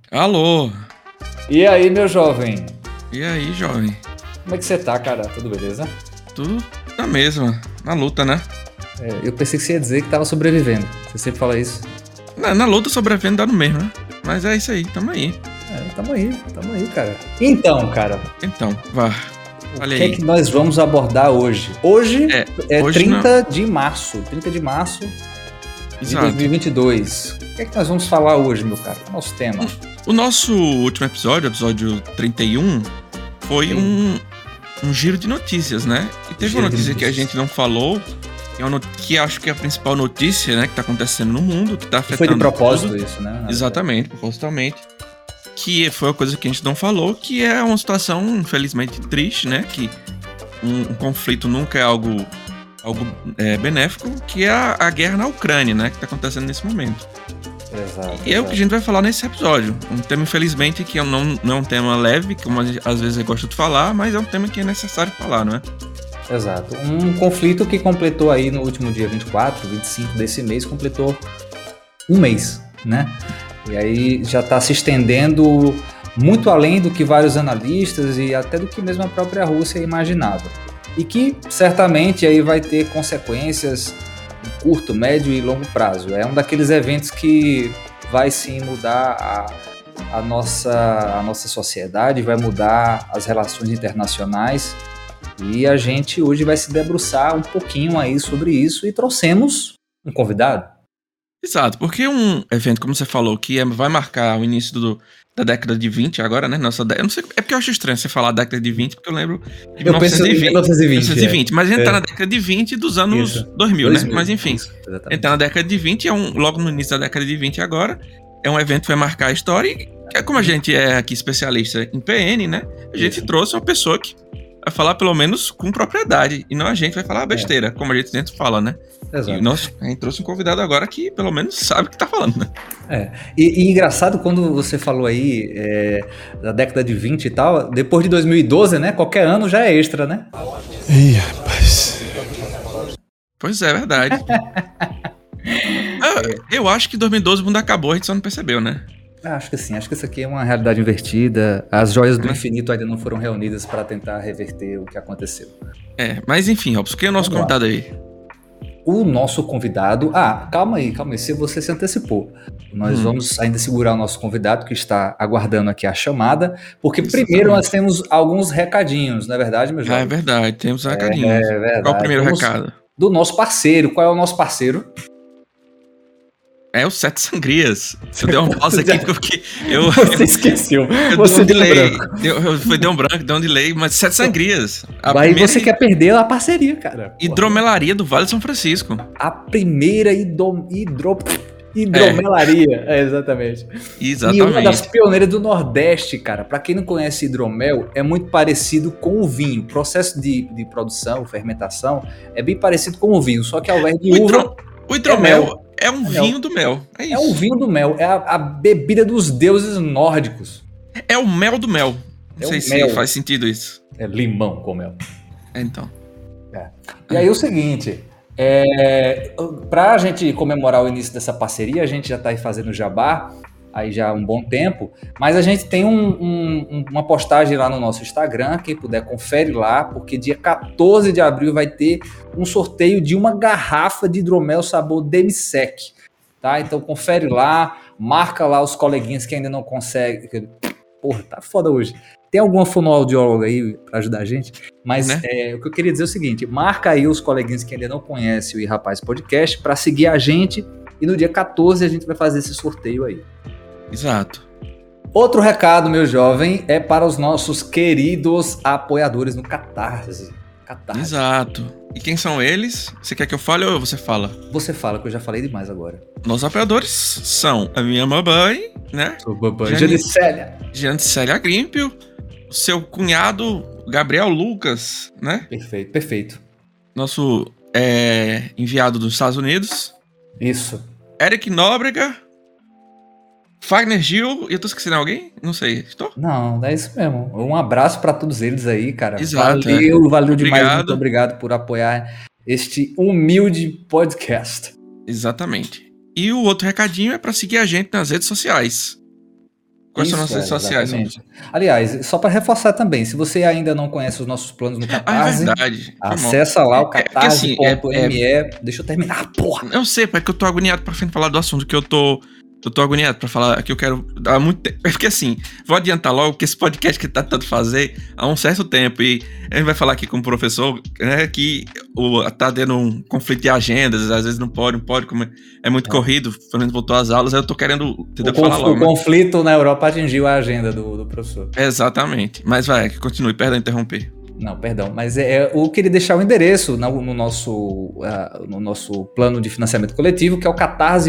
Alô? E aí, meu jovem? E aí, jovem? Como é que você tá, cara? Tudo beleza? Tudo na mesma, na luta, né? Eu pensei que você ia dizer que tava sobrevivendo. Você sempre fala isso. Na luta sobrevivendo dá no mesmo, né? Mas é isso aí, tamo aí. Tamo aí, cara. Então, cara. Então, vá. Olha O que aí. é que nós vamos abordar hoje? Hoje é hoje 30 de março. 30 de março de Exato. 2022. O que é que nós vamos falar hoje, meu cara? Qual é o nosso tema? O nosso último episódio 31, foi um giro de notícias, né? E teve uma notícia que a gente não falou, que acho que é a principal notícia, né, que tá acontecendo no mundo, que tá afetando Foi de propósito tudo. isso, né? Exatamente, propositalmente. Que foi uma coisa que a gente não falou, que é uma situação, infelizmente, triste, né? Que um conflito nunca é algo benéfico, que é a guerra na Ucrânia, né? Que tá acontecendo nesse momento. Exato. E é o que a gente vai falar nesse episódio. Um tema, infelizmente, que não é um tema leve, como às vezes eu gosto de falar, mas é um tema que é necessário falar, não é? Exato. Um conflito que completou aí no último dia 24, 25 desse mês, completou um mês, né? E aí já está se estendendo muito além do que vários analistas e até do que mesmo a própria Rússia imaginava. E que certamente aí vai ter consequências em curto, médio e longo prazo. É um daqueles eventos que vai sim mudar a nossa sociedade, vai mudar as relações internacionais. E a gente hoje vai se debruçar um pouquinho aí sobre isso e trouxemos um convidado. Exato, porque um evento, como você falou, que vai marcar o início da década de 20 agora, né? Eu não sei, é porque eu acho estranho você falar década de 20, porque eu lembro de 1920. Mas a gente tá na década de 20 dos anos 2000, né? Mas enfim, a gente tá na década de 20, logo no início da década de 20 agora, é um evento que vai marcar a história e, como a gente é aqui especialista em PN, né? A gente trouxe uma pessoa que vai falar pelo menos com propriedade, e não a gente vai falar besteira, como a gente sempre fala, né? Exato. E a gente trouxe um convidado agora que pelo menos sabe o que tá falando, né? E engraçado quando você falou aí da década de 20 e tal, depois de 2012, né? Qualquer ano já é extra, né? Ih, rapaz. Pois é, verdade. Eu acho que 2012 o mundo acabou, a gente só não percebeu, né? Acho que sim, acho que isso aqui é uma realidade invertida. As joias do infinito ainda não foram reunidas para tentar reverter o que aconteceu. Mas enfim, Robson, quem é o nosso convidado aí? O nosso convidado... calma aí, você se antecipou. Nós vamos ainda segurar o nosso convidado que está aguardando aqui a chamada, porque primeiro nós temos alguns recadinhos, não é verdade, meu jovem? É verdade, temos recadinhos. É verdade. Qual é o primeiro recado? Do nosso parceiro. Qual é o nosso parceiro? É o Sete Sangrias. Você deu uma pausa aqui porque Você esqueceu. Você deu um branco. Deu um delay, mas Sete Sangrias. Aí você quer perder a parceria, cara. Hidromelaria do Vale de São Francisco. A primeira hidromelaria. Exatamente. E uma das pioneiras do Nordeste, cara. Pra quem não conhece hidromel, é muito parecido com o vinho. O processo de produção, fermentação, é bem parecido com o vinho, só que ao invés de uva... O hidromel é um vinho do mel. É isso. É um vinho do mel. É a bebida dos deuses nórdicos. É o mel do mel. Não sei se faz sentido isso. É limão com mel. Então. E aí o seguinte, pra gente comemorar o início dessa parceria, a gente já tá aí fazendo jabá, aí já há um bom tempo, mas a gente tem uma postagem lá no nosso Instagram, quem puder confere lá, porque dia 14 de abril vai ter um sorteio de uma garrafa de hidromel sabor Demisec, tá? Então confere lá, marca lá os coleguinhas que ainda não conseguem. Porra, tá foda hoje. Tem alguma fonoaudióloga aí pra ajudar a gente? Mas o que eu queria dizer é o seguinte, marca aí os coleguinhas que ainda não conhecem o Irrapaz Podcast pra seguir a gente, e no dia 14 a gente vai fazer esse sorteio aí. Exato. Outro recado, meu jovem, é para os nossos queridos apoiadores no Catarse. Exato. E quem são eles? Você quer que eu fale ou você fala? Você fala, que eu já falei demais agora. Nossos apoiadores são a minha mamãe, né? Sua mamãe, Janicélia Grímpio, o seu cunhado, Gabriel Lucas, né? Perfeito. Nosso enviado dos Estados Unidos. Isso. Eric Nóbrega, Fagner Gil, e eu tô esquecendo alguém? Não sei, estou? Não, é isso mesmo. Um abraço para todos eles aí, cara. Exato. Valeu demais. Muito obrigado por apoiar este humilde podcast. Exatamente. E o outro recadinho é para seguir a gente nas redes sociais. Quais são nossas redes sociais? Aliás, só para reforçar também, se você ainda não conhece os nossos planos no Catarse, é verdade. acessa lá o catarse.me. Deixa eu terminar, porra. Eu sei, porque eu tô agoniado pra falar do assunto, que eu tô agoniado pra falar, que eu quero dar muito tempo. É porque assim, vou adiantar logo que esse podcast que tá tentando fazer há um certo tempo, e a gente vai falar aqui com o professor, né, que tá tendo um conflito de agendas, às vezes não pode, como é muito corrido, quando a gente voltou às aulas, eu tô querendo falar logo. O conflito na Europa atingiu a agenda do professor. Exatamente, mas vai, que continue, perdão interromper. Não, perdão, mas eu queria deixar o endereço no nosso plano de financiamento coletivo, que é o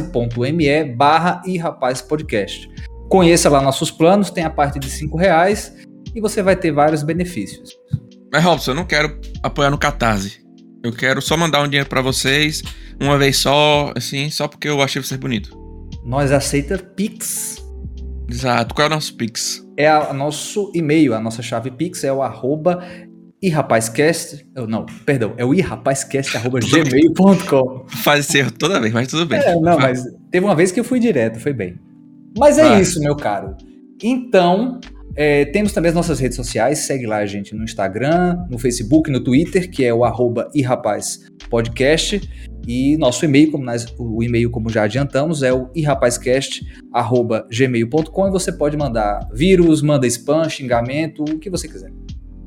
catarse.me/irapazpodcast. Conheça lá nossos planos, tem a parte de R$5 e você vai ter vários benefícios. Mas, Robson, eu não quero apoiar no Catarse. Eu quero só mandar um dinheiro pra vocês, uma vez só, assim, só porque eu achei vocês bonitos. Nós aceitamos Pix. Exato. Qual é o nosso Pix? É o nosso e-mail, a nossa chave Pix é o @irapazcast. É o irapazcast@gmail.com. Faz esse erro toda vez, mas tudo bem. Mas teve uma vez que eu fui direto, foi bem. Mas é isso, meu caro. Então, temos também as nossas redes sociais, segue lá a gente no Instagram, no Facebook, no Twitter, que é o @irapazpodcast. E nosso e-mail, como já adiantamos, é o irapazcast@gmail.com, e você pode mandar vírus, manda spam, xingamento, o que você quiser.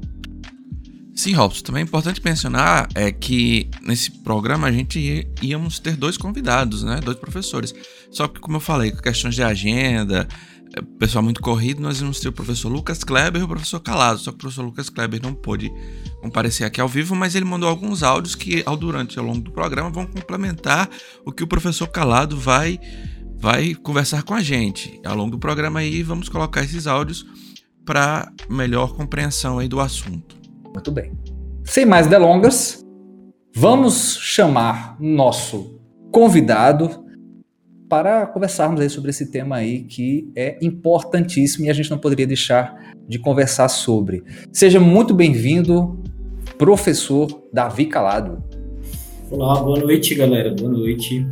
Sim, Robson, também é importante mencionar que nesse programa a gente íamos ter 2 convidados, né? 2 professores. Só que, como eu falei, com questões de agenda, pessoal muito corrido, nós íamos ter o professor Lucas Kleber e o professor Calado. Só que o professor Lucas Kleber não pôde comparecer aqui ao vivo, mas ele mandou alguns áudios que, ao longo do programa, vão complementar o que o professor Calado vai conversar com a gente. Ao longo do programa aí, vamos colocar esses áudios para melhor compreensão aí do assunto. Muito bem. Sem mais delongas, vamos chamar nosso convidado para conversarmos aí sobre esse tema aí que é importantíssimo e a gente não poderia deixar de conversar sobre. Seja muito bem-vindo, professor Davi Calado. Olá, boa noite, galera. Boa noite.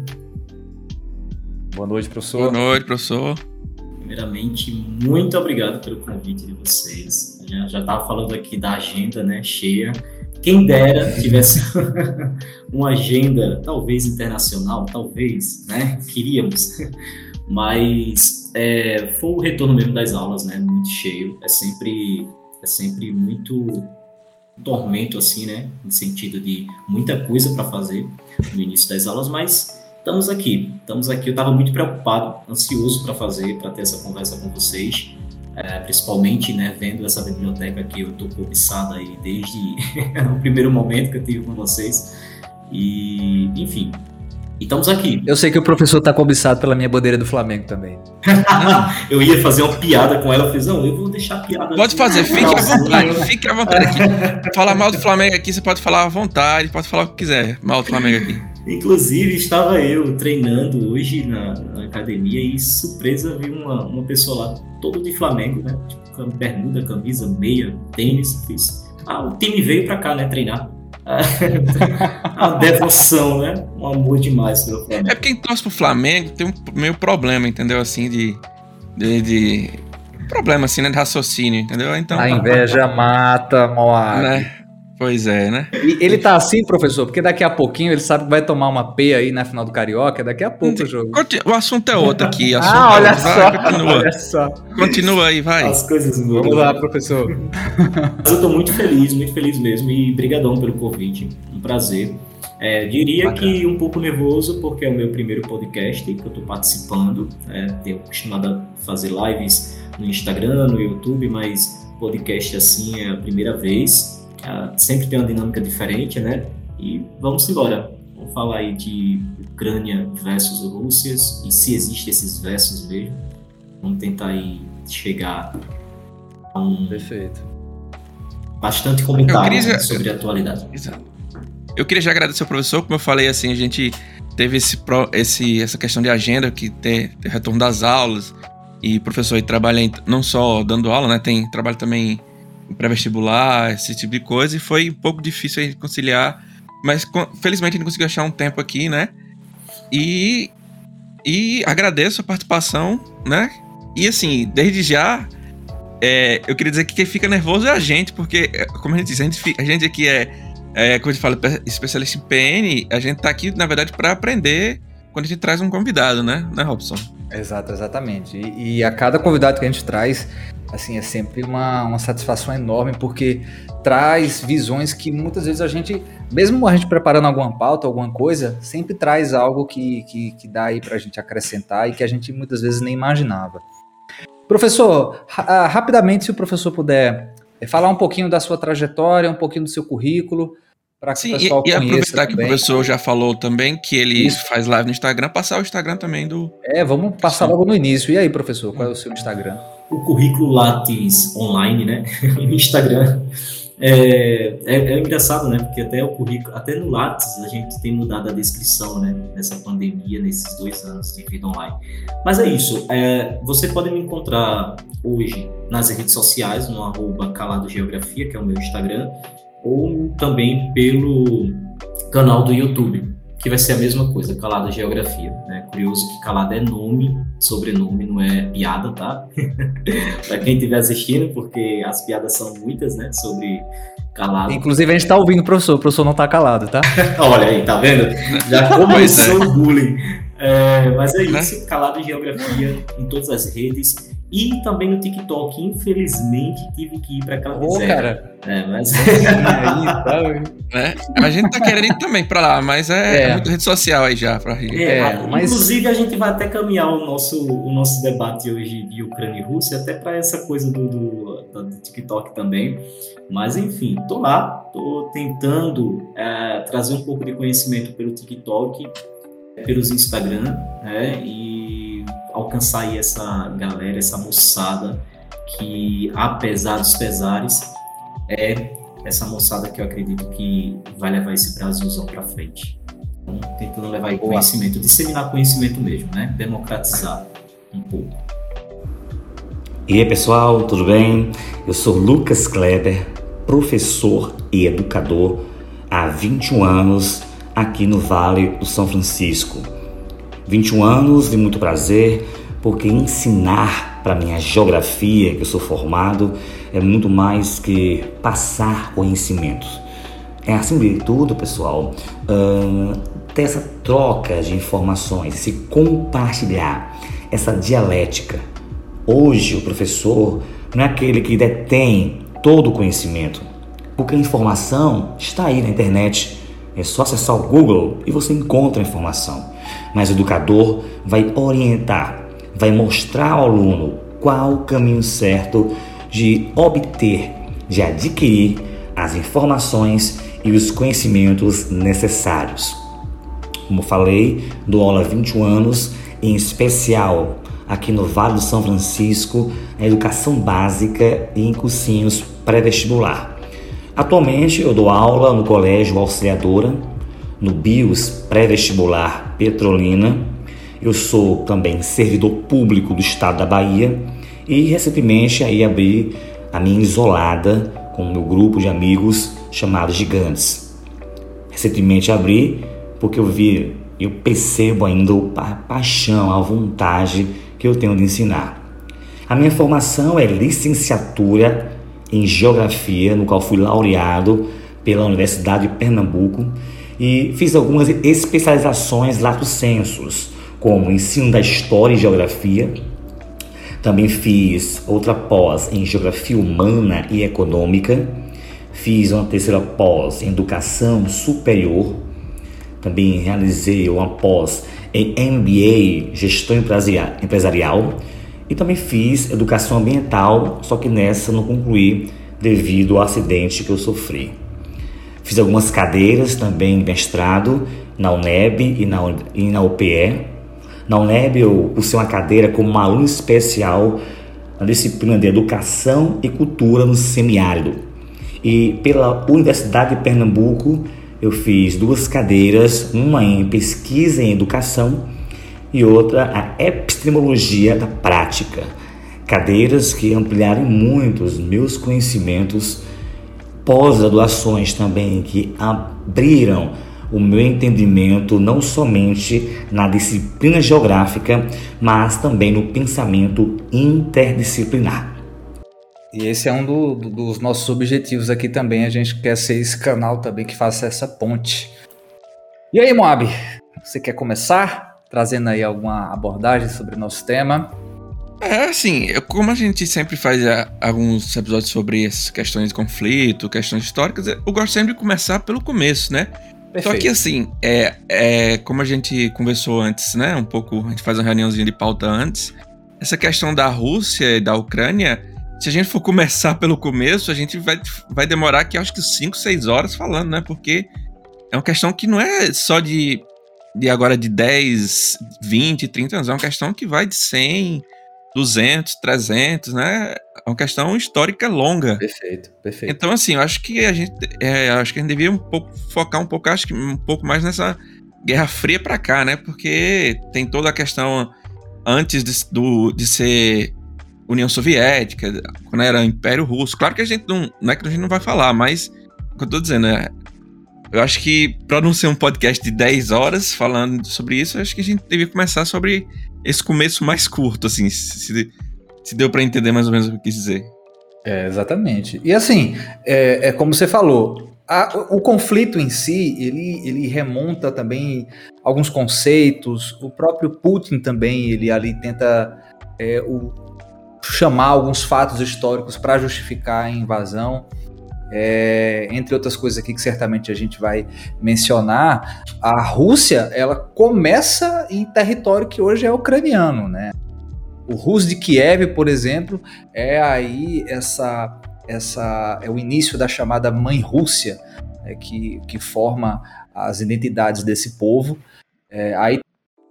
Boa noite, professor. Boa noite, professor. Primeiramente, muito obrigado pelo convite de vocês. Já estava falando aqui da agenda, né, cheia. Quem dera tivesse uma agenda, talvez internacional, talvez, né, queríamos. Mas foi o retorno mesmo das aulas, né, muito cheio. É sempre muito tormento, assim, né, no sentido de muita coisa para fazer no início das aulas, mas estamos aqui. Eu estava muito preocupado, ansioso para ter essa conversa com vocês, principalmente, né, vendo essa biblioteca que eu estou cobiçado aí desde o primeiro momento que eu tive com vocês. E, enfim, e estamos aqui. Eu sei que o professor está cobiçado pela minha bandeira do Flamengo também. Eu ia fazer uma piada com ela, eu fiz, não, eu vou deixar a piada. Pode fazer, fique à vontade aqui. Falar mal do Flamengo aqui, você pode falar à vontade, pode falar o que quiser, mal do Flamengo aqui. Inclusive, estava eu treinando hoje na academia e, surpresa, vi uma pessoa lá, todo de Flamengo, né? Tipo, bermuda, camisa, meia, tênis. Fiz. O time veio pra cá, né? Treinar. A devoção, né? Um amor demais pelo Flamengo. É porque quem torce pro Flamengo tem um meio problema, entendeu? Assim, de problema, assim, né? De raciocínio, entendeu? Então, a inveja mata, Moab. Né? Pois é, né? E ele tá assim, professor, porque daqui a pouquinho ele sabe que vai tomar uma peia aí na final do Carioca, daqui a pouco o jogo. O assunto é outro aqui. Olha só. Continua aí, vai. As coisas mudam. Vamos lá, professor. Mas eu tô muito feliz mesmo, e brigadão pelo convite, um prazer. Diria bacana. Que um pouco nervoso, porque é o meu primeiro podcast que eu tô participando. Tenho acostumado a fazer lives no Instagram, no YouTube, mas podcast assim é a primeira vez. Sempre tem uma dinâmica diferente, né? E vamos embora. Vamos falar aí de Ucrânia versus Rússia e se existem esses versus mesmo. Vamos tentar aí chegar a Perfeito. Bastante comentário sobre a atualidade. Exato. Eu queria já agradecer ao professor, como eu falei, assim, a gente teve essa questão de agenda, que tem retorno das aulas, e o professor aí trabalha não só dando aula, né? Tem trabalho também pré-vestibular, esse tipo de coisa, e foi um pouco difícil a gente conciliar, mas felizmente a gente conseguiu achar um tempo aqui, né? E agradeço a participação, né? E assim, desde já, eu queria dizer que quem fica nervoso é a gente, porque, como a gente disse, a gente aqui como a gente fala, especialista em PN, a gente tá aqui, na verdade, para aprender quando a gente traz um convidado, né, Robson? Exatamente. E a cada convidado que a gente traz, assim, é sempre uma satisfação enorme, porque traz visões que muitas vezes a gente, mesmo a gente preparando alguma pauta, alguma coisa, sempre traz algo que dá aí pra gente acrescentar e que a gente muitas vezes nem imaginava. Professor, rapidamente, se o professor puder falar um pouquinho da sua trajetória, um pouquinho do seu currículo, para que o pessoal conheça. E aproveitar também. Que o professor já falou também que ele faz live no Instagram, passar o Instagram também do... vamos passar logo no início. E aí, professor, qual é o seu Instagram? O currículo Lattes online, né? No Instagram. É engraçado, né? Porque até o currículo, até no Lattes a gente tem mudado a descrição, né? Nessa pandemia, nesses 2 anos de vida online. Mas é isso. Você pode me encontrar hoje nas redes sociais, no @caladogeografia, que é o meu Instagram, ou também pelo canal do YouTube, que vai ser a mesma coisa, Calado Geografia, né? Curioso que Calado é nome, sobrenome, não é piada, tá? Para quem estiver assistindo, porque as piadas são muitas, né? Sobre Calado. Inclusive a gente tá ouvindo o professor não tá calado, tá? Olha aí, tá vendo? Já começou o bullying. Mas é isso, Calado Geografia em todas as redes. E também no TikTok, infelizmente, tive que ir para aquela cara. Mas... A gente tá querendo ir também para lá, mas é muita rede social aí já pra rir. Mas... Inclusive, a gente vai até caminhar o nosso debate hoje de Ucrânia e Rússia, até para essa coisa do TikTok também. Mas, enfim, tô lá, tô tentando trazer um pouco de conhecimento pelo TikTok, pelos Instagram, né? E alcançar aí essa galera, essa moçada que, apesar dos pesares, é essa moçada que eu acredito que vai levar esse Brasilzão pra frente. Então, tentando levar aí conhecimento, disseminar conhecimento mesmo, né? Democratizar um pouco. E aí, pessoal, tudo bem? Eu sou Lucas Kleber, professor e educador há 21 anos aqui no Vale do São Francisco. 21 anos de muito prazer, porque ensinar para minha geografia, que eu sou formado, é muito mais que passar conhecimentos. É acima de tudo, pessoal, ter essa troca de informações, esse compartilhar, essa dialética. Hoje o professor não é aquele que detém todo o conhecimento, porque a informação está aí na internet. É só acessar o Google e você encontra a informação. Mas o educador vai orientar, vai mostrar ao aluno qual o caminho certo de obter, de adquirir as informações e os conhecimentos necessários. Como falei, dou aula há 21 anos, em especial aqui no Vale do São Francisco, a educação básica e em cursinhos pré-vestibular. Atualmente eu dou aula no Colégio Auxiliadora, no BIOS pré-vestibular Petrolina. Eu sou também servidor público do estado da Bahia e recentemente aí abri a minha isolada com o meu grupo de amigos chamado Gigantes. Recentemente abri porque eu percebo ainda a paixão, a vontade que eu tenho de ensinar. A minha formação é licenciatura em Geografia, no qual fui laureado pela Universidade de Pernambuco e fiz algumas especializações lato sensus, como ensino da História e Geografia. Também fiz outra pós em Geografia Humana e Econômica. Fiz uma terceira pós em Educação Superior. Também realizei uma pós em MBA, Gestão Empresarial. E também fiz Educação Ambiental, só que nessa não concluí devido ao acidente que eu sofri. Fiz algumas cadeiras também de mestrado na UNEB e na UPE. Na UNEB eu cursei uma cadeira como aluno especial na disciplina de Educação e Cultura no Semiárido. E pela Universidade de Pernambuco eu fiz 2 cadeiras, uma em Pesquisa em Educação e outra a Epistemologia da Prática. Cadeiras que ampliaram muito os meus conhecimentos, pós-graduações também que abriram o meu entendimento não somente na disciplina geográfica, mas também no pensamento interdisciplinar. E esse é um dos nossos objetivos aqui também. A gente quer ser esse canal também que faça essa ponte. E aí, Moab, você quer começar trazendo aí alguma abordagem sobre o nosso tema? Assim, como a gente sempre faz alguns episódios sobre essas questões de conflito, questões históricas, eu gosto sempre de começar pelo começo, né? Perfeito. Só que assim, como a gente conversou antes, né? Um pouco, a gente faz uma reuniãozinha de pauta antes. Essa questão da Rússia e da Ucrânia, se a gente for começar pelo começo, a gente vai demorar aqui, acho que 5, 6 horas falando, né? Porque é uma questão que não é só de agora de 10, 20, 30 anos. É uma questão que vai de 100, 200, 300, né? É uma questão histórica longa. Perfeito. Então, assim, eu acho que a gente devia focar um pouco mais nessa Guerra Fria pra cá, né? Porque tem toda a questão antes de ser União Soviética, quando era Império Russo. Claro que a gente não é que a gente não vai falar, mas o que eu tô dizendo eu acho que pra não ser um podcast de 10 horas falando sobre isso, eu acho que a gente devia começar sobre esse começo mais curto, assim, se deu pra entender mais ou menos o que eu quis dizer. Exatamente. E assim, como você falou, o conflito em si, ele remonta também alguns conceitos. O próprio Putin também, ele ali tenta chamar alguns fatos históricos para justificar a invasão. Entre outras coisas aqui que certamente a gente vai mencionar, a Rússia, ela começa em território que hoje é ucraniano, né? O Rus de Kiev, por exemplo, é o início da chamada Mãe Rússia, que forma as identidades desse povo. Aí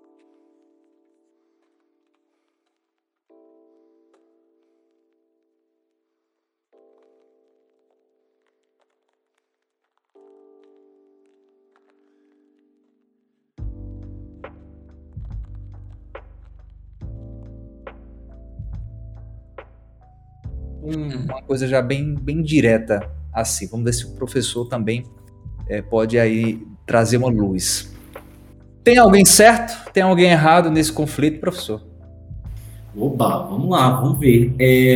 uma coisa já bem direta assim. Vamos ver se o professor também pode aí trazer uma luz. Tem alguém certo? Tem alguém errado nesse conflito, professor? Oba, vamos lá, vamos ver.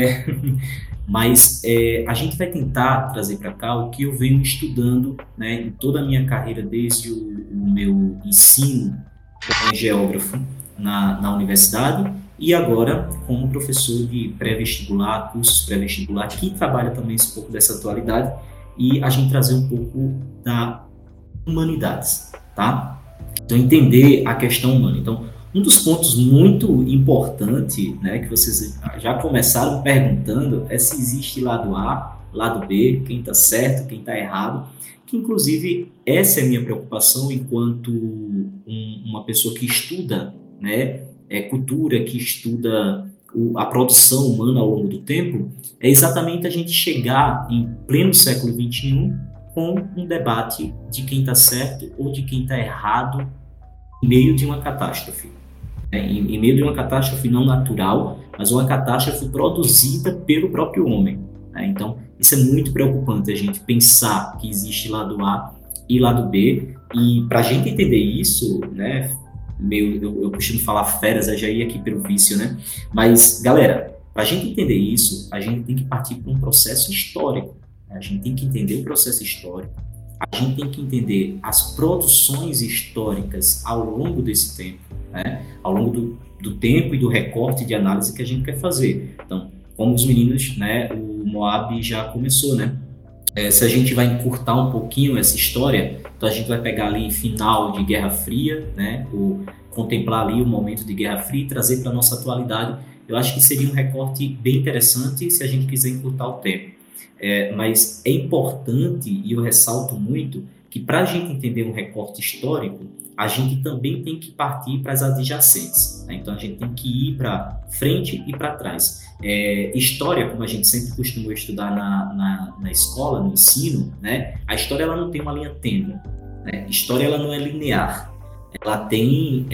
Mas a gente vai tentar trazer para cá o que eu venho estudando, né, em toda a minha carreira, desde o meu ensino como geógrafo na universidade, e agora como professor de pré-vestibular, cursos pré-vestibular, que trabalha também um pouco dessa atualidade, e a gente trazer um pouco da humanidades, tá? Então, entender a questão humana. Então, um dos pontos muito importantes, né, que vocês já começaram perguntando, é se existe lado A, lado B, quem está certo, quem está errado, que inclusive essa é a minha preocupação enquanto uma pessoa que estuda, né, cultura, que estuda a produção humana ao longo do tempo, é exatamente a gente chegar em pleno século XXI com um debate de quem está certo ou de quem está errado em meio de uma catástrofe. Em meio de uma catástrofe não natural, mas uma catástrofe produzida pelo próprio homem. Então, isso é muito preocupante, a gente pensar que existe lado A e lado B, e para a gente entender isso, né, eu costumo falar feras, eu já ia aqui pelo vício, né? Mas, galera, para a gente entender isso, a gente tem que partir para um processo histórico. A gente tem que entender o processo histórico, a gente tem que entender as produções históricas ao longo desse tempo, né? Ao longo do tempo e do recorte de análise que a gente quer fazer. Então, como os meninos, né, o Moab já começou, né? Se a gente vai encurtar um pouquinho essa história, então a gente vai pegar ali final de Guerra Fria, né, ou contemplar ali o momento de Guerra Fria e trazer para a nossa atualidade. Eu acho que seria um recorte bem interessante se a gente quiser encurtar o tempo. Mas é importante, e eu ressalto muito, que para a gente entender um recorte histórico, a gente também tem que partir para as adjacentes, né? Então a gente tem que ir para frente e para trás. História, como a gente sempre costuma estudar na escola, no ensino, né? A história ela não tem uma linha tênue, né? História ela não é linear, ela tem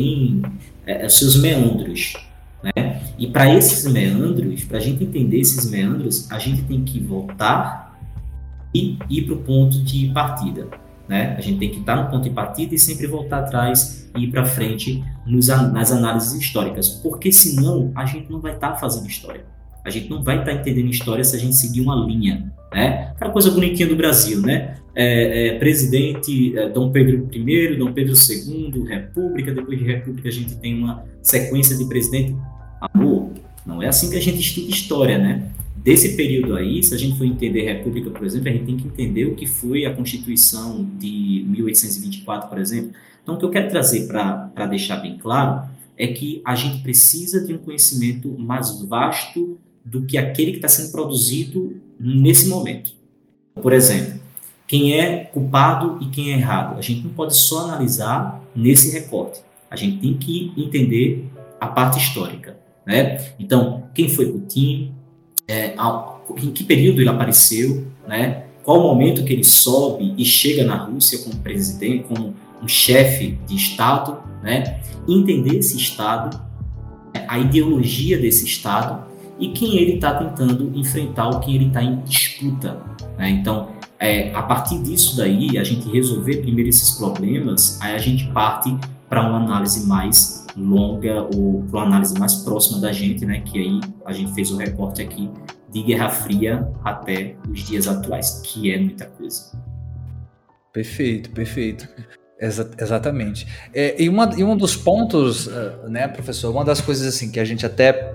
seus meandros, né? E para esses meandros, para a gente entender esses meandros, a gente tem que voltar e ir para o ponto de partida, né? A gente tem que estar no ponto de partida e sempre voltar atrás e ir para frente nas análises históricas, porque senão a gente não vai estar fazendo história. A gente não vai estar entendendo história se a gente seguir uma linha, né? Aquela coisa bonitinha do Brasil, né? Presidente Dom Pedro I, Dom Pedro II, República, depois de República a gente tem uma sequência de presidente. Amor, não é assim que a gente estuda história, né? Desse período aí, se a gente for entender República, por exemplo, a gente tem que entender o que foi a Constituição de 1824, por exemplo. Então, o que eu quero trazer para deixar bem claro é que a gente precisa de um conhecimento mais vasto do que aquele que está sendo produzido nesse momento. Por exemplo, quem é culpado e quem é errado. A gente não pode só analisar nesse recorte. A gente tem que entender a parte histórica, né? Então, quem foi Putin, em que período ele apareceu, né? Qual o momento que ele sobe e chega na Rússia como presidente, como um chefe de Estado, né? Entender esse Estado, a ideologia desse Estado e quem ele está tentando enfrentar ou quem ele está em disputa, né? Então, a partir disso daí, a gente resolver primeiro esses problemas, aí a gente parte para uma análise mais longa ou para uma análise mais próxima da gente, né? Que aí a gente fez o recorte aqui de Guerra Fria até os dias atuais, que é muita coisa. Perfeito. Exatamente. E um dos pontos, né, professor, uma das coisas assim que a gente até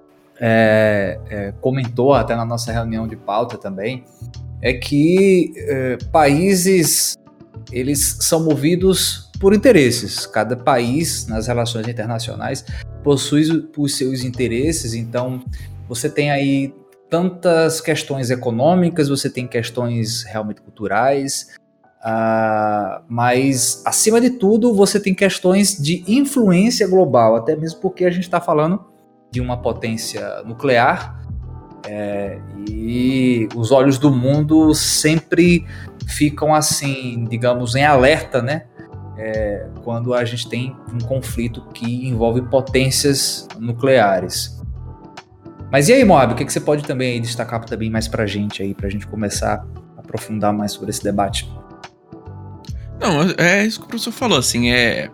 comentou até na nossa reunião de pauta também, é que países, eles são movidos por interesses. Cada país, nas relações internacionais, possui os seus interesses. Então, você tem aí tantas questões econômicas, você tem questões realmente culturais, mas, acima de tudo, você tem questões de influência global, até mesmo porque a gente está falando de uma potência nuclear, e os olhos do mundo sempre ficam assim, digamos, em alerta, né? Quando a gente tem um conflito que envolve potências nucleares. Mas e aí, Moab, o que você pode também aí destacar também mais pra gente começar a aprofundar mais sobre esse debate? Não, é isso que o professor falou, assim,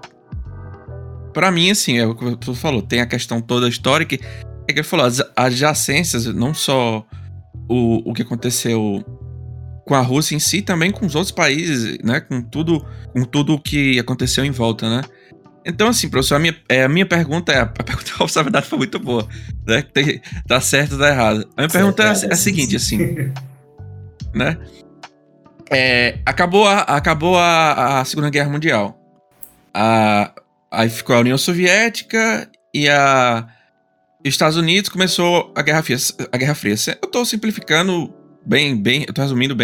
pra mim, assim, é o que o professor falou, tem a questão toda histórica, é que ele falou, as adjacências, não só o que aconteceu com a Rússia em si, também com os outros países, né, com tudo o que aconteceu em volta, né. Então, assim, professor, a minha pergunta a pergunta, na verdade, foi muito boa, né, tá certo ou tá errado. A minha pergunta é a seguinte, assim, né, acabou a Segunda Guerra Mundial, aí ficou a União Soviética e os Estados Unidos, começou a Guerra Fria. Eu tô simplificando eu tô resumindo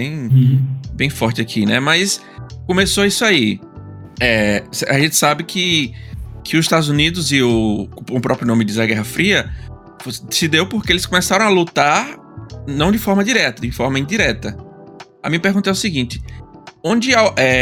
bem forte aqui, né? Mas começou isso aí. A gente sabe que os Estados Unidos e o próprio nome diz a Guerra Fria se deu porque eles começaram a lutar não de forma direta, de forma indireta. A minha pergunta é o seguinte: onde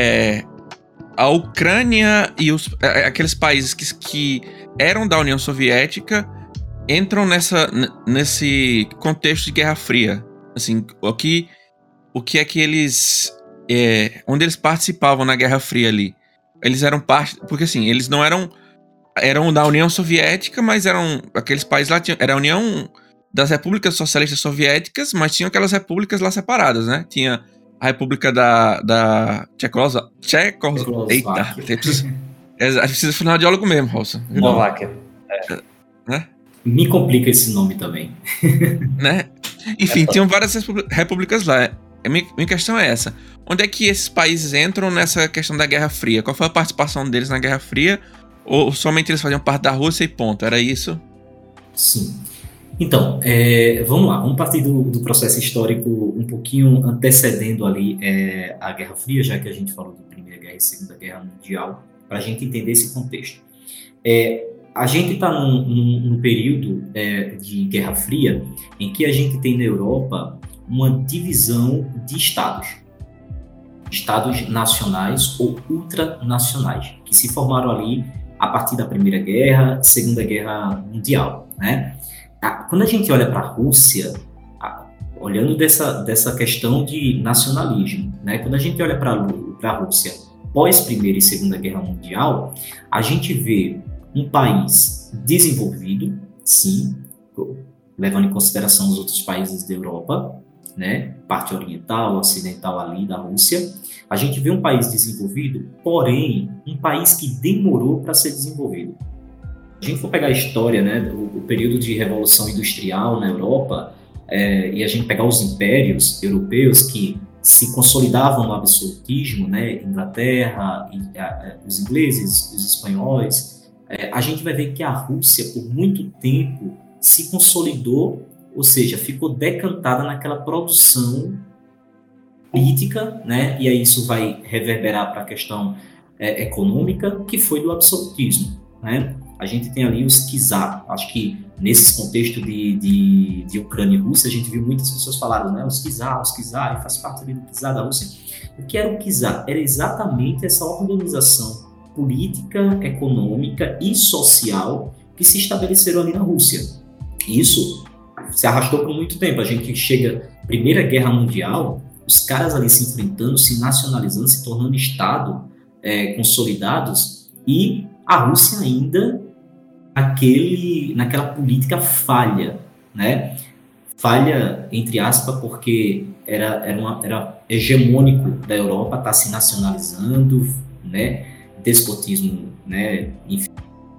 a Ucrânia e aqueles países que eram da União Soviética entram nesse contexto de Guerra Fria? Assim, o que é que eles... onde eles participavam na Guerra Fria ali? Eles eram parte... Porque assim, eles não eram da União Soviética, mas eram aqueles países lá... Era a União das Repúblicas Socialistas Soviéticas, mas tinham aquelas repúblicas lá separadas, né? Tinha a República da Tchecoslováquia. Eita, precisa fazer um diálogo mesmo, Rolson. Eslováquia. Né? Me complica esse nome também. Né? Enfim, tinham várias repúblicas lá. Minha questão é essa. Onde é que esses países entram nessa questão da Guerra Fria? Qual foi a participação deles na Guerra Fria? Ou somente eles faziam parte da Rússia e ponto? Era isso? Sim. Então, vamos lá. Vamos partir do processo histórico um pouquinho antecedendo ali a Guerra Fria, já que a gente falou de Primeira Guerra e Segunda Guerra Mundial, para a gente entender esse contexto. A gente está num período de Guerra Fria em que a gente tem na Europa uma divisão de estados nacionais ou ultranacionais, que se formaram ali a partir da Primeira Guerra, Segunda Guerra Mundial, né? Quando a gente olha para a Rússia, olhando dessa questão de nacionalismo, né? Quando a gente olha para para a Rússia pós Primeira e Segunda Guerra Mundial, a gente vê um país desenvolvido, sim, levando em consideração os outros países da Europa, né, parte oriental, ocidental ali da Rússia. A gente vê um país desenvolvido, porém, um país que demorou para ser desenvolvido. Se a gente for pegar a história, né, o período de Revolução Industrial na Europa, e a gente pegar os impérios europeus que se consolidavam no absolutismo, né, Inglaterra, os ingleses, os espanhóis, a gente vai ver que a Rússia, por muito tempo, se consolidou, ou seja, ficou decantada naquela produção política, né, e aí isso vai reverberar para a questão econômica, que foi do absolutismo, né? A gente tem ali os czar. Acho que nesses contextos de Ucrânia e Rússia, a gente viu muitas pessoas falarem, né? Os czar, faz parte ali do czar da Rússia. O que era o czar? Era exatamente essa organização política, econômica e social que se estabeleceram ali na Rússia. Isso se arrastou por muito tempo. A gente chega à Primeira Guerra Mundial, os caras ali se enfrentando, se nacionalizando, se tornando Estado, consolidados, e a Rússia ainda naquela política falha, né? Falha, entre aspas, porque era hegemônico da Europa, está se nacionalizando, né? Despotismo, né? Enfim,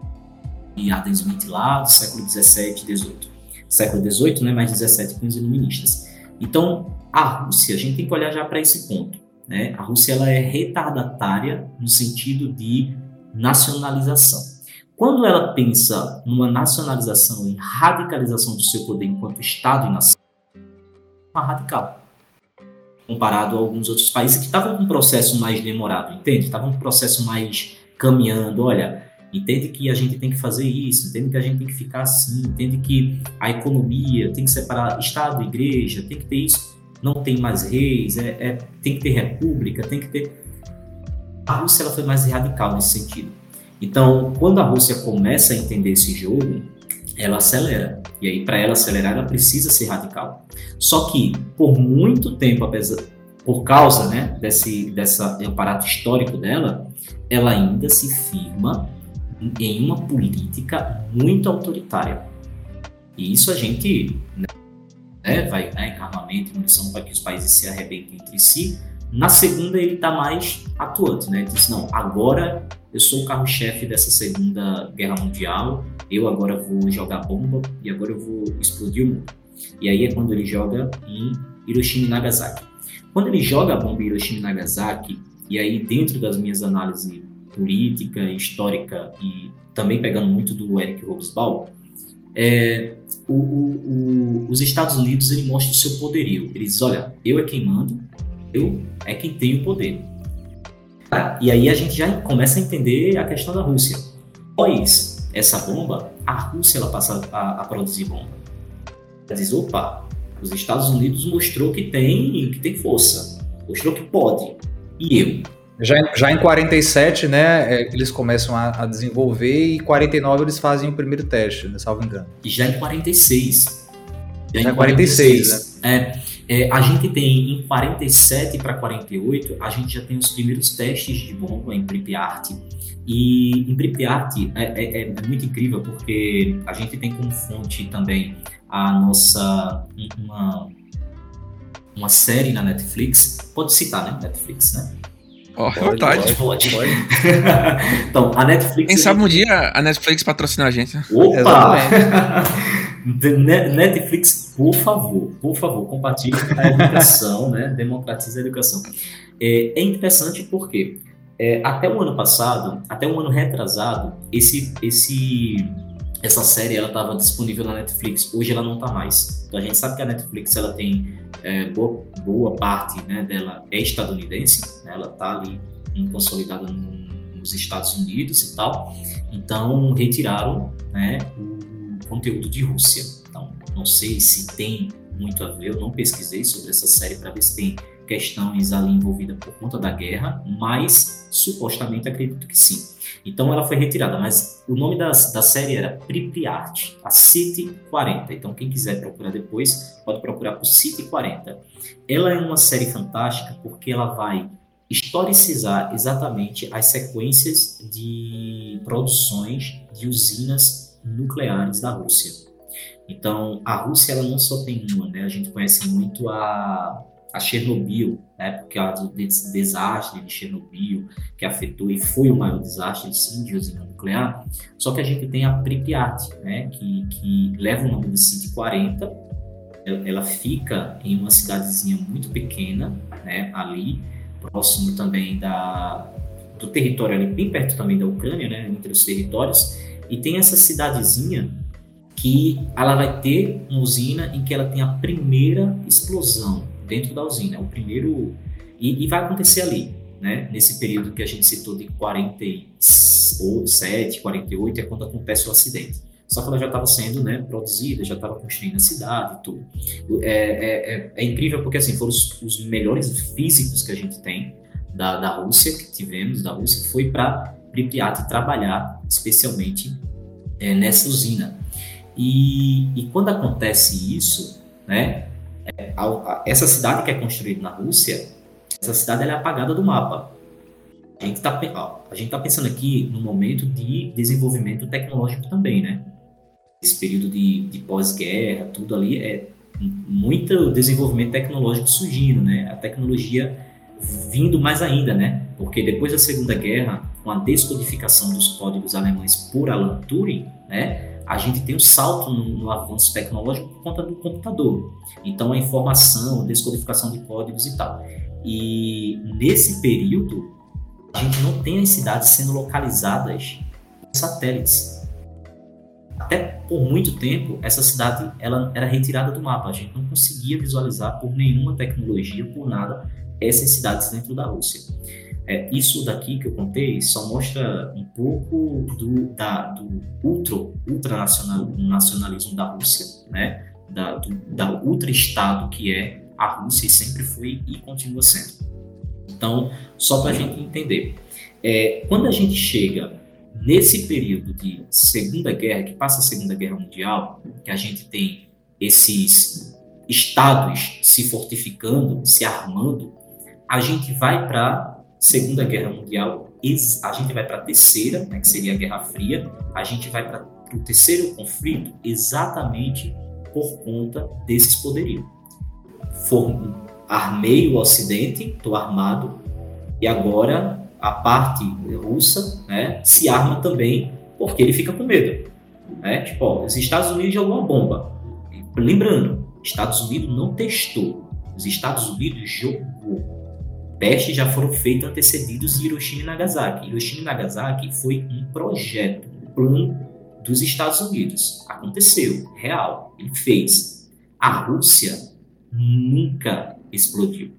e Adam Smith lá do século XVII e XVIII. Século XVIII, né? Mais 17 com os iluministas. Então, a Rússia, a gente tem que olhar já para esse ponto, né? A Rússia ela é retardatária no sentido de nacionalização. Quando ela pensa numa nacionalização e radicalização do seu poder enquanto Estado e nação, é uma radical, comparado a alguns outros países que estavam com um processo mais demorado, entende? Estavam com um processo mais caminhando, olha, entende que a gente tem que fazer isso, entende que a gente tem que ficar assim, entende que a economia tem que separar Estado e Igreja, tem que ter isso, não tem mais reis, tem que ter república, tem que ter... A Rússia ela foi mais radical nesse sentido. Então, quando a Rússia começa a entender esse jogo, ela acelera. E aí, para ela acelerar, ela precisa ser radical. Só que, por muito tempo, por causa, né, desse aparato histórico dela, ela ainda se firma em uma política muito autoritária. E isso a gente vai em armamento e munição para que os países se arrebentem entre si. Na segunda, ele está mais atuante, né? Ele diz, não, agora eu sou o carro-chefe dessa Segunda Guerra Mundial, eu agora vou jogar bomba e agora eu vou explodir o mundo. E aí é quando ele joga em Hiroshima e Nagasaki. Quando ele joga a bomba em Hiroshima e Nagasaki, e aí dentro das minhas análises política, histórica e também pegando muito do Eric Hobsbawm, os Estados Unidos ele mostra o seu poderio. Ele diz, olha, eu é quem mando, eu é quem tem o poder. E aí a gente já começa a entender a questão da Rússia. Após essa bomba, a Rússia ela passa a produzir bomba. Ela diz, opa, os Estados Unidos mostrou que tem força, mostrou que pode. E eu? Já em 47, né, eles começam a desenvolver e em 49 eles fazem o primeiro teste, né, salvo engano. E já em 46. Já em 46, né? A gente tem em 47 para 48, a gente já tem os primeiros testes de bomba em Pripyat. E em Pripyat é muito incrível porque a gente tem como fonte também a nossa uma série na Netflix. Pode citar, né? Netflix, né? Pode. Então, a Netflix... Quem sabe um dia a Netflix patrocina a gente. Opa! Netflix, por favor, compartilhe a educação, né? Democratize a educação. É interessante porque até o ano passado, até o ano retrasado, essa série ela estava disponível na Netflix. Hoje ela não está mais. Então a gente sabe que a Netflix ela tem boa parte, né, dela é estadunidense, né? Ela está ali consolidada nos Estados Unidos e tal. Então retiraram, né, o conteúdo de Rússia. Então não sei se tem muito a ver. Eu não pesquisei sobre essa série para ver se tem questões ali envolvidas por conta da guerra, mas supostamente acredito que sim. Então ela foi retirada, mas o nome da série era Pripyat, a City 40. Então quem quiser procurar depois, pode procurar por City 40. Ela é uma série fantástica porque ela vai historicizar exatamente as sequências de produções de usinas nucleares da Rússia. Então, a Rússia ela não só tem uma, né? A gente conhece muito a Chernobyl, né? Porque o desastre de Chernobyl, que afetou e foi o maior desastre, sim, de usina nuclear. Só que a gente tem a Pripyat, né? Que leva o nome de City 40. Ela fica em uma cidadezinha muito pequena, né? Ali, próximo também do território, ali, bem perto também da Ucrânia, né? Entre os territórios. E tem essa cidadezinha que ela vai ter uma usina em que ela tem a primeira explosão dentro da usina, o primeiro, e vai acontecer ali, né? Nesse período que a gente citou de 47, 48, é quando acontece o acidente. Só que ela já estava sendo, né, produzida, já estava construindo a cidade e tudo. É incrível porque, assim, foram os melhores físicos que a gente tem da Rússia, que tivemos da Rússia, foi para Pripyat trabalhar especialmente nessa usina. E quando acontece isso, né, essa cidade que é construída na Rússia, essa cidade ela é apagada do mapa. A gente está pensando aqui no momento de desenvolvimento tecnológico também, né? Esse período de pós-guerra, tudo ali é muito desenvolvimento tecnológico surgindo, né? A tecnologia vindo mais ainda, né? Porque depois da Segunda Guerra, com a descodificação dos códigos alemães por Alan Turing, né? A gente tem um salto no avanço tecnológico por conta do computador. Então, a informação, a descodificação de códigos e tal. E nesse período, a gente não tem as cidades sendo localizadas por satélites. Até por muito tempo, essa cidade ela era retirada do mapa. A gente não conseguia visualizar por nenhuma tecnologia, por nada, essas cidades dentro da Rússia. Isso daqui que eu contei só mostra um pouco do ultranacionalismo da Rússia, né? Da ultra-estado que é a Rússia e sempre foi e continua sendo. Então, só para a gente entender, quando a gente chega nesse período de Segunda Guerra, que passa a Segunda Guerra Mundial, que a gente tem esses estados se fortificando, se armando, a gente vai para Segunda Guerra Mundial, a gente vai para a terceira, né, que seria a Guerra Fria, a gente vai para o terceiro conflito exatamente por conta desses poderios. Armei o Ocidente, estou armado, e agora a parte russa, né, se arma também porque ele fica com medo. Né? Tipo, os Estados Unidos jogou uma bomba. Lembrando, Estados Unidos não testou, os Estados Unidos jogou. Testes já foram feitos antecedidos de Hiroshima e Nagasaki. Hiroshima e Nagasaki foi um projeto, um plano dos Estados Unidos. Aconteceu, real, ele fez. A Rússia nunca explodiu.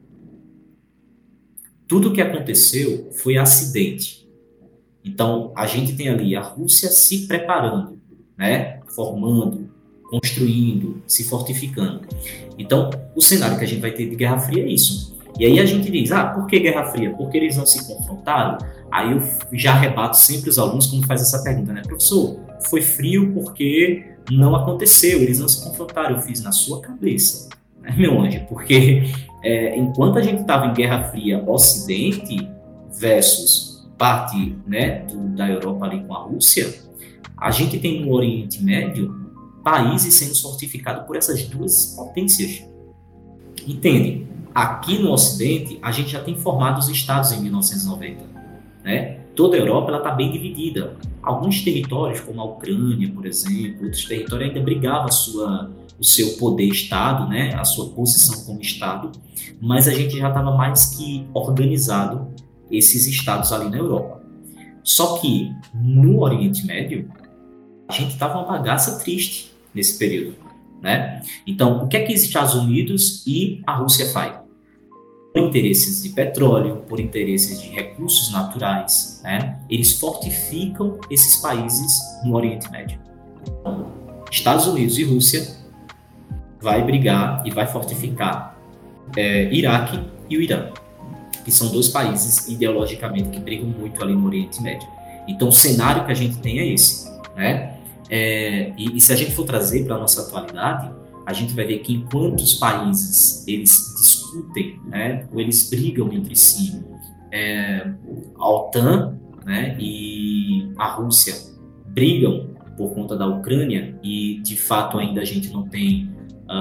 Tudo o que aconteceu foi acidente. Então, a gente tem ali a Rússia se preparando, né? Formando, construindo, se fortificando. Então, o cenário que a gente vai ter de Guerra Fria é isso. E aí a gente diz, por que Guerra Fria? Porque eles não se confrontaram? Aí eu já rebato sempre os alunos quando faz essa pergunta, né? Professor, foi frio porque não aconteceu, eles não se confrontaram. Eu fiz na sua cabeça, né, meu anjo? Porque enquanto a gente estava em Guerra Fria Ocidente versus parte, né, da Europa ali com a Rússia, a gente tem no Oriente Médio países sendo fortificados por essas duas potências. Entende? Aqui no Ocidente, a gente já tem formado os estados em 1990. Né? Toda a Europa está bem dividida. Alguns territórios, como a Ucrânia, por exemplo, outros territórios ainda brigavam o seu poder-estado, né? A sua posição como estado, mas a gente já estava mais que organizado esses estados ali na Europa. Só que no Oriente Médio, a gente estava uma bagaça triste nesse período. Né? Então, o que é que os Estados Unidos e a Rússia fazem? Por interesses de petróleo, por interesses de recursos naturais, né? Eles fortificam esses países no Oriente Médio. Então, Estados Unidos e Rússia vai brigar e vai fortificar Iraque e o Irã, que são dois países ideologicamente que brigam muito ali no Oriente Médio. Então, o cenário que a gente tem é esse, né? E se a gente for trazer para a nossa atualidade, a gente vai ver que enquanto os países eles discutem, né, ou eles brigam entre si a OTAN, né, e a Rússia brigam por conta da Ucrânia, e de fato ainda a gente não tem,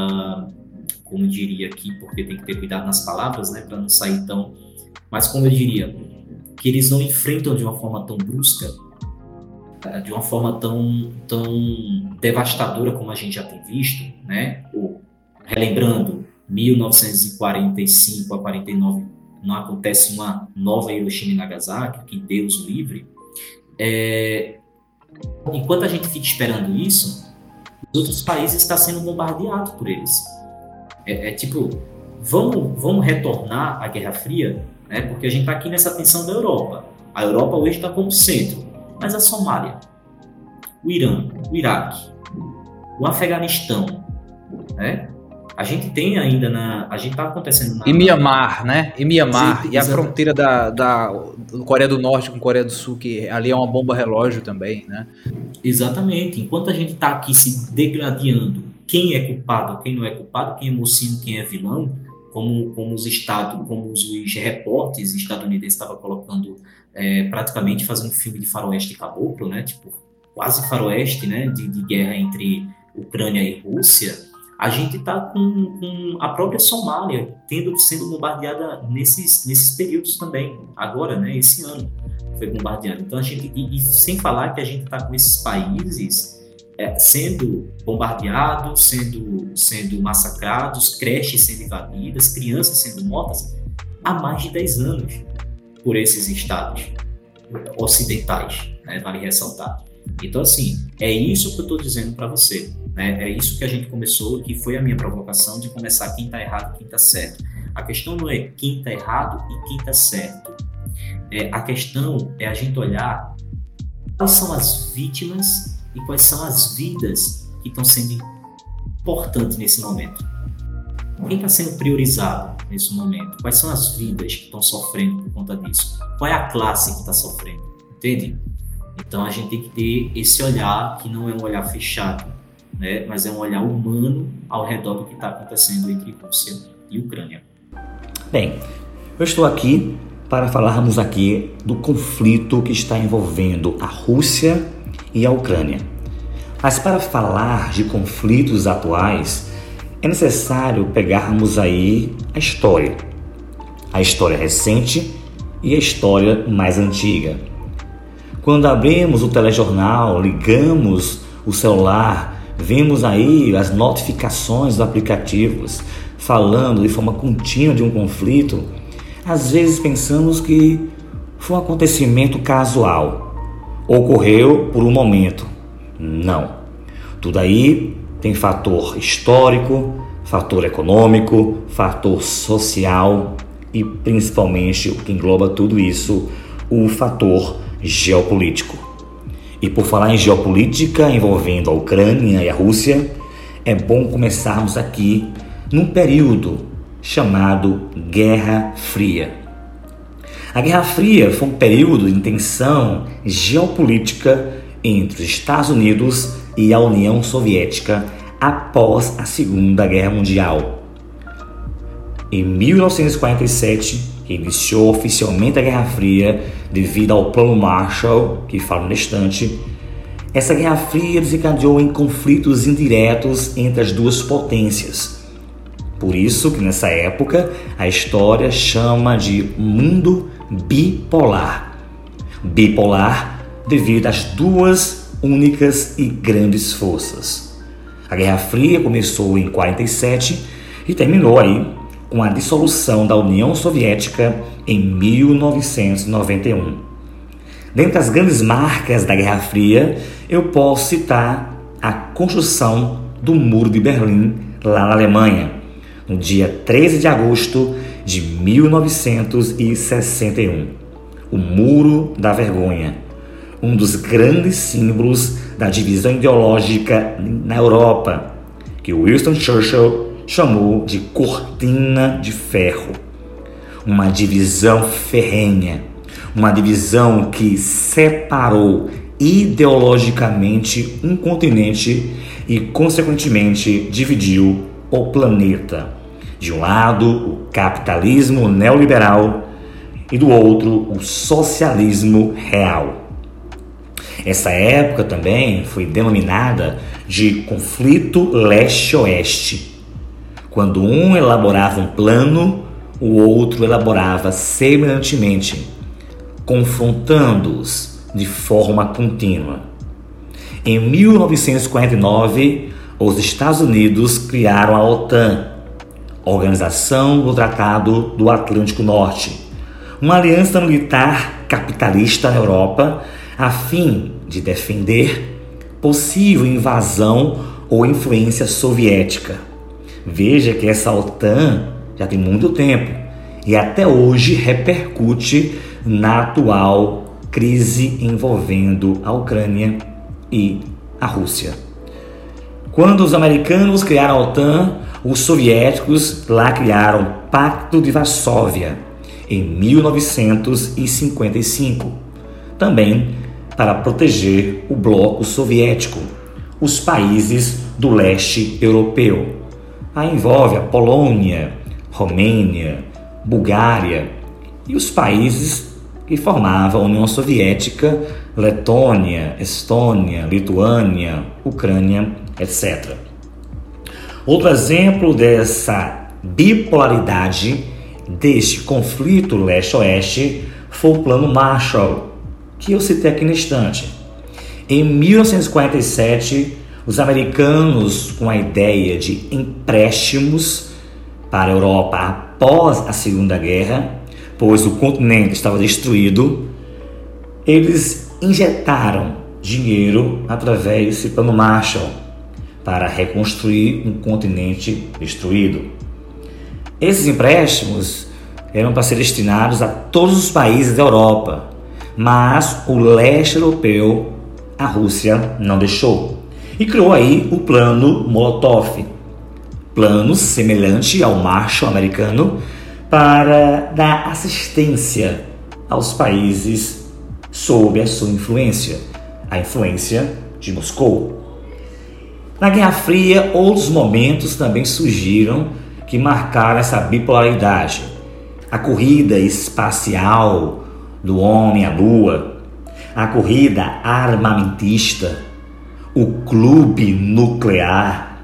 como eu diria aqui, porque tem que ter cuidado nas palavras, né, para não sair tão... Mas como eu diria, que eles não enfrentam de uma forma tão brusca, de uma forma tão devastadora como a gente já tem visto, né? Relembrando, 1945 a 49, não acontece uma nova Hiroshima e Nagasaki, que Deus o livre. Enquanto a gente fica esperando isso, os outros países estão sendo bombardeados por eles. Tipo, vamos retornar à Guerra Fria, né? Porque a gente está aqui nessa tensão da Europa. A Europa hoje está como centro, mas a Somália, o Irã, o Iraque, o Afeganistão, né? A gente tem ainda a gente está acontecendo E Mianmar, né? E a fronteira da Coreia do Norte com Coreia do Sul, que ali é uma bomba relógio também, né? Exatamente. Enquanto a gente está aqui se degradando, quem é culpado, quem não é culpado, quem é mocinho, quem é vilão, como os repórteres estadunidenses estavam colocando, praticamente fazendo um filme de faroeste caboclo, né? Tipo, quase faroeste, né? De guerra entre Ucrânia e Rússia. A gente está com a própria Somália sendo bombardeada nesses períodos também. Agora, né? Esse ano foi bombardeado. Então, e sem falar que a gente está com esses países sendo bombardeados, sendo massacrados, creches sendo invadidas, crianças sendo mortas há mais de 10 anos por esses estados ocidentais, né? Vale ressaltar. Então, assim, é isso que eu estou dizendo para você, né? É isso que a gente começou, que foi a minha provocação de começar quem está errado e quem está certo. A questão não é quem está errado e quem está certo. A questão é a gente olhar quais são as vítimas e quais são as vidas que estão sendo importantes nesse momento. Quem está sendo priorizado nesse momento? Quais são as vidas que estão sofrendo por conta disso? Qual é a classe que está sofrendo? Entende? Então a gente tem que ter esse olhar, que não é um olhar fechado, né? Mas é um olhar humano ao redor do que está acontecendo entre Rússia e Ucrânia. Bem, eu estou aqui para falarmos aqui do conflito que está envolvendo a Rússia e a Ucrânia. Mas para falar de conflitos atuais, é necessário pegarmos aí a história recente e a história mais antiga. Quando abrimos o telejornal, ligamos o celular, vemos aí as notificações dos aplicativos falando de forma contínua de um conflito, às vezes pensamos que foi um acontecimento casual, ocorreu por um momento. Não. Tudo aí tem fator histórico, fator econômico, fator social e principalmente o que engloba tudo isso, o fator geopolítico. E por falar em geopolítica envolvendo a Ucrânia e a Rússia, é bom começarmos aqui num período chamado Guerra Fria. A Guerra Fria foi um período de tensão geopolítica entre os Estados Unidos e a União Soviética após a Segunda Guerra Mundial. Em 1947, que iniciou oficialmente a Guerra Fria devido ao Plano Marshall, que falo no instante, essa Guerra Fria desencadeou em conflitos indiretos entre as duas potências. Por isso que nessa época a história chama de mundo bipolar. Bipolar devido às duas únicas e grandes forças. A Guerra Fria começou em 1947 e terminou aí com a dissolução da União Soviética em 1991. Dentre as grandes marcas da Guerra Fria, eu posso citar a construção do Muro de Berlim, lá na Alemanha, no dia 13 de agosto de 1961. O Muro da Vergonha, um dos grandes símbolos da divisão ideológica na Europa, que Winston Churchill chamou de cortina de ferro. Uma divisão ferrenha, uma divisão que separou ideologicamente um continente e, consequentemente, dividiu o planeta. De um lado, o capitalismo neoliberal e do outro o socialismo real. Essa época também foi denominada de conflito leste-oeste, quando um elaborava um plano, o outro elaborava semelhantemente, confrontando-os de forma contínua. Em 1949, os Estados Unidos criaram a OTAN, Organização do Tratado do Atlântico Norte, uma aliança militar capitalista na Europa, a fim de defender possível invasão ou influência soviética. Veja que essa OTAN já tem muito tempo e até hoje repercute na atual crise envolvendo a Ucrânia e a Rússia. Quando os americanos criaram a OTAN, os soviéticos lá criaram o Pacto de Varsóvia em 1955, também para proteger o bloco soviético, os países do leste europeu. Aí envolve a Polônia, Romênia, Bulgária e os países que formavam a União Soviética, Letônia, Estônia, Lituânia, Ucrânia, etc. Outro exemplo dessa bipolaridade, deste conflito leste-oeste, foi o Plano Marshall, que eu citei aqui no instante. Em 1947, os americanos, com a ideia de empréstimos para a Europa após a Segunda Guerra, pois o continente estava destruído, eles injetaram dinheiro através desse Plano Marshall para reconstruir um continente destruído. Esses empréstimos eram para ser destinados a todos os países da Europa, mas o leste europeu, a Rússia, não deixou. E criou aí o Plano Molotov, plano semelhante ao Marshall americano, para dar assistência aos países sob a sua influência, a influência de Moscou. Na Guerra Fria, outros momentos também surgiram que marcaram essa bipolaridade. A corrida espacial do homem à lua, a corrida armamentista, o clube nuclear.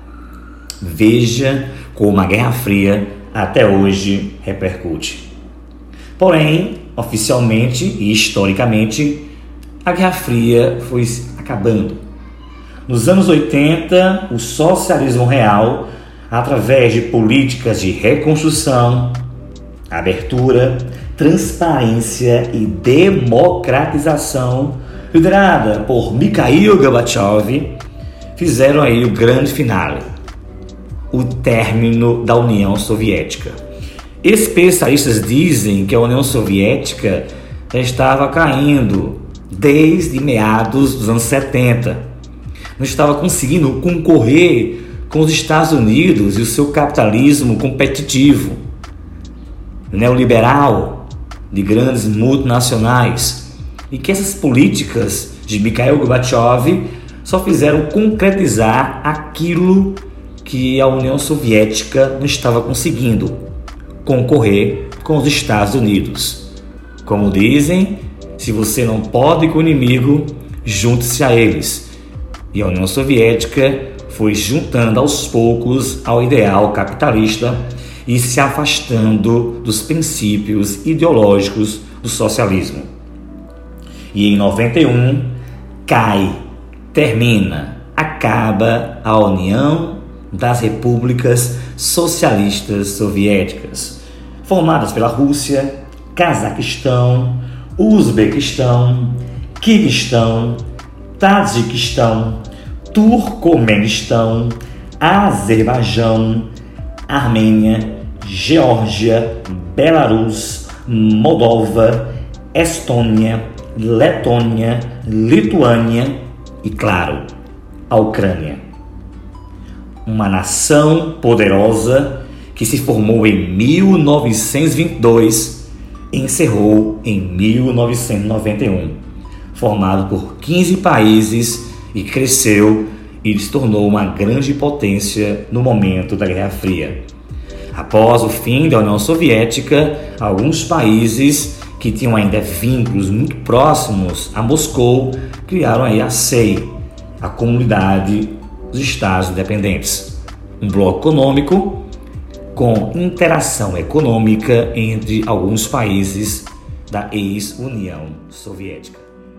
Veja como a Guerra Fria até hoje repercute. Porém, oficialmente e historicamente, a Guerra Fria foi acabando. Nos anos 80, o socialismo real, através de políticas de reconstrução, abertura, transparência e democratização, liderada por Mikhail Gorbachev, fizeram aí o grande finale, o término da União Soviética. Especialistas dizem que a União Soviética já estava caindo desde meados dos anos 70. Não estava conseguindo concorrer com os Estados Unidos e o seu capitalismo competitivo, neoliberal, de grandes multinacionais, e que essas políticas de Mikhail Gorbachev só fizeram concretizar aquilo que a União Soviética não estava conseguindo, concorrer com os Estados Unidos. Como dizem, se você não pode ir com o inimigo, junte-se a eles. E a União Soviética foi juntando aos poucos ao ideal capitalista e se afastando dos princípios ideológicos do socialismo. E em 91 acaba a União das Repúblicas Socialistas Soviéticas, formadas pela Rússia, Cazaquistão, Uzbequistão, Quirguistão, Tajiquistão, Turcomenistão, Azerbaijão, Armênia, Geórgia, Belarus, Moldova, Estônia, Letônia, Lituânia e, claro, a Ucrânia. Uma nação poderosa que se formou em 1922 e encerrou em 1991, formado por 15 países e cresceu e se tornou uma grande potência no momento da Guerra Fria. Após o fim da União Soviética, alguns países que tinham ainda vínculos muito próximos a Moscou, criaram aí a CEI, a Comunidade dos Estados Independentes, um bloco econômico com interação econômica entre alguns países da ex-União Soviética.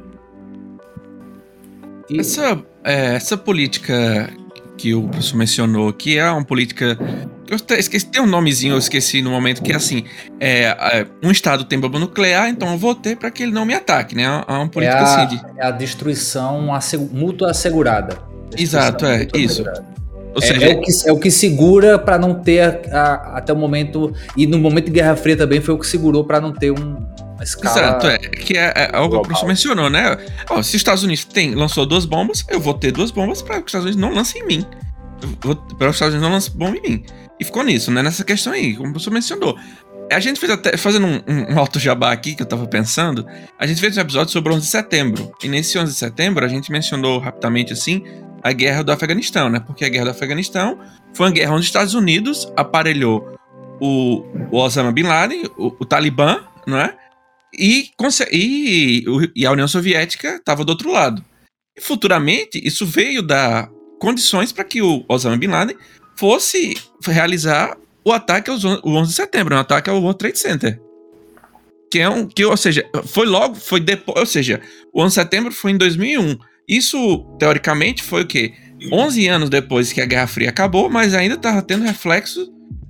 Essa política que o professor mencionou, que é uma política... Eu esqueci, tem um nomezinho, eu esqueci no momento, que é assim, um estado tem bomba nuclear, então eu vou ter para que ele não me ataque, né? É uma política assim É a destruição mútua assegurada. Exato, isso. Ou seja, é o que segura para não ter até o momento, e no momento de Guerra Fria também foi o que segurou para não ter uma escala. Exato, que é o que o professor mencionou, né? Se os Estados Unidos lançou 2 bombas, eu vou ter 2 bombas para que os Estados Unidos não lancem em mim. Para que os Estados Unidos não lancem bomba em mim. E ficou nisso, né? Nessa questão aí, como o professor mencionou. A gente fez até, fazendo um alto jabá aqui, que eu tava pensando, a gente fez um episódio sobre 11 de setembro. E nesse 11 de setembro, a gente mencionou rapidamente, assim, a guerra do Afeganistão, né? Porque a guerra do Afeganistão foi uma guerra onde os Estados Unidos aparelhou o Osama Bin Laden, o Talibã, não é? E a União Soviética estava do outro lado. E futuramente, isso veio dar condições para que o Osama Bin Laden fosse realizar o ataque o 11 de setembro, um ataque ao World Trade Center. Ou seja, foi depois, ou seja, o 11 de setembro foi em 2001. Isso, teoricamente, foi o quê? 11 anos depois que a Guerra Fria acabou, mas ainda estava tendo reflexos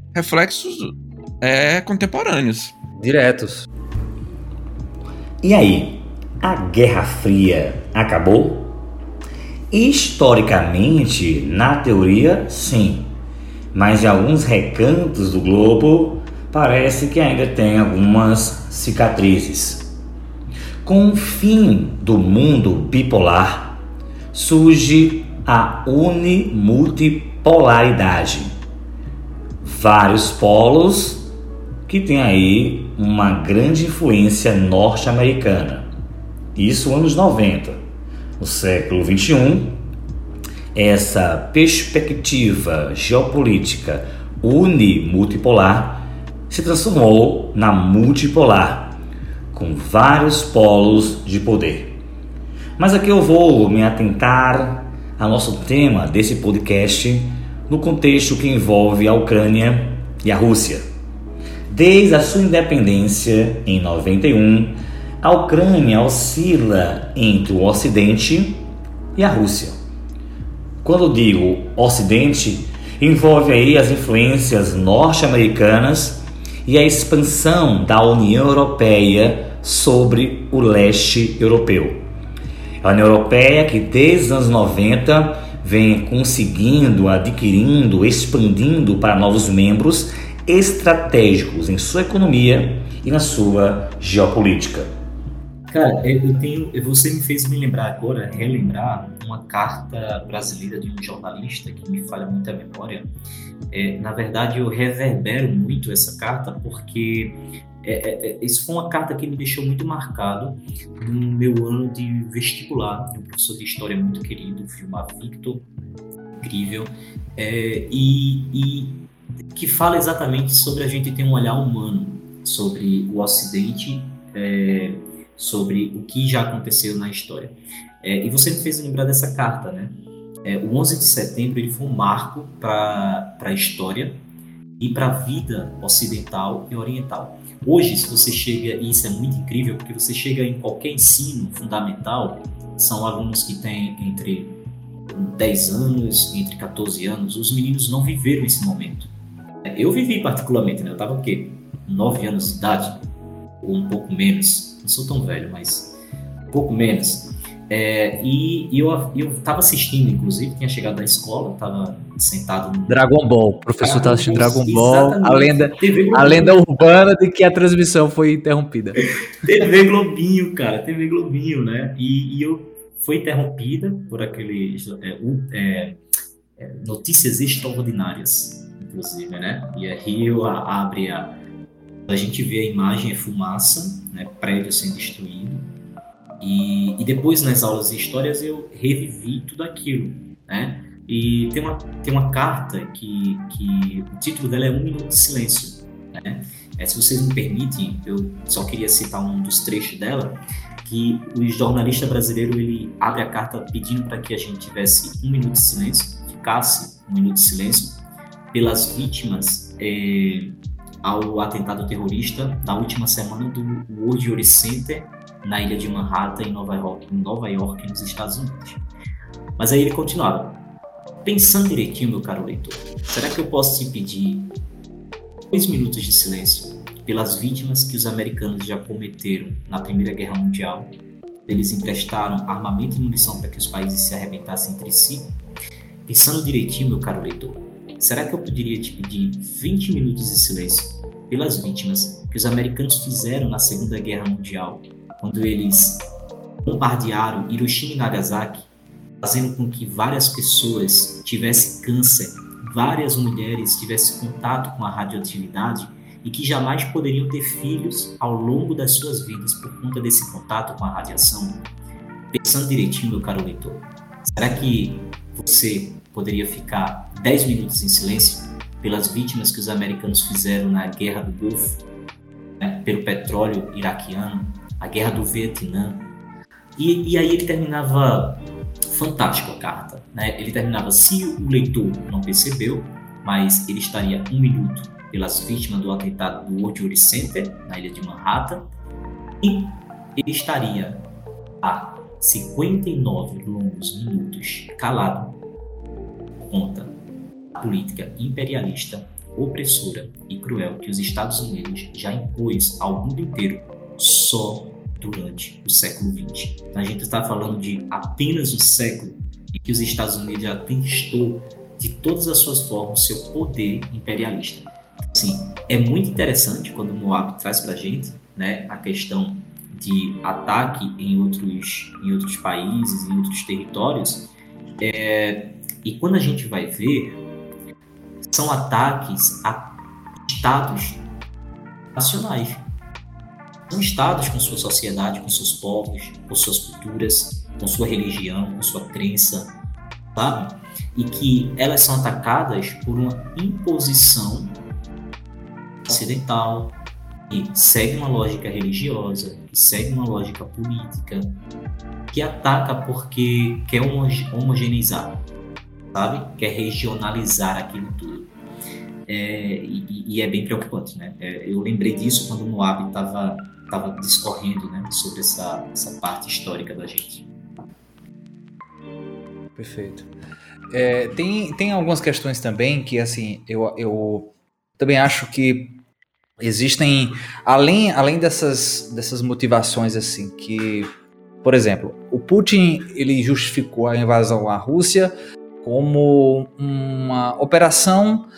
contemporâneos. Diretos. E aí, a Guerra Fria acabou? Historicamente, na teoria, sim. Mas em alguns recantos do globo, parece que ainda tem algumas cicatrizes. Com o fim do mundo bipolar, surge a unimultipolaridade. Vários polos que têm aí uma grande influência norte-americana. Isso anos 90. No século XXI, essa perspectiva geopolítica unimultipolar se transformou na multipolar, com vários polos de poder. Mas aqui eu vou me atentar ao nosso tema desse podcast no contexto que envolve a Ucrânia e a Rússia. Desde a sua independência em 91, a Ucrânia oscila entre o Ocidente e a Rússia. Quando digo Ocidente, envolve aí as influências norte-americanas e a expansão da União Europeia sobre o leste europeu. A União Europeia que desde os anos 90 vem conseguindo, adquirindo, expandindo para novos membros estratégicos em sua economia e na sua geopolítica. Cara, você me fez relembrar uma carta brasileira de um jornalista que me falha muito a memória. Na verdade, eu reverbero muito essa carta porque isso foi uma carta que me deixou muito marcado no meu ano de vestibular. Tem um professor de história muito querido, o Vilmar Victor, incrível, e que fala exatamente sobre a gente ter um olhar humano sobre o Ocidente, sobre o que já aconteceu na história. E você me fez lembrar dessa carta, né? O 11 de setembro ele foi um marco para a história e para a vida ocidental e oriental. Hoje, se você chega, e isso é muito incrível, porque você chega em qualquer ensino fundamental, são alunos que têm entre 10 anos, entre 14 anos, os meninos não viveram esse momento. Eu vivi particularmente, né? Eu estava o quê? 9 anos de idade, ou um pouco menos. Não sou tão velho, mas um pouco menos. E eu estava assistindo, inclusive, tinha chegado da escola, estava sentado no... Dragon Ball, o professor estava assistindo Dragon Ball, a lenda urbana de que a transmissão foi interrompida. TV Globinho, cara, TV Globinho, né? E foi interrompida por aqueles notícias extraordinárias, inclusive, né? E aí a gente vê a imagem, fumaça, né? Prédio sendo destruído. E depois, nas aulas de histórias, eu revivi tudo aquilo, né? E tem uma carta que o título dela é 1 minuto de silêncio. né? Se vocês me permitem, eu só queria citar um dos trechos dela, que o jornalista brasileiro ele abre a carta pedindo para que a gente tivesse 1 minuto de silêncio, ficasse 1 minuto de silêncio pelas vítimas ao atentado terrorista da última semana do World Trade Center na ilha de Manhattan, em Nova York, nos Estados Unidos. Mas aí ele continuava: pensando direitinho, meu caro leitor, será que eu posso te pedir 2 minutos de silêncio pelas vítimas que os americanos já cometeram na Primeira Guerra Mundial? Eles emprestaram armamento e munição para que os países se arrebentassem entre si? Pensando direitinho, meu caro leitor, será que eu poderia te pedir 20 minutos de silêncio pelas vítimas que os americanos fizeram na Segunda Guerra Mundial, quando eles bombardearam Hiroshima e Nagasaki, fazendo com que várias pessoas tivessem câncer, várias mulheres tivessem contato com a radioatividade e que jamais poderiam ter filhos ao longo das suas vidas por conta desse contato com a radiação? Pensando direitinho, meu caro leitor, será que você poderia ficar 10 minutos em silêncio pelas vítimas que os americanos fizeram na Guerra do Golfo, né, pelo petróleo iraquiano, a Guerra do Vietnã? E aí ele terminava fantástico a carta, né? Ele terminava: se o leitor não percebeu, mas ele estaria 1 minuto pelas vítimas do atentado do World Trade Center na ilha de Manhattan, e ele estaria há 59 longos minutos calado por conta da política imperialista, opressora e cruel que os Estados Unidos já impôs ao mundo inteiro só durante o século XX. A gente está falando de apenas um século em que os Estados Unidos já testou de todas as suas formas seu poder imperialista. Assim, é muito interessante quando o Moab traz para a gente, né, a questão de ataque em outros países, em outros territórios, e quando a gente vai ver, são ataques a estados nacionais. São estados com sua sociedade, com seus povos, com suas culturas, com sua religião, com sua crença, sabe? E que elas são atacadas por uma imposição ocidental, que segue uma lógica religiosa, que segue uma lógica política, que ataca porque quer homogeneizar, sabe? Quer regionalizar aquilo tudo. E é bem preocupante, né? Eu lembrei disso quando o Moab estava discorrendo, né, sobre essa parte histórica da gente. Perfeito. Tem algumas questões também que, assim, eu também acho que existem, além dessas motivações, assim, que, por exemplo, o Putin, ele justificou a invasão à Rússia como uma operação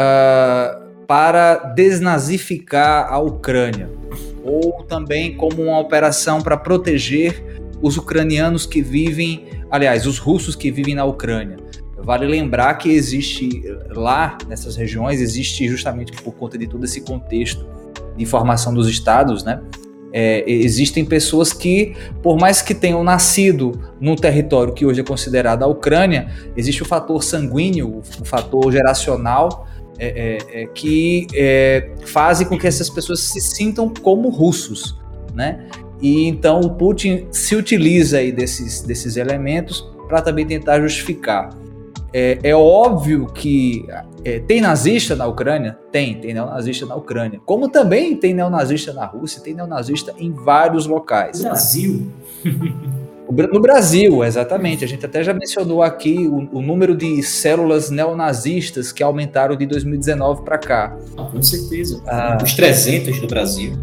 para desnazificar a Ucrânia, ou também como uma operação para proteger os ucranianos que vivem, aliás, os russos que vivem na Ucrânia. Vale lembrar que existe lá, nessas regiões, existe justamente por conta de todo esse contexto de formação dos estados, né? Existem pessoas que, por mais que tenham nascido num território que hoje é considerado a Ucrânia, existe o fator sanguíneo, o fator geracional, que fazem com que essas pessoas se sintam como russos, né? E então o Putin se utiliza aí desses elementos para também tentar justificar. É óbvio que tem nazista na Ucrânia? Tem neonazista na Ucrânia. Como também tem neonazista na Rússia, tem neonazista em vários locais. No Brasil? No Brasil, exatamente. A gente até já mencionou aqui o número de células neonazistas que aumentaram de 2019 para cá. Com certeza. Os 300 do Brasil.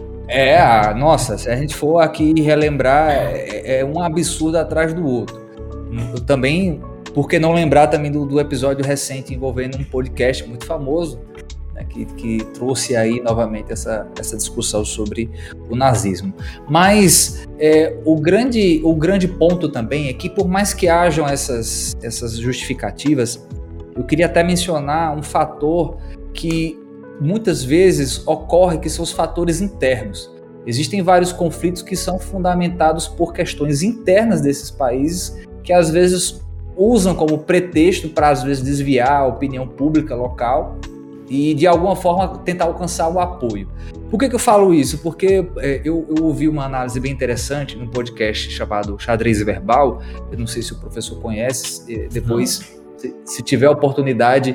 Nossa, se a gente for aqui relembrar, é um absurdo atrás do outro. Eu também, por que não lembrar também do episódio recente envolvendo um podcast muito famoso, né, que trouxe aí novamente essa discussão sobre o nazismo. Mas o grande ponto também é que, por mais que hajam essas justificativas, eu queria até mencionar um fator que muitas vezes ocorre, que são os fatores internos. Existem vários conflitos que são fundamentados por questões internas desses países, que às vezes usam como pretexto para, às vezes, desviar a opinião pública local e de alguma forma tentar alcançar o apoio. Por que eu falo isso? Porque eu ouvi uma análise bem interessante num podcast chamado Xadrez Verbal. Eu não sei se o professor conhece, depois, se tiver oportunidade,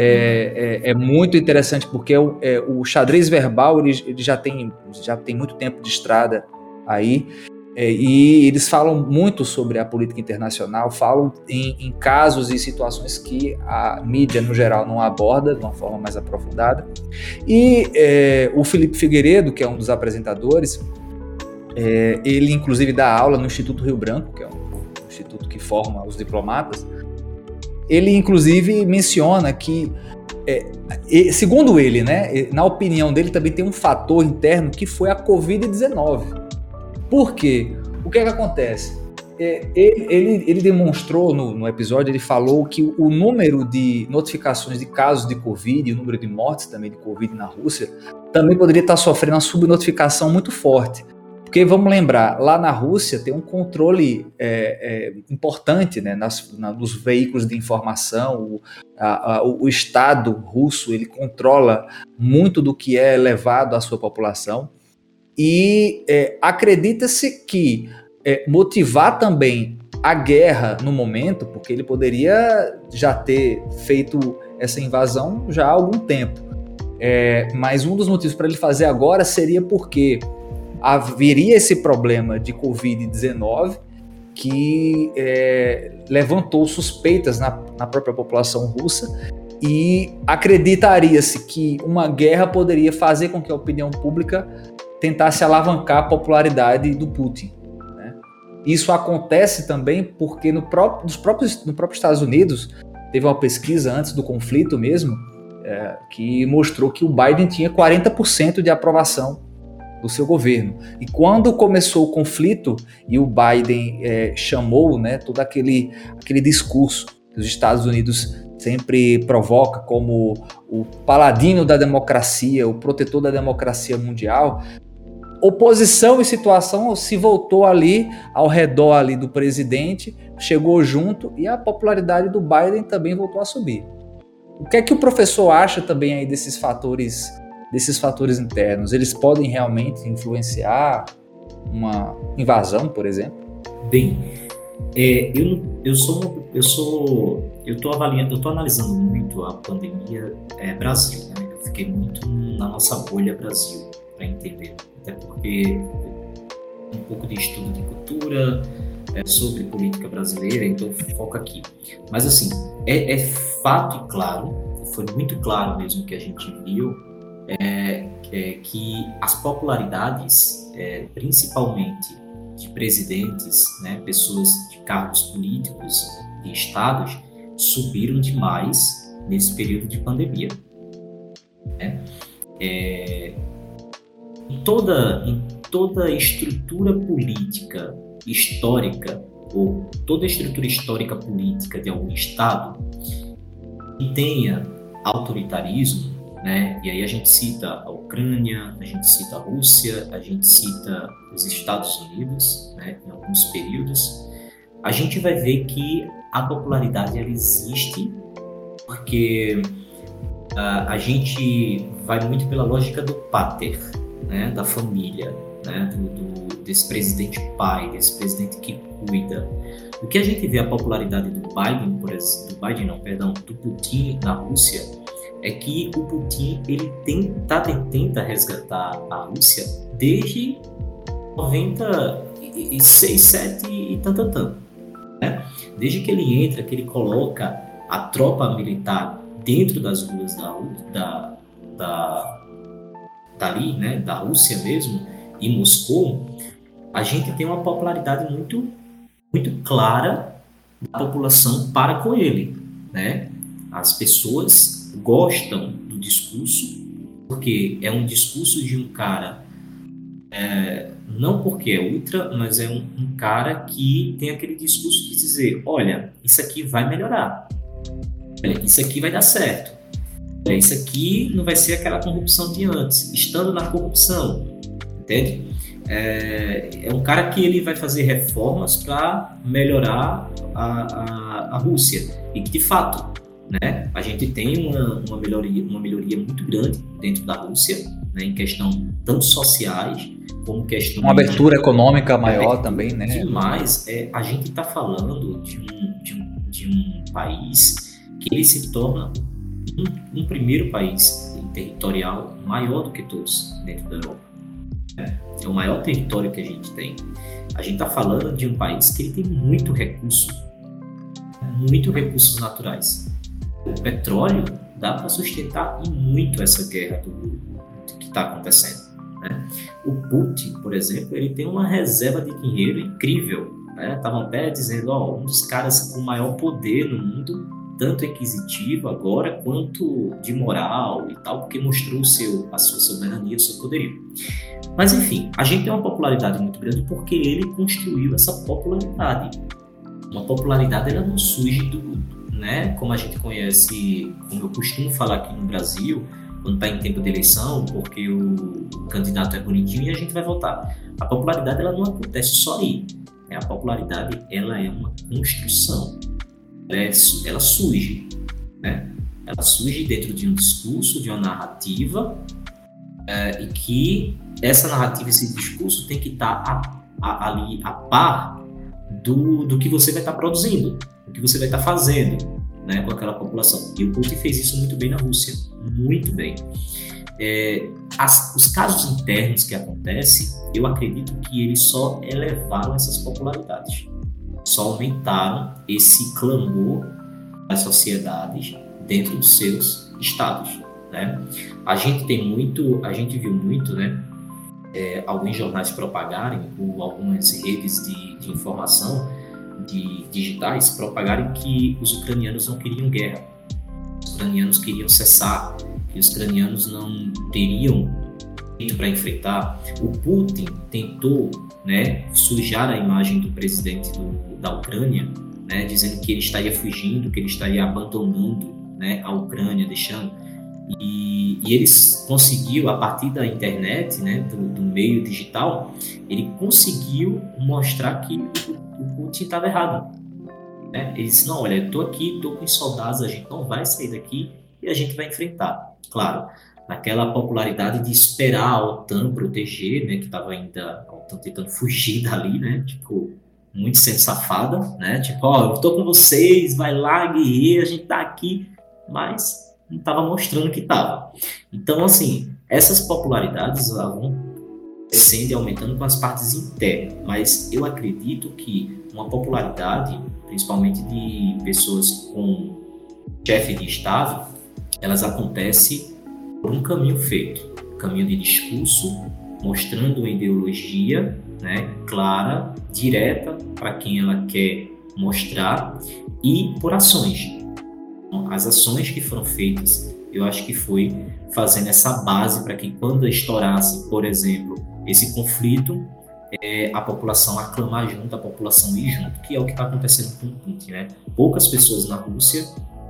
é muito interessante, porque o Xadrez Verbal ele já tem muito tempo de estrada aí, e eles falam muito sobre a política internacional, falam em casos e situações que a mídia, no geral, não aborda de uma forma mais aprofundada. E o Felipe Figueiredo, que é um dos apresentadores, ele inclusive dá aula no Instituto Rio Branco, que é um instituto que forma os diplomatas. Ele inclusive menciona que, segundo ele, né, na opinião dele, também tem um fator interno que foi a Covid-19. Por quê? O que acontece? Ele demonstrou no episódio, ele falou que o número de notificações de casos de Covid e o número de mortes também de Covid na Rússia também poderia estar sofrendo uma subnotificação muito forte. Porque, vamos lembrar, lá na Rússia tem um controle importante, né, nos veículos de informação. O Estado russo ele controla muito do que é levado à sua população. E acredita-se que motivar também a guerra no momento, porque ele poderia já ter feito essa invasão já há algum tempo. Mas um dos motivos para ele fazer agora seria porque haveria esse problema de Covid-19 que levantou suspeitas na própria população russa, e acreditaria-se que uma guerra poderia fazer com que a opinião pública tentasse alavancar a popularidade do Putin, né? Isso acontece também porque no próprio Estados Unidos teve uma pesquisa antes do conflito mesmo, que mostrou que o Biden tinha 40% de aprovação do seu governo. E quando começou o conflito e o Biden chamou, né, todo aquele discurso que os Estados Unidos sempre provoca como o paladino da democracia, o protetor da democracia mundial, oposição e situação se voltou ali ao redor ali do presidente, chegou junto, e a popularidade do Biden também voltou a subir. O que é que o professor acha também aí desses fatores internos? Eles podem realmente influenciar uma invasão, por exemplo? Bem, eu tô analisando muito a pandemia Brasil, né? Eu fiquei muito na nossa bolha Brasil para entender, até porque um pouco de estudo de cultura sobre política brasileira, então foco aqui. Mas assim, é fato e claro, foi muito claro mesmo que a gente viu, que as popularidades, principalmente de presidentes, né, pessoas de cargos políticos, de estados, subiram demais nesse período de pandemia. Né? Em toda estrutura política histórica, ou toda estrutura histórica política de algum estado que tenha autoritarismo, né? E aí a gente cita a Ucrânia, a gente cita a Rússia, a gente cita os Estados Unidos, né, em alguns períodos, a gente vai ver que a popularidade ela existe porque a gente vai muito pela lógica do pater, né, da família, né, desse presidente pai, desse presidente que cuida. O que a gente vê a popularidade do Putin na Rússia é que o Putin ele tenta resgatar a Rússia desde 96, 7 e tanto, né? Desde que ele entra, que ele coloca a tropa militar dentro das ruas dali, né, da Rússia mesmo, e Moscou, a gente tem uma popularidade muito, muito clara da população para com ele, né? As pessoas gostam do discurso, porque é um discurso de um cara, não porque é ultra, mas é um cara que tem aquele discurso de dizer, olha, isso aqui vai melhorar, olha, isso aqui vai dar certo, olha, isso aqui não vai ser aquela corrupção de antes, estando na corrupção, entende? É um cara que ele vai fazer reformas para melhorar a Rússia, e que de fato né? A gente tem uma melhoria muito grande dentro da Rússia, né? Em questão tanto sociais como questão... Uma abertura econômica maior também, né? Demais. A gente está falando de um país que ele se torna um primeiro país territorial maior do que todos dentro da Europa. É o maior território que a gente tem. A gente está falando de um país que ele tem muito recursos naturais. O petróleo dá para sustentar muito essa guerra que está acontecendo, né? O Putin, por exemplo, ele tem uma reserva de dinheiro incrível, né? Estavam até dizendo, um dos caras com maior poder no mundo, tanto aquisitivo agora quanto de moral e tal, porque mostrou a sua soberania, o seu poderio. Mas enfim, a gente tem uma popularidade muito grande porque ele construiu essa popularidade. Uma popularidade, ela não surge né, como a gente conhece, como eu costumo falar aqui no Brasil, quando está em tempo de eleição, porque o candidato é bonitinho e a gente vai votar. A popularidade, ela não acontece só aí. A popularidade, ela é uma construção. Ela surge, né? Ela surge dentro de um discurso, de uma narrativa, e que essa narrativa, esse discurso tem que estar ali a par do que você vai estar produzindo, do que você vai estar fazendo, né, com aquela população. E o Putin fez isso muito bem na Rússia, muito bem. Os casos internos que acontecem, eu acredito que eles só elevaram essas popularidades, só aumentaram esse clamor das sociedades dentro dos seus estados, né? A gente viu muito, né, alguns jornais propagarem, ou algumas redes de informação digitais propagarem que os ucranianos não queriam guerra, os ucranianos queriam cessar, que os ucranianos não teriam muito para enfrentar. O Putin tentou, né, sujar a imagem do presidente da Ucrânia, né, dizendo que ele estaria fugindo, que ele estaria abandonando, né, a Ucrânia, deixando. E ele conseguiu, a partir da internet, né, do meio digital, ele conseguiu mostrar que o Putin estava errado, né? Ele disse, não, olha, eu estou aqui, estou com os soldados, a gente não vai sair daqui e a gente vai enfrentar. Claro, naquela popularidade de esperar a OTAN proteger, né, que estava ainda a OTAN tentando fugir dali, né, tipo, muito sendo safada, né, tipo, eu estou com vocês, vai lá, guerreiro, a gente está aqui, mas não estava mostrando que estava. Então, assim, essas popularidades vão descendo e aumentando com as partes internas, mas eu acredito que uma popularidade, principalmente de pessoas com chefe de Estado, elas acontecem por um caminho feito, caminho de discurso, mostrando uma ideologia, né, clara, direta para quem ela quer mostrar, e por ações. As ações que foram feitas, eu acho que foi fazendo essa base para que quando estourasse, por exemplo, esse conflito, a população aclamar junto, a população ir junto, que é o que está acontecendo com o Putin, né? Poucas pessoas na Rússia,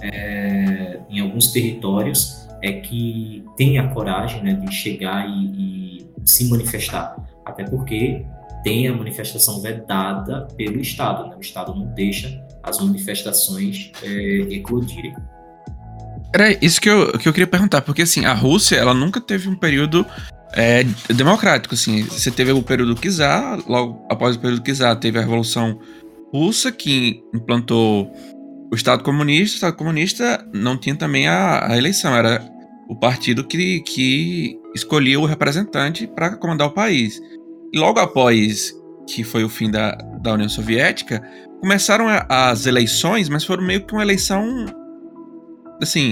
em alguns territórios, que têm a coragem, né, de chegar e se manifestar, até porque tem a manifestação vedada pelo Estado, né? O Estado não deixa as manifestações eclodirem. Era isso que eu queria perguntar, porque assim, a Rússia, ela nunca teve um período democrático, assim. Você teve o período czar, logo após o período czar teve a Revolução Russa, que implantou o Estado Comunista. O Estado Comunista não tinha também a eleição, era o partido que escolhia o representante para comandar o país. E logo após que foi o fim da União Soviética, começaram as eleições, mas foram meio que uma eleição, assim,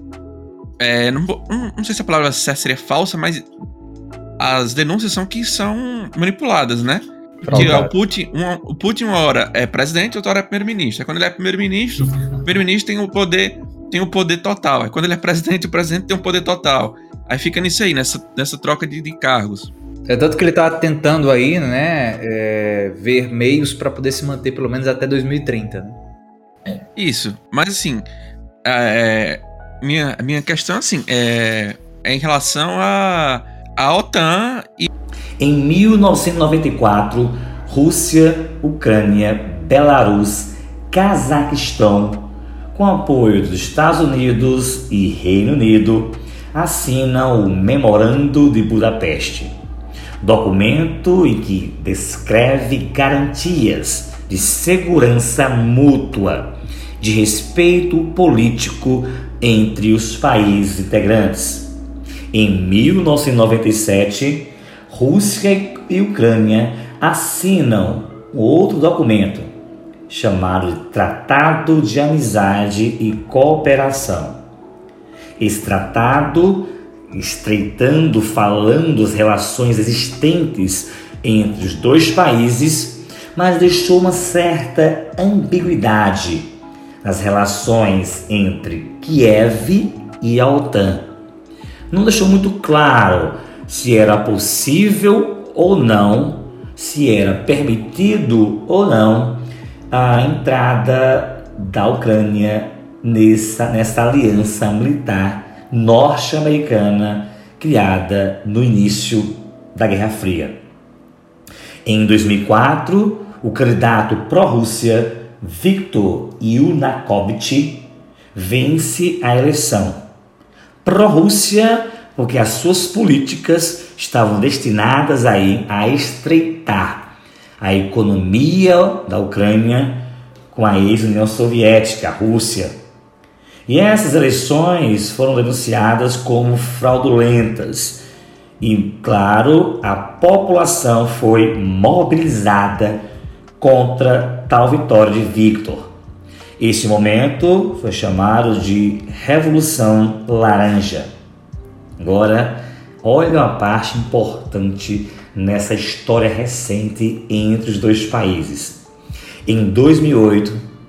não sei se a palavra seria falsa, mas as denúncias são que são manipuladas, né? Porque o Putin uma hora é presidente, outra hora é primeiro-ministro. Aí quando ele é primeiro-ministro, o primeiro-ministro tem o poder total. Aí quando ele é presidente, o presidente tem o poder total. Aí fica nisso aí, nessa troca de cargos. É tanto que ele está tentando aí, né, ver meios para poder se manter pelo menos até 2030, né? Isso, mas assim, minha questão assim, é em relação à OTAN e... Em 1994, Rússia, Ucrânia, Belarus, Cazaquistão com apoio dos Estados Unidos e Reino Unido, assina o Memorando de Budapeste, documento em que descreve garantias de segurança mútua, de respeito político entre os países integrantes. Em 1997, Rússia e Ucrânia assinam outro documento, chamado de Tratado de Amizade e Cooperação. Esse tratado, falando as relações existentes entre os dois países, mas deixou uma certa ambiguidade nas relações entre Kiev e a OTAN. Não deixou muito claro se era possível ou não, se era permitido ou não a entrada da Ucrânia nessa aliança militar norte-americana criada no início da Guerra Fria. Em 2004, o candidato pró-Rússia Viktor Yanukovych vence a eleição. Pró-Rússia porque as suas políticas estavam destinadas a estreitar a economia da Ucrânia com a ex-União Soviética, a Rússia. E essas eleições foram denunciadas como fraudulentas. E, claro, a população foi mobilizada contra tal vitória de Viktor. Esse momento foi chamado de Revolução Laranja. Agora, olha uma parte importante nessa história recente entre os dois países. Em 2008,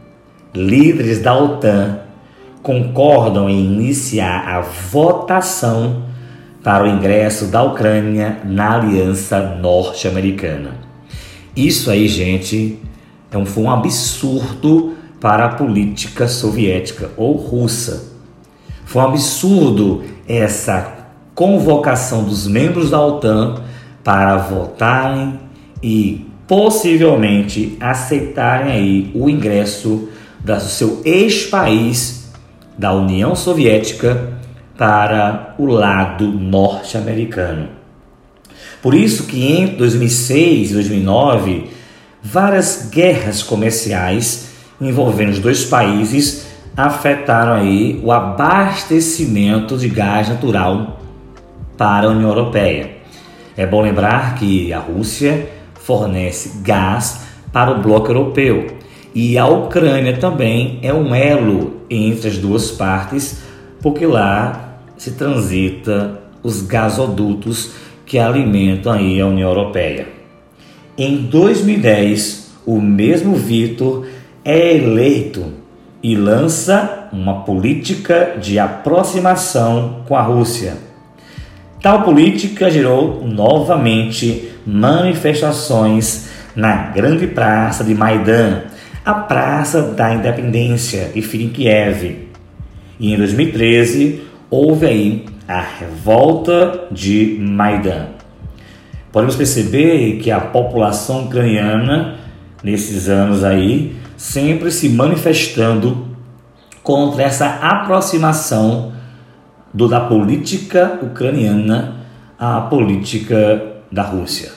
líderes da OTAN concordam em iniciar a votação para o ingresso da Ucrânia na Aliança Norte-Americana. Isso aí, gente, foi um absurdo para a política soviética ou russa. Foi um absurdo essa convocação dos membros da OTAN para votarem e possivelmente aceitarem aí o ingresso do seu ex-país da União Soviética para o lado norte-americano. Por isso que entre 2006 e 2009, várias guerras comerciais envolvendo os dois países afetaram aí o abastecimento de gás natural para a União Europeia. É bom lembrar que a Rússia fornece gás para o bloco europeu e a Ucrânia também é um elo entre as duas partes, porque lá se transita os gasodutos que alimentam aí a União Europeia. Em 2010, o mesmo Viktor é eleito e lança uma política de aproximação com a Rússia. Tal política gerou novamente manifestações na grande praça de Maidan, a Praça da Independência, que fica em Kiev. E em 2013 houve aí a revolta de Maidan. Podemos perceber que a população ucraniana, nesses anos aí, sempre se manifestando contra essa aproximação da política ucraniana à política da Rússia.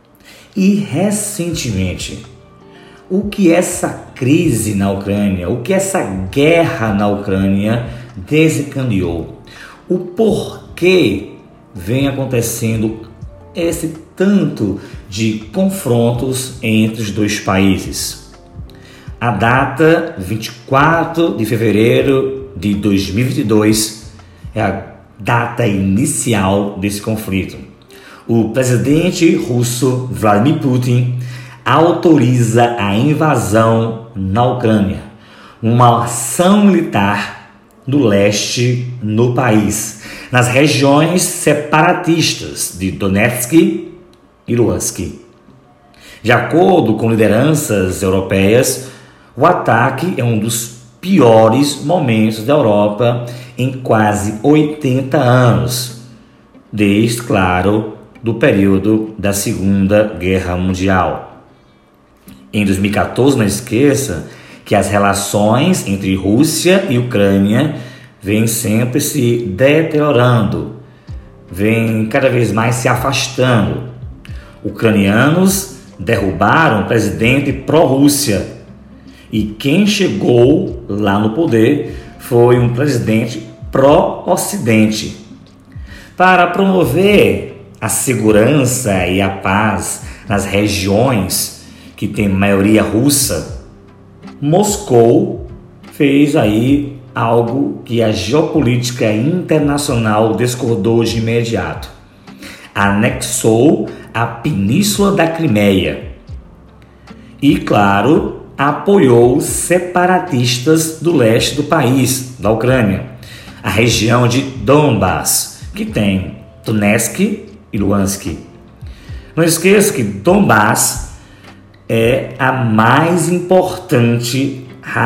E recentemente, o que essa crise na Ucrânia, o que essa guerra na Ucrânia desencadeou? O porquê vem acontecendo esse tanto de confrontos entre os dois países? A data 24 de fevereiro de 2022 é a data inicial desse conflito. O presidente russo Vladimir Putin autoriza a invasão na Ucrânia, uma ação militar do leste no país, nas regiões separatistas de Donetsk e Luhansk. De acordo com lideranças europeias, o ataque é um dos piores momentos da Europa em quase 80 anos, desde, claro, do período da Segunda Guerra Mundial. Em 2014, não esqueça que as relações entre Rússia e Ucrânia vêm sempre se deteriorando, vêm cada vez mais se afastando. Ucranianos derrubaram o presidente pró-Rússia e quem chegou lá no poder foi um presidente pró-Ocidente. Para promover a segurança e a paz nas regiões que tem maioria russa, Moscou fez aí algo que a geopolítica internacional discordou de imediato. Anexou a Península da Crimeia e, claro, apoiou os separatistas do leste do país, da Ucrânia, a região de Donbas, que tem Donetsk e Luhansk. Não esqueça que Donbas é a mais importante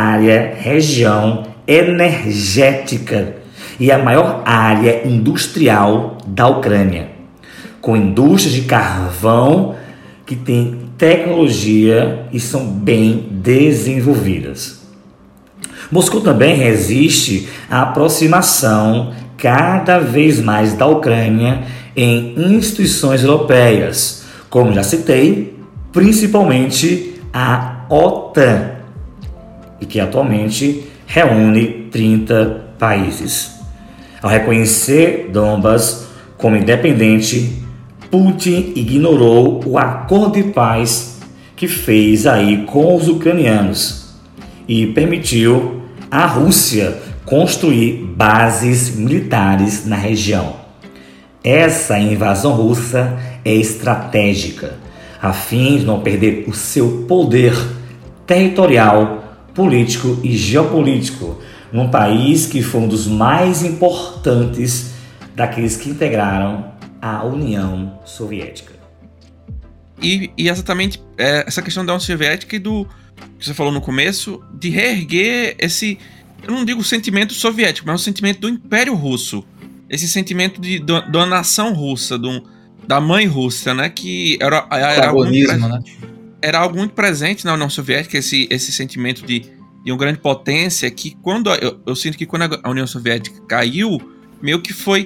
região energética e a maior área industrial da Ucrânia, com indústrias de carvão que tem tecnologia e são bem desenvolvidas. Moscou também resiste à aproximação cada vez mais da Ucrânia em instituições europeias, como já citei, principalmente a OTAN, e que atualmente reúne 30 países. Ao reconhecer Donbas como independente, Putin ignorou o acordo de paz que fez aí com os ucranianos e permitiu à Rússia construir bases militares na região. Essa invasão russa é estratégica, a fim de não perder o seu poder territorial, político e geopolítico num país que foi um dos mais importantes daqueles que integraram a União Soviética. E exatamente essa questão da União Soviética e do que você falou no começo, de reerguer esse, eu não digo sentimento soviético, mas o sentimento do Império Russo, esse sentimento da nação russa, da mãe Rússia, né, que era algo muito presente na União Soviética, esse sentimento de uma grande potência, que quando eu sinto que quando a União Soviética caiu, meio que foi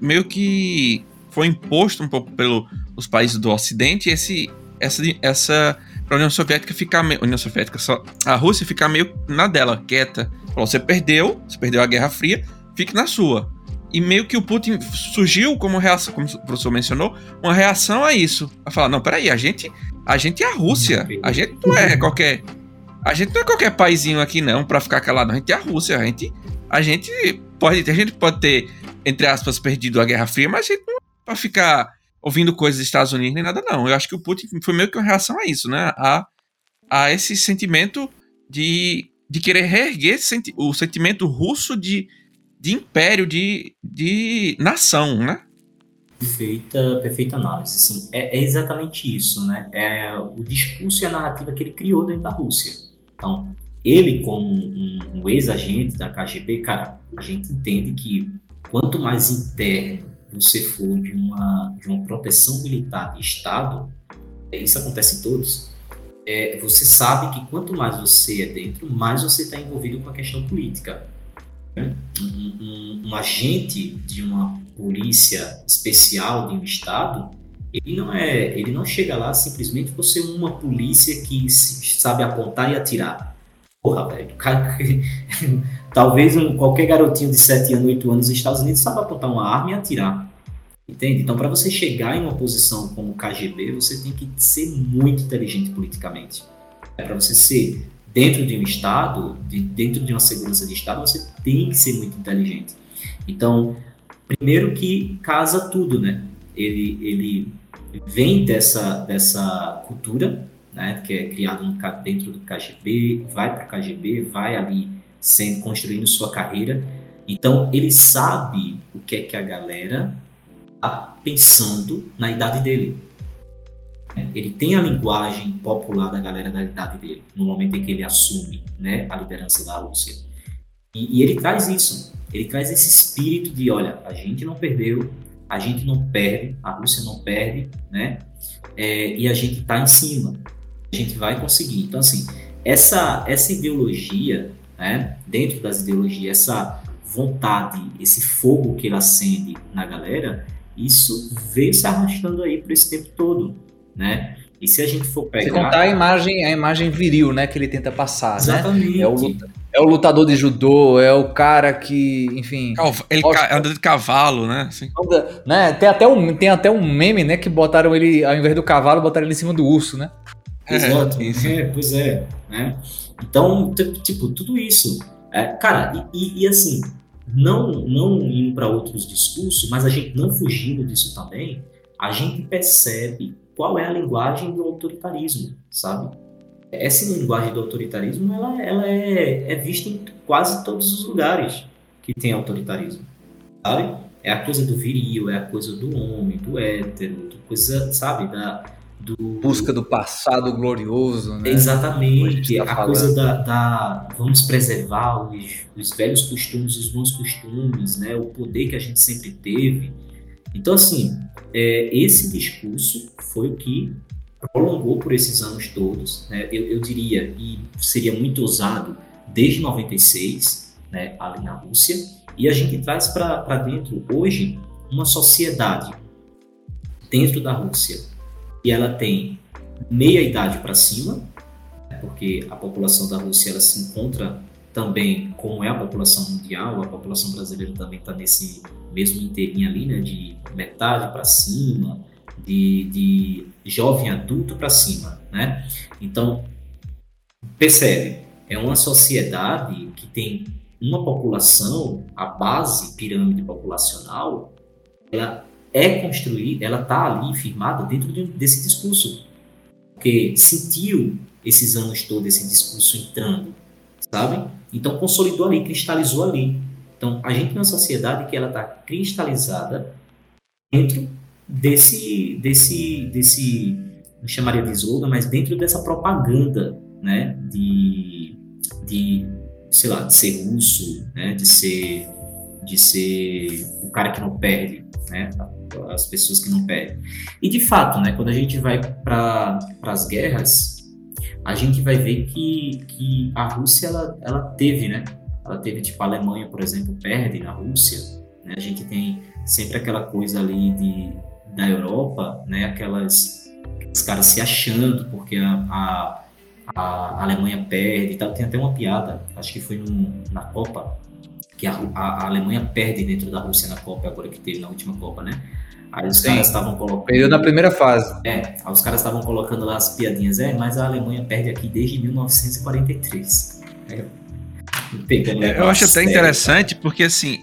imposto um pouco pelos países do Ocidente, essa pra União Soviética ficar a Rússia ficar meio na dela, quieta. Falou, você perdeu a Guerra Fria, fique na sua. E meio que o Putin surgiu como reação, como o professor mencionou, uma reação a isso. A falar, não, peraí, a gente é a Rússia. A gente não é qualquer paizinho aqui não, pra ficar calado. A gente é a Rússia. A gente pode ter, entre aspas, perdido a Guerra Fria, mas a gente não é pra ficar ouvindo coisas dos Estados Unidos nem nada não. Eu acho que o Putin foi meio que uma reação a isso, né? A esse sentimento de querer reerguer o sentimento russo de império, de nação, né? Perfeita análise. Assim, é exatamente isso, né? É o discurso e a narrativa que ele criou dentro da Rússia. Então, ele como um ex-agente da KGB, cara, a gente entende que quanto mais interno você for de uma proteção militar de Estado, isso acontece em todos, você sabe que quanto mais você é dentro, mais você está envolvido com a questão política. Um agente de uma polícia especial de um estado, ele não chega lá simplesmente por ser uma polícia que sabe apontar e atirar. Porra, velho, talvez qualquer garotinho de 7 anos, 8 anos nos Estados Unidos sabe apontar uma arma e atirar. Entende? Então, para você chegar em uma posição como KGB, você tem que ser muito inteligente politicamente. Para você ser dentro de um Estado, dentro de uma segurança de Estado, você tem que ser muito inteligente. Então, primeiro que casa tudo, né? Ele vem dessa cultura, né, que é criado dentro do KGB, vai para o KGB, vai ali construindo sua carreira. Então, ele sabe o que é que a galera está pensando na idade dele. Ele tem a linguagem popular da galera da idade dele, no momento em que ele assume, né, a liderança da Rússia. E ele traz isso, ele traz esse espírito de, olha, a gente não perdeu, a gente não perde, a Rússia não perde, né, e a gente está em cima, a gente vai conseguir. Então, assim, essa ideologia, né, dentro das ideologias, essa vontade, esse fogo que ele acende na galera, isso veio se arrastando aí por esse tempo todo, né? E se a gente for pegar... Se contar a imagem viril, né, que ele tenta passar, exatamente, né? É o lutador de judô, é o cara que, enfim... Ele anda de cavalo, né? Assim. Né? Tem até um meme, né, que botaram ele, ao invés do cavalo, botaram ele em cima do urso, né? Exato, pois é, né? Então, tipo, tudo isso. Cara, e assim, não indo para outros discursos, mas a gente não fugindo disso também, a gente percebe qual é a linguagem do autoritarismo, sabe? Essa linguagem do autoritarismo, ela é vista em quase todos os lugares que tem autoritarismo, sabe? É a coisa do viril, é a coisa do homem, do hétero, coisa, sabe, busca do passado glorioso, né? Exatamente, a coisa da vamos preservar os velhos costumes, os bons costumes, né? O poder que a gente sempre teve. Então, assim, esse discurso foi o que prolongou por esses anos todos, né? Eu diria, e seria muito ousado, desde 96, né, ali na Rússia, e a gente traz para dentro, hoje, uma sociedade dentro da Rússia, e ela tem meia idade para cima, porque a população da Rússia ela se encontra também, como é a população mundial, a população brasileira também está nesse mesmo inteirinho ali, né, de metade para cima, de jovem adulto para cima, né? Então, percebe, é uma sociedade que tem uma população, a base pirâmide populacional, ela é construída, ela está ali firmada dentro desse discurso, porque sentiu esses anos todos esse discurso entrando, sabe? Então consolidou ali, cristalizou ali. Então a gente tem uma sociedade que ela está cristalizada dentro desse, não chamaria de slogan, mas dentro dessa propaganda, né? De sei lá, de ser russo, né? De ser o cara que não perde, né? As pessoas que não perdem. E de fato, né, quando a gente vai para as guerras, a gente vai ver que a Rússia ela teve, né? Ela teve, tipo, a Alemanha, por exemplo, perde na Rússia, né? A gente tem sempre aquela coisa ali da Europa, né? Aqueles caras se achando porque a Alemanha perde e tal. Tem até uma piada, acho que foi na Copa, que a Alemanha perde dentro da Rússia na Copa, agora que teve na última Copa, né? Aí os caras estavam colocando... Perdeu na primeira fase. Aí os caras estavam colocando lá as piadinhas, mas a Alemanha perde aqui desde 1943. Eu acho até interessante, porque assim,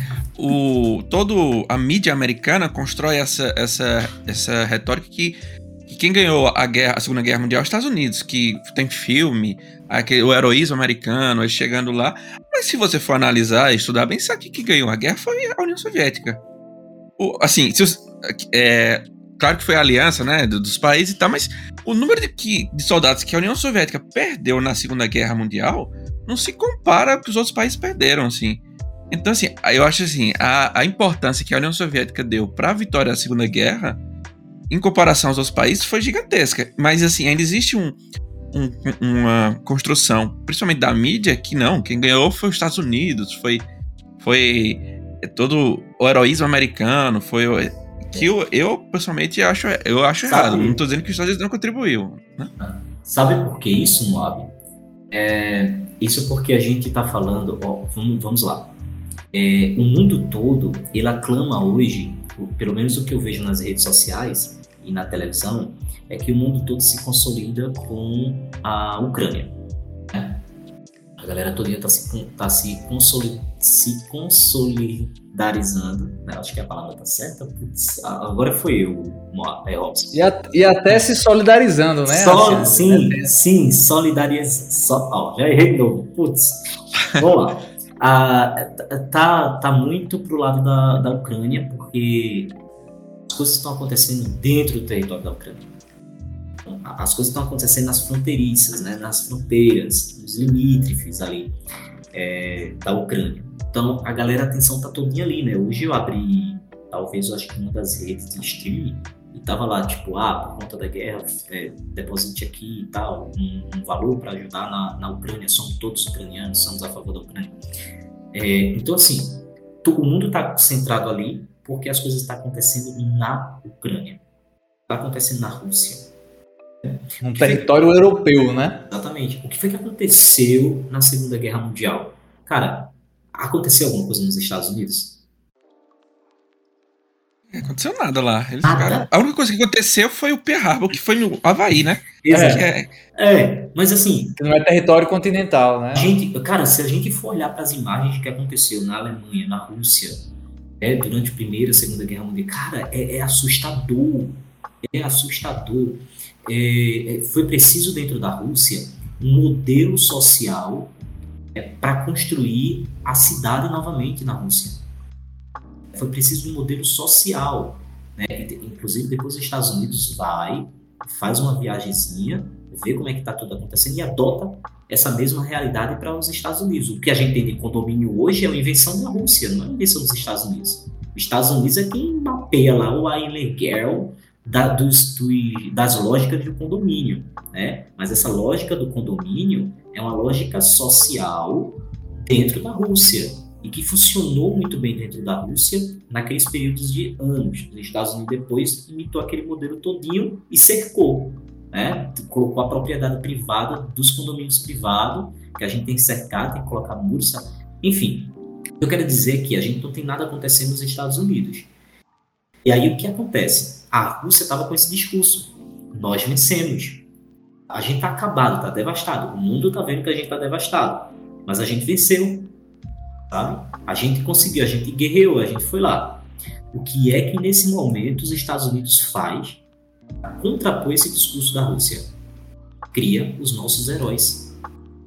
a mídia americana constrói essa retórica que quem ganhou a Segunda Guerra Mundial é os Estados Unidos, que tem filme, o heroísmo americano, eles chegando lá. Mas se você for analisar e estudar bem, sabe que quem ganhou a guerra foi a União Soviética. Assim, claro que foi a aliança, né, dos países e tal, mas o número de soldados que a União Soviética perdeu na Segunda Guerra Mundial não se compara ao que os outros países perderam, assim. Então, assim, eu acho assim, a importância que a União Soviética deu para a vitória da Segunda Guerra, em comparação aos outros países, foi gigantesca. Mas, assim, ainda existe uma construção, principalmente da mídia, que não, quem ganhou foi os Estados Unidos, foi todo o heroísmo americano, que eu pessoalmente acho errado. Não estou dizendo que os Estados Unidos não contribuiu, né? Sabe por que isso, Moab? Isso porque a gente está falando, vamos lá. O mundo todo, ele aclama hoje, pelo menos o que eu vejo nas redes sociais e na televisão, é que o mundo todo se consolida com a Ucrânia, né? A galera toda está se consolidarizando, né? Acho que a palavra está certa. Putz, agora foi Robson. E até se solidarizando, né? Sim, solidarizando. Já errei de novo. Putz, vamos lá. Tá muito pro lado da Ucrânia, porque as coisas estão acontecendo dentro do território da Ucrânia. As coisas estão acontecendo nas fronteiriças, né? Nas fronteiras, nos limítrofes ali da Ucrânia. Então a atenção tá todinha ali, né? Hoje eu abri, talvez eu acho que uma das redes de streaming, e tava lá, tipo, por conta da guerra, deposite aqui e tal, um valor para ajudar na Ucrânia, somos todos ucranianos, somos a favor da Ucrânia. Então, assim, o mundo está centrado ali porque as coisas estão acontecendo na Ucrânia, está acontecendo na Rússia. Um território europeu, né? Exatamente. O que foi que aconteceu na Segunda Guerra Mundial? Cara, aconteceu alguma coisa nos Estados Unidos? Não aconteceu nada lá. Eles ficaram... A única coisa que aconteceu foi o Pearl Harbor, que foi no Havaí, né? Exato. Mas assim... Que não é território continental, né? Cara, se a gente for olhar para as imagens que aconteceu na Alemanha, na Rússia, durante a Primeira e Segunda Guerra Mundial, cara, é assustador. É assustador. Foi preciso, dentro da Rússia, um modelo social para construir a cidade novamente na Rússia. Foi preciso um modelo social, né? Inclusive depois os Estados Unidos faz uma viagemzinha, vê como é que está tudo acontecendo e adota essa mesma realidade para os Estados Unidos. O que a gente tem de condomínio hoje é uma invenção da Rússia, não é uma invenção dos Estados Unidos. Os Estados Unidos é quem mapeia lá o Eilenberg das lógicas do condomínio, né? Mas essa lógica do condomínio é uma lógica social dentro da Rússia e que funcionou muito bem dentro da Rússia naqueles períodos de anos. Os Estados Unidos depois imitou aquele modelo todinho e cercou, né? Colocou a propriedade privada dos condomínios privados, que a gente tem que cercar, tem que colocar muros, enfim. Eu quero dizer que a gente não tem nada acontecendo nos Estados Unidos. E aí o que acontece? A Rússia estava com esse discurso. Nós vencemos. A gente está acabado, está devastado. O mundo está vendo que a gente está devastado. Mas a gente venceu. Sabe? A gente conseguiu, a gente guerreou, a gente foi lá. O que é que nesse momento os Estados Unidos faz para contrapor esse discurso da Rússia? Cria os nossos heróis.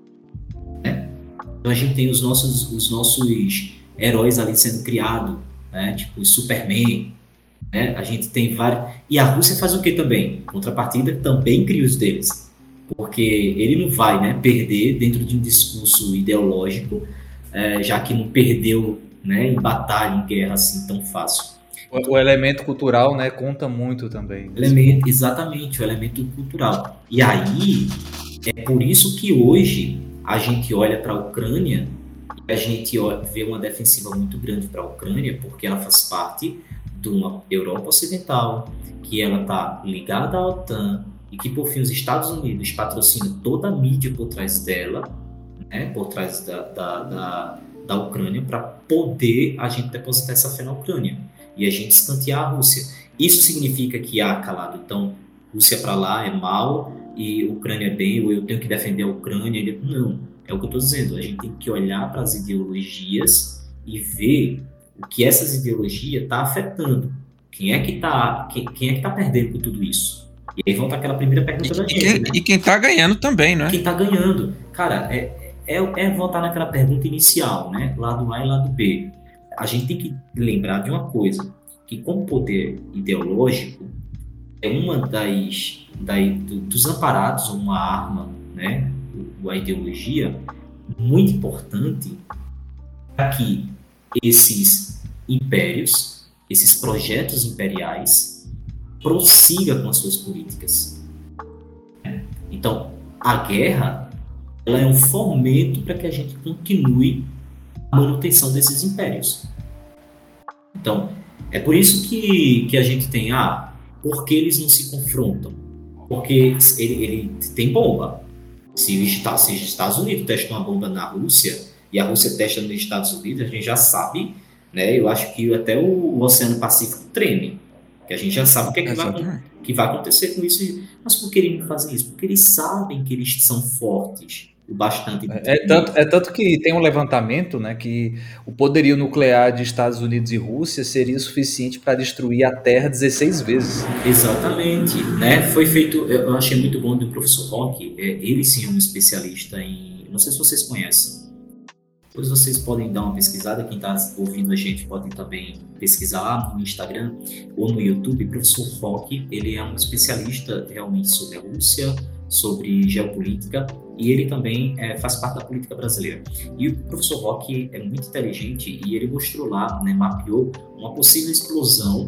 Né? Então a gente tem os nossos heróis ali sendo criados, né? Tipo o Superman. Né? A gente tem vários. E a Rússia faz o que também? Contrapartida, também cria os deles. Porque ele não vai, né, perder dentro de um discurso ideológico, já que não perdeu, né, em batalha, em guerra assim tão fácil. O elemento cultural, né, conta muito também. Exatamente, o elemento cultural. E aí, é por isso que hoje a gente olha para a Ucrânia e a gente vê uma defensiva muito grande para a Ucrânia, porque ela faz parte de uma Europa Ocidental, que ela está ligada à OTAN e que, por fim, os Estados Unidos patrocinam toda a mídia por trás dela, né, por trás da Ucrânia, para poder a gente depositar essa fé na Ucrânia e a gente escantear a Rússia. Isso significa que, calado, então, Rússia para lá é mal e Ucrânia é bem, ou eu tenho que defender a Ucrânia? Não, é o que eu estou dizendo. A gente tem que olhar para as ideologias e ver o que essas ideologias estão afetando. Quem é que está perdendo com tudo isso? E aí volta aquela primeira pergunta da gente, né? E quem está ganhando também, né? Quem está ganhando. Cara, é voltar naquela pergunta inicial, né? Lado A e lado B. A gente tem que lembrar de uma coisa, que com poder ideológico é uma dos amparados, uma arma, né? A ideologia muito importante para que esses impérios, esses projetos imperiais prossiga com as suas políticas. Então, a guerra ela é um fomento para que a gente continue a manutenção desses impérios. Então, é por isso que a gente tem, por que eles não se confrontam? Porque ele tem bomba. Se os Estados Unidos testam uma bomba na Rússia e a Rússia testa nos Estados Unidos, a gente já sabe, né? Eu acho que até o Oceano Pacífico treme. Que a gente já sabe o que vai acontecer com isso. Mas por que eles não fazem isso? Porque eles sabem que eles são fortes o bastante. É tanto que tem um levantamento, né, que o poderio nuclear de Estados Unidos e Rússia seria suficiente para destruir a Terra 16 vezes. Exatamente. Né? Foi feito, eu achei muito bom do professor Rock. Ele sim é um especialista em... Não sei se vocês conhecem. Depois vocês podem dar uma pesquisada, quem está ouvindo a gente pode também pesquisar lá no Instagram ou no YouTube. O professor Rock, ele é um especialista realmente sobre a Rússia, sobre geopolítica, e ele também faz parte da política brasileira. E o professor Rock é muito inteligente e ele mostrou lá, né, mapeou uma possível explosão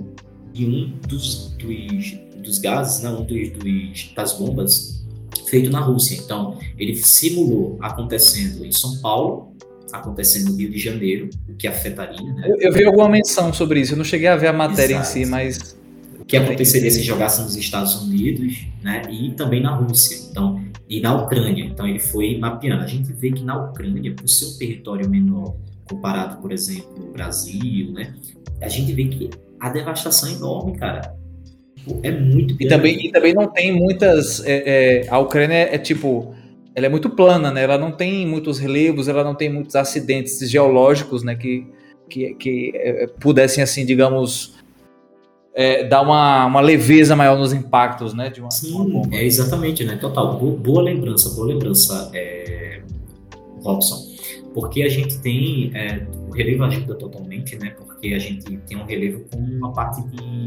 de um dos gases, não, das bombas feito na Rússia. Então, ele simulou acontecendo em São Paulo, acontecendo no Rio de Janeiro, o que afetaria, né? Eu vi alguma menção sobre isso, eu não cheguei a ver a matéria em si, mas... O que aconteceria se jogasse nos Estados Unidos, né? E também na Rússia, então, e na Ucrânia. Então, ele foi mapeando. A gente vê que na Ucrânia, por ser um território menor, comparado, por exemplo, ao Brasil, né? A gente vê que a devastação é enorme, cara. É muito grande. E também não tem muitas... a Ucrânia ela é muito plana, né? Ela não tem muitos relevos, ela não tem muitos acidentes geológicos, né? Que pudessem, assim, digamos, dar uma leveza maior nos impactos, né? Sim, bomba. Exatamente, né? Total. Boa lembrança, Robson. Porque a gente tem... o relevo ajuda totalmente, né? Porque a gente tem um relevo com uma parte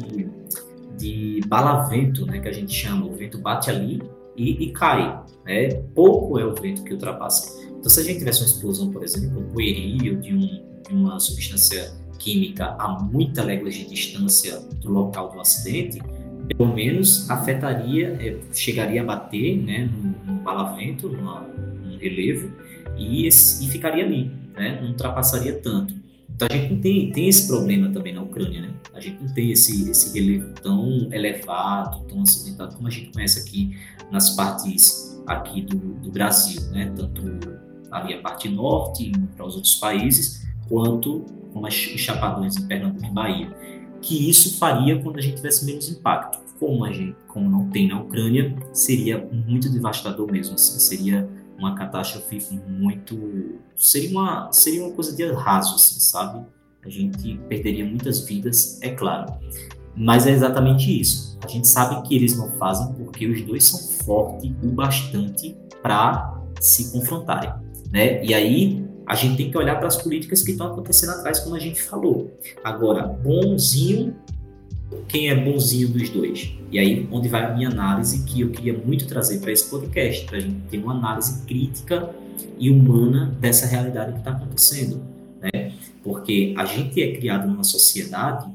de bala-vento, né? Que a gente chama. O vento bate ali e cai, né? Pouco é o vento que ultrapassa. Então, se a gente tivesse uma explosão, por exemplo, um poerio de uma substância química a muitas léguas de distância do local do acidente, pelo menos afetaria, chegaria a bater, né, no bala-vento, no relevo, e ficaria ali, né? Não ultrapassaria tanto. Então a gente não tem esse problema também na Ucrânia, né? A gente não tem esse relevo tão elevado, tão acidentado como a gente conhece aqui nas partes aqui do Brasil, né? Tanto ali a parte norte para os outros países, quanto como os chapadões em Pernambuco e Bahia. Que isso faria quando a gente tivesse menos impacto. Como não tem na Ucrânia, seria muito devastador mesmo, assim, seria uma catástrofe muito... Seria uma coisa de arraso, assim, sabe? A gente perderia muitas vidas, é claro. Mas é exatamente isso. A gente sabe que eles não fazem porque os dois são fortes o bastante para se confrontarem, né? E aí a gente tem que olhar para as políticas que estão acontecendo atrás, como a gente falou. Agora, bonzinho, quem é bonzinho dos dois? E aí, onde vai a minha análise, que eu queria muito trazer para esse podcast, para a gente ter uma análise crítica e humana dessa realidade que está acontecendo, né? Porque a gente é criado numa sociedade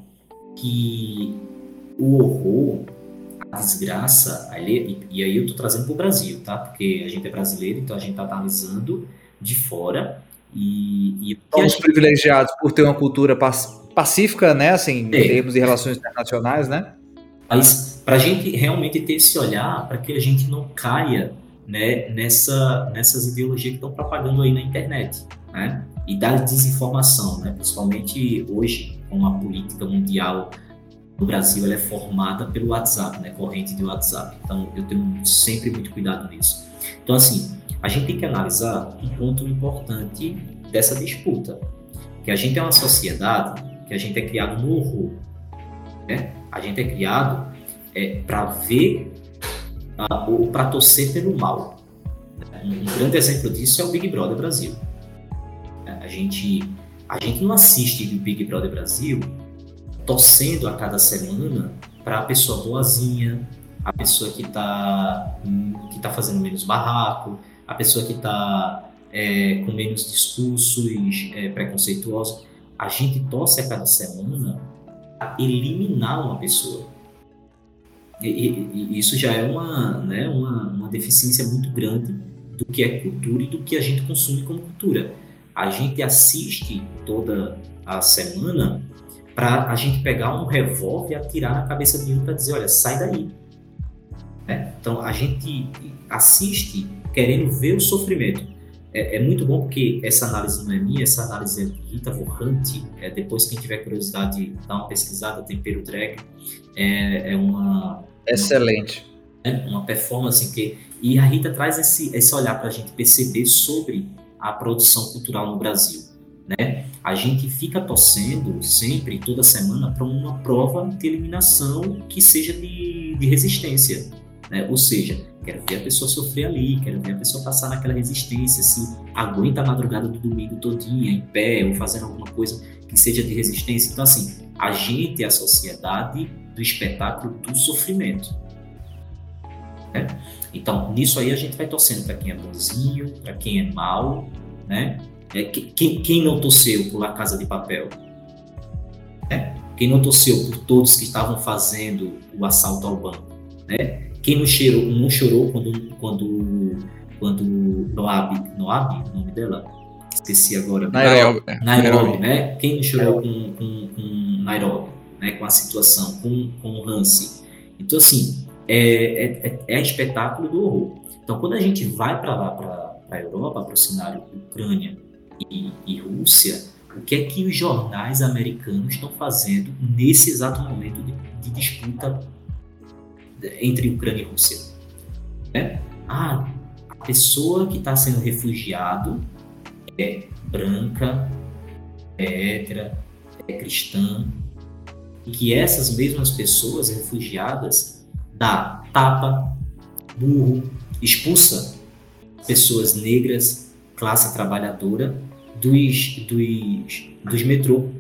que o horror, a desgraça, e aí eu estou trazendo para o Brasil, tá? Porque a gente é brasileiro, então a gente está analisando de fora e somos privilegiados por ter uma cultura pacífica, né, assim, em termos de relações internacionais, né? Mas para a gente realmente ter esse olhar, para que a gente não caia, né, nessas ideologias que estão propagando aí na internet, né? E da desinformação, né? Principalmente hoje, com a política mundial no Brasil, ela é formada pelo WhatsApp, né? Corrente de WhatsApp. Então, eu tenho sempre muito cuidado nisso. Então, assim, a gente tem que analisar um ponto importante dessa disputa, que a gente é uma sociedade que a gente é criado no horror, né? A gente é criado para ver ou para torcer pelo mal. Um grande exemplo disso é o Big Brother Brasil. A gente não assiste o Big Brother Brasil torcendo a cada semana para a pessoa boazinha, a pessoa que tá fazendo menos barraco, a pessoa que está com menos discursos preconceituosos. A gente torce a cada semana a eliminar uma pessoa. E isso já é uma deficiência muito grande do que é cultura e do que a gente consome como cultura. A gente assiste toda a semana para a gente pegar um revólver e atirar na cabeça de um para dizer, olha, sai daí. Né? Então, a gente assiste querendo ver o sofrimento. É muito bom porque essa análise não é minha, essa análise é de Rita Vorranti. Depois, quem tiver curiosidade, dá uma pesquisada, Tempero Drag. É uma... Excelente. Uma performance e a Rita traz esse olhar para a gente perceber sobre a produção cultural no Brasil, né? A gente fica torcendo sempre, toda semana, para uma prova de eliminação que seja de resistência, né? Ou seja, quero ver a pessoa sofrer ali, quero ver a pessoa passar naquela resistência, se aguenta a madrugada do domingo todinha, em pé, ou fazendo alguma coisa que seja de resistência. Então, assim, a gente é a sociedade do espetáculo do sofrimento, né? Então, nisso aí a gente vai torcendo para quem é bonzinho, para quem é mau, né? Quem não torceu por La Casa de Papel? Quem não torceu por todos que estavam fazendo o assalto ao banco, né? Quem não chorou quando Noab, o nome dela? Esqueci agora. Nairobi, né? Quem não chorou com Nairobi, né? Com a situação, com o Hansi. Então, assim, é espetáculo do horror. Então, quando a gente vai para lá, para a Europa, para o cenário Ucrânia e Rússia, o que é que os jornais americanos estão fazendo nesse exato momento de disputa entre Ucrânia e Rússia? Né? A pessoa que está sendo refugiado é branca, é hétera, é cristã, e que essas mesmas pessoas refugiadas dá tapa, burro, expulsa pessoas negras, classe trabalhadora dos metrô,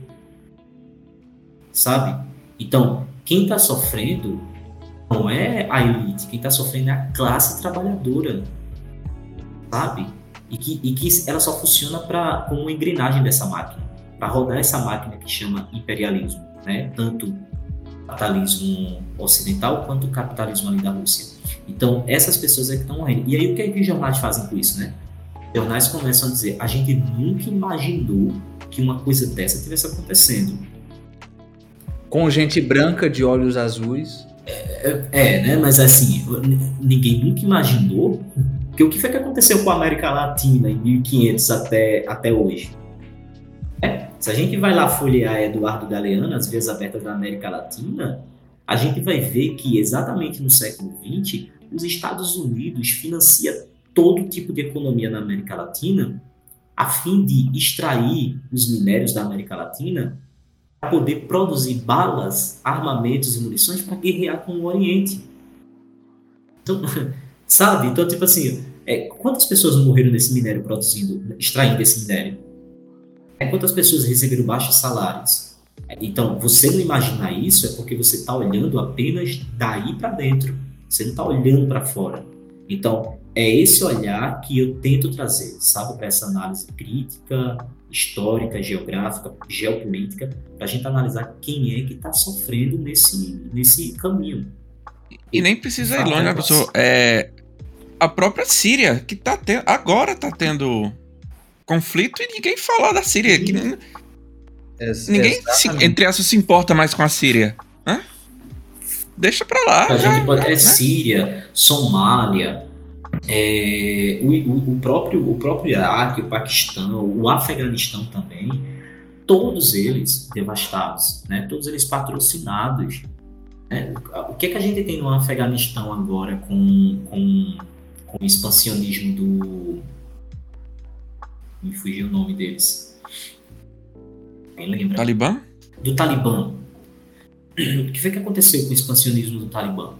sabe? Então, quem está sofrendo não é a elite, quem está sofrendo é a classe trabalhadora, sabe? E que ela só funciona como uma engrenagem dessa máquina, para rodar essa máquina que chama imperialismo, né? Tanto capitalismo ocidental quanto o capitalismo ali da Rússia. Então, essas pessoas é que estão morrendo. E aí, o que é que os jornais fazem com isso, né? Os jornais começam a dizer, a gente nunca imaginou que uma coisa dessa estivesse acontecendo. Com gente branca de olhos azuis. Né? Mas assim, ninguém nunca imaginou que o que foi que aconteceu com a América Latina em 1500 até hoje. Se a gente vai lá folhear Eduardo Galeano, As Vias Abertas da América Latina, a gente vai ver que exatamente no século XX, os Estados Unidos financiam todo tipo de economia na América Latina a fim de extrair os minérios da América Latina para poder produzir balas, armamentos e munições para guerrear com o Oriente. Então, sabe? Então, tipo assim, quantas pessoas morreram nesse minério extraindo esse minério? Quantas pessoas receberam baixos salários? Então, você não imaginar isso é porque você está olhando apenas daí para dentro. Você não está olhando para fora. Então, é esse olhar que eu tento trazer, sabe? Para essa análise crítica, histórica, geográfica, geopolítica, para a gente analisar quem é que está sofrendo nesse caminho. E nem precisa ir longe, né, professor? A própria Síria, que agora está tendo conflito e ninguém fala da Síria. Ninguém, entre aspas, se importa mais com a Síria. Hã? Deixa pra lá. Né? Síria, Somália, o próprio Iraque, o Paquistão, o Afeganistão também, todos eles devastados, né? Todos eles patrocinados. Né? O que é que a gente tem no Afeganistão agora com o expansionismo do... Me fugiu o nome deles. Quem lembra? Talibã? Do Talibã. O que foi que aconteceu com o expansionismo do Talibã?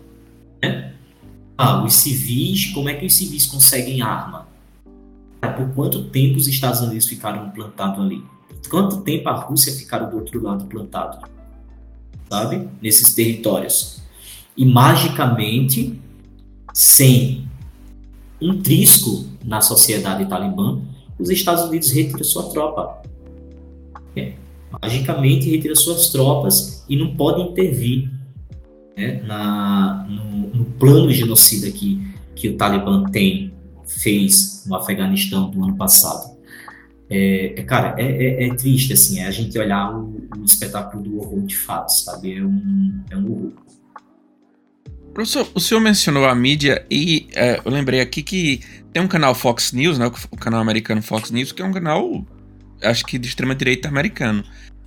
Os civis, como é que os civis conseguem arma? Por quanto tempo os Estados Unidos ficaram plantados ali? Por quanto tempo a Rússia ficaram do outro lado plantado? Sabe? Nesses territórios. E magicamente, sem um trisco na sociedade talibã, os Estados Unidos retiram sua tropa. Magicamente retira suas tropas e não pode intervir, né, no plano genocida que o Talibã fez no Afeganistão do ano passado. Cara, é triste assim, a gente olhar o espetáculo do horror de fato, sabe? É um horror. Professor, o senhor mencionou a mídia e eu lembrei aqui que tem um canal Fox News, né, o canal americano Fox News, que é um canal, acho que de extrema-direita americano.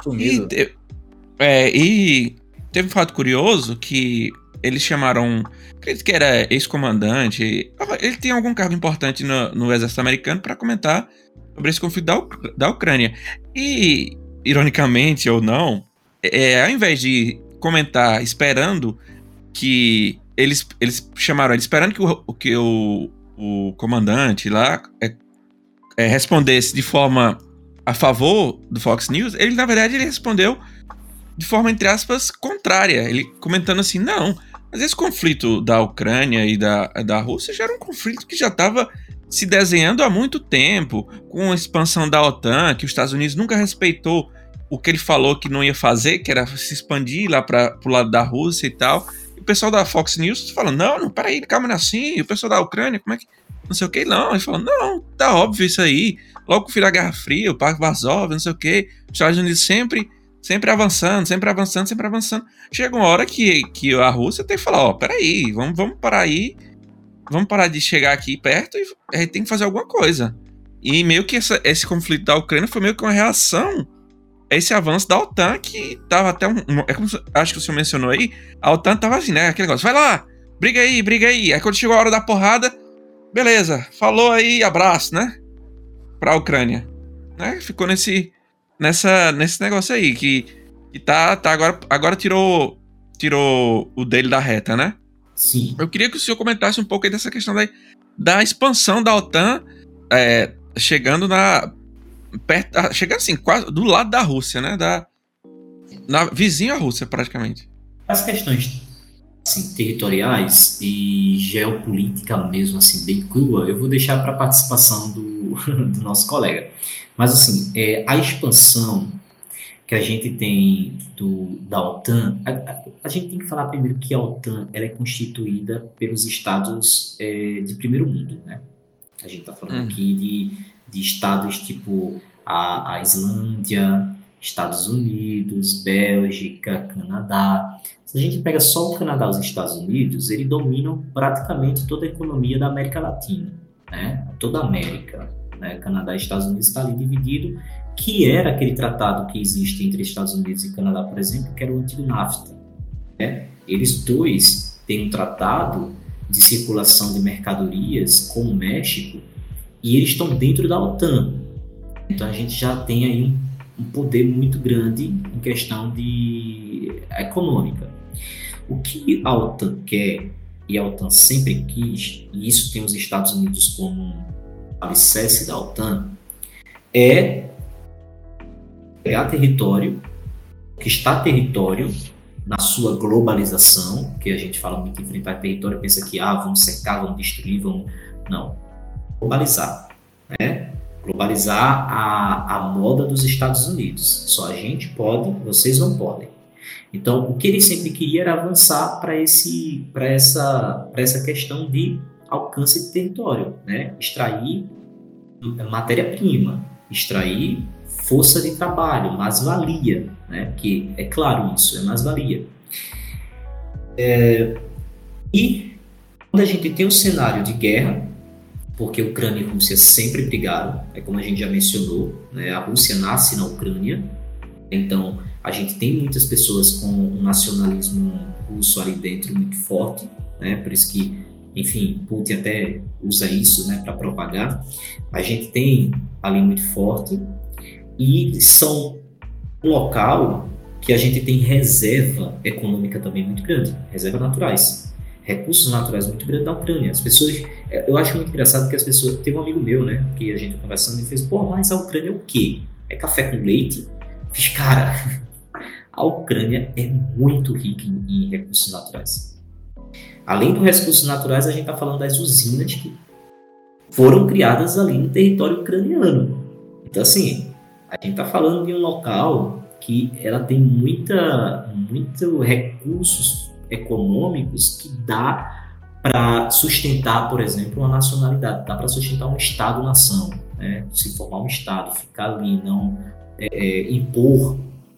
E teve um fato curioso que eles chamaram, acredito que era ex-comandante, ele tem algum cargo importante no exército americano para comentar sobre esse conflito da Ucrânia. E, ironicamente ou não, ao invés de comentar esperando que eles chamaram ele esperando que o comandante lá respondesse de forma a favor do Fox News, ele na verdade ele respondeu de forma, entre aspas, contrária, ele comentando assim, não, mas esse conflito da Ucrânia e da Rússia já era um conflito que já estava se desenhando há muito tempo, com a expansão da OTAN, que os Estados Unidos nunca respeitou o que ele falou que não ia fazer, que era se expandir lá pro lado da Rússia e tal. E o pessoal da Fox News falando, não, peraí, calma, não é assim. E o pessoal da Ucrânia, como é que... Não sei o que, não. Ele falou, não, tá óbvio isso aí. Logo que o fim da Guerra Fria, o Parque Varsóvia, não sei o que. Os Estados Unidos sempre avançando. Chega uma hora que a Rússia tem que falar, ó, peraí, vamos parar aí. Vamos parar de chegar aqui perto e a gente tem que fazer alguma coisa. E meio que esse conflito da Ucrânia foi meio que uma reação a esse avanço da OTAN, que tava até acho que o senhor mencionou aí, a OTAN tava assim, né? Aquele negócio, vai lá, briga aí. Aí quando chegou a hora da porrada, beleza, falou aí, abraço, né? Pra Ucrânia. Né? Ficou nesse negócio aí, que tá agora tirou o dele da reta, né? Sim. Eu queria que o senhor comentasse um pouco aí dessa questão da expansão da OTAN, chegando chegando assim, quase do lado da Rússia, né? Vizinho à Rússia, praticamente. As questões assim, territoriais e geopolítica mesmo, assim, bem crua, eu vou deixar para a participação do nosso colega. Mas, assim, a expansão que a gente tem da OTAN, a gente tem que falar primeiro que a OTAN ela é constituída pelos estados de primeiro mundo, né? A gente está falando aqui de estados tipo a Islândia, Estados Unidos, Bélgica, Canadá. Se a gente pega só o Canadá e os Estados Unidos, eles dominam praticamente toda a economia da América Latina, né? Toda a América, né? Canadá e Estados Unidos está ali dividido, que era aquele tratado que existe entre Estados Unidos e Canadá, por exemplo, que era o antigo NAFTA, né? Eles dois têm um tratado de circulação de mercadorias com o México e eles estão dentro da OTAN. Então a gente já tem aí um poder muito grande em questão econômica. O que a OTAN quer, e a OTAN sempre quis, e isso tem os Estados Unidos como um alicerce da OTAN, é pegar território, conquistar território na sua globalização, que a gente fala muito em enfrentar território, pensa que vamos cercar, vamos destruir, Não. Globalizar, né? Globalizar a moda dos Estados Unidos. Só a gente pode, vocês não podem. Então, o que ele sempre queria era avançar para essa questão de alcance de território, né? Extrair matéria-prima, extrair força de trabalho, mais-valia, né? Que é claro isso, é mais-valia. E quando a gente tem um cenário de guerra, porque Ucrânia e Rússia sempre brigaram, como a gente já mencionou, né? A Rússia nasce na Ucrânia, então a gente tem muitas pessoas com um nacionalismo russo ali dentro muito forte, né? Por isso que, enfim, Putin até usa isso, né, para propagar. A gente tem ali muito forte e são um local que a gente tem reserva econômica também muito grande, reservas naturais, recursos naturais muito grandes da Ucrânia. As pessoas, eu acho muito engraçado que as pessoas, tem um amigo meu, né, que a gente conversando e fez, mas a Ucrânia é o quê? É café com leite? Fiz, cara, a Ucrânia é muito rica em recursos naturais. Além dos recursos naturais, a gente está falando das usinas que foram criadas ali no território ucraniano. Então, assim, a gente está falando de um local que ela tem muito recursos econômicos que dá para sustentar, por exemplo, uma nacionalidade, dá para sustentar um Estado-nação, né? Se formar um Estado, ficar ali, não impor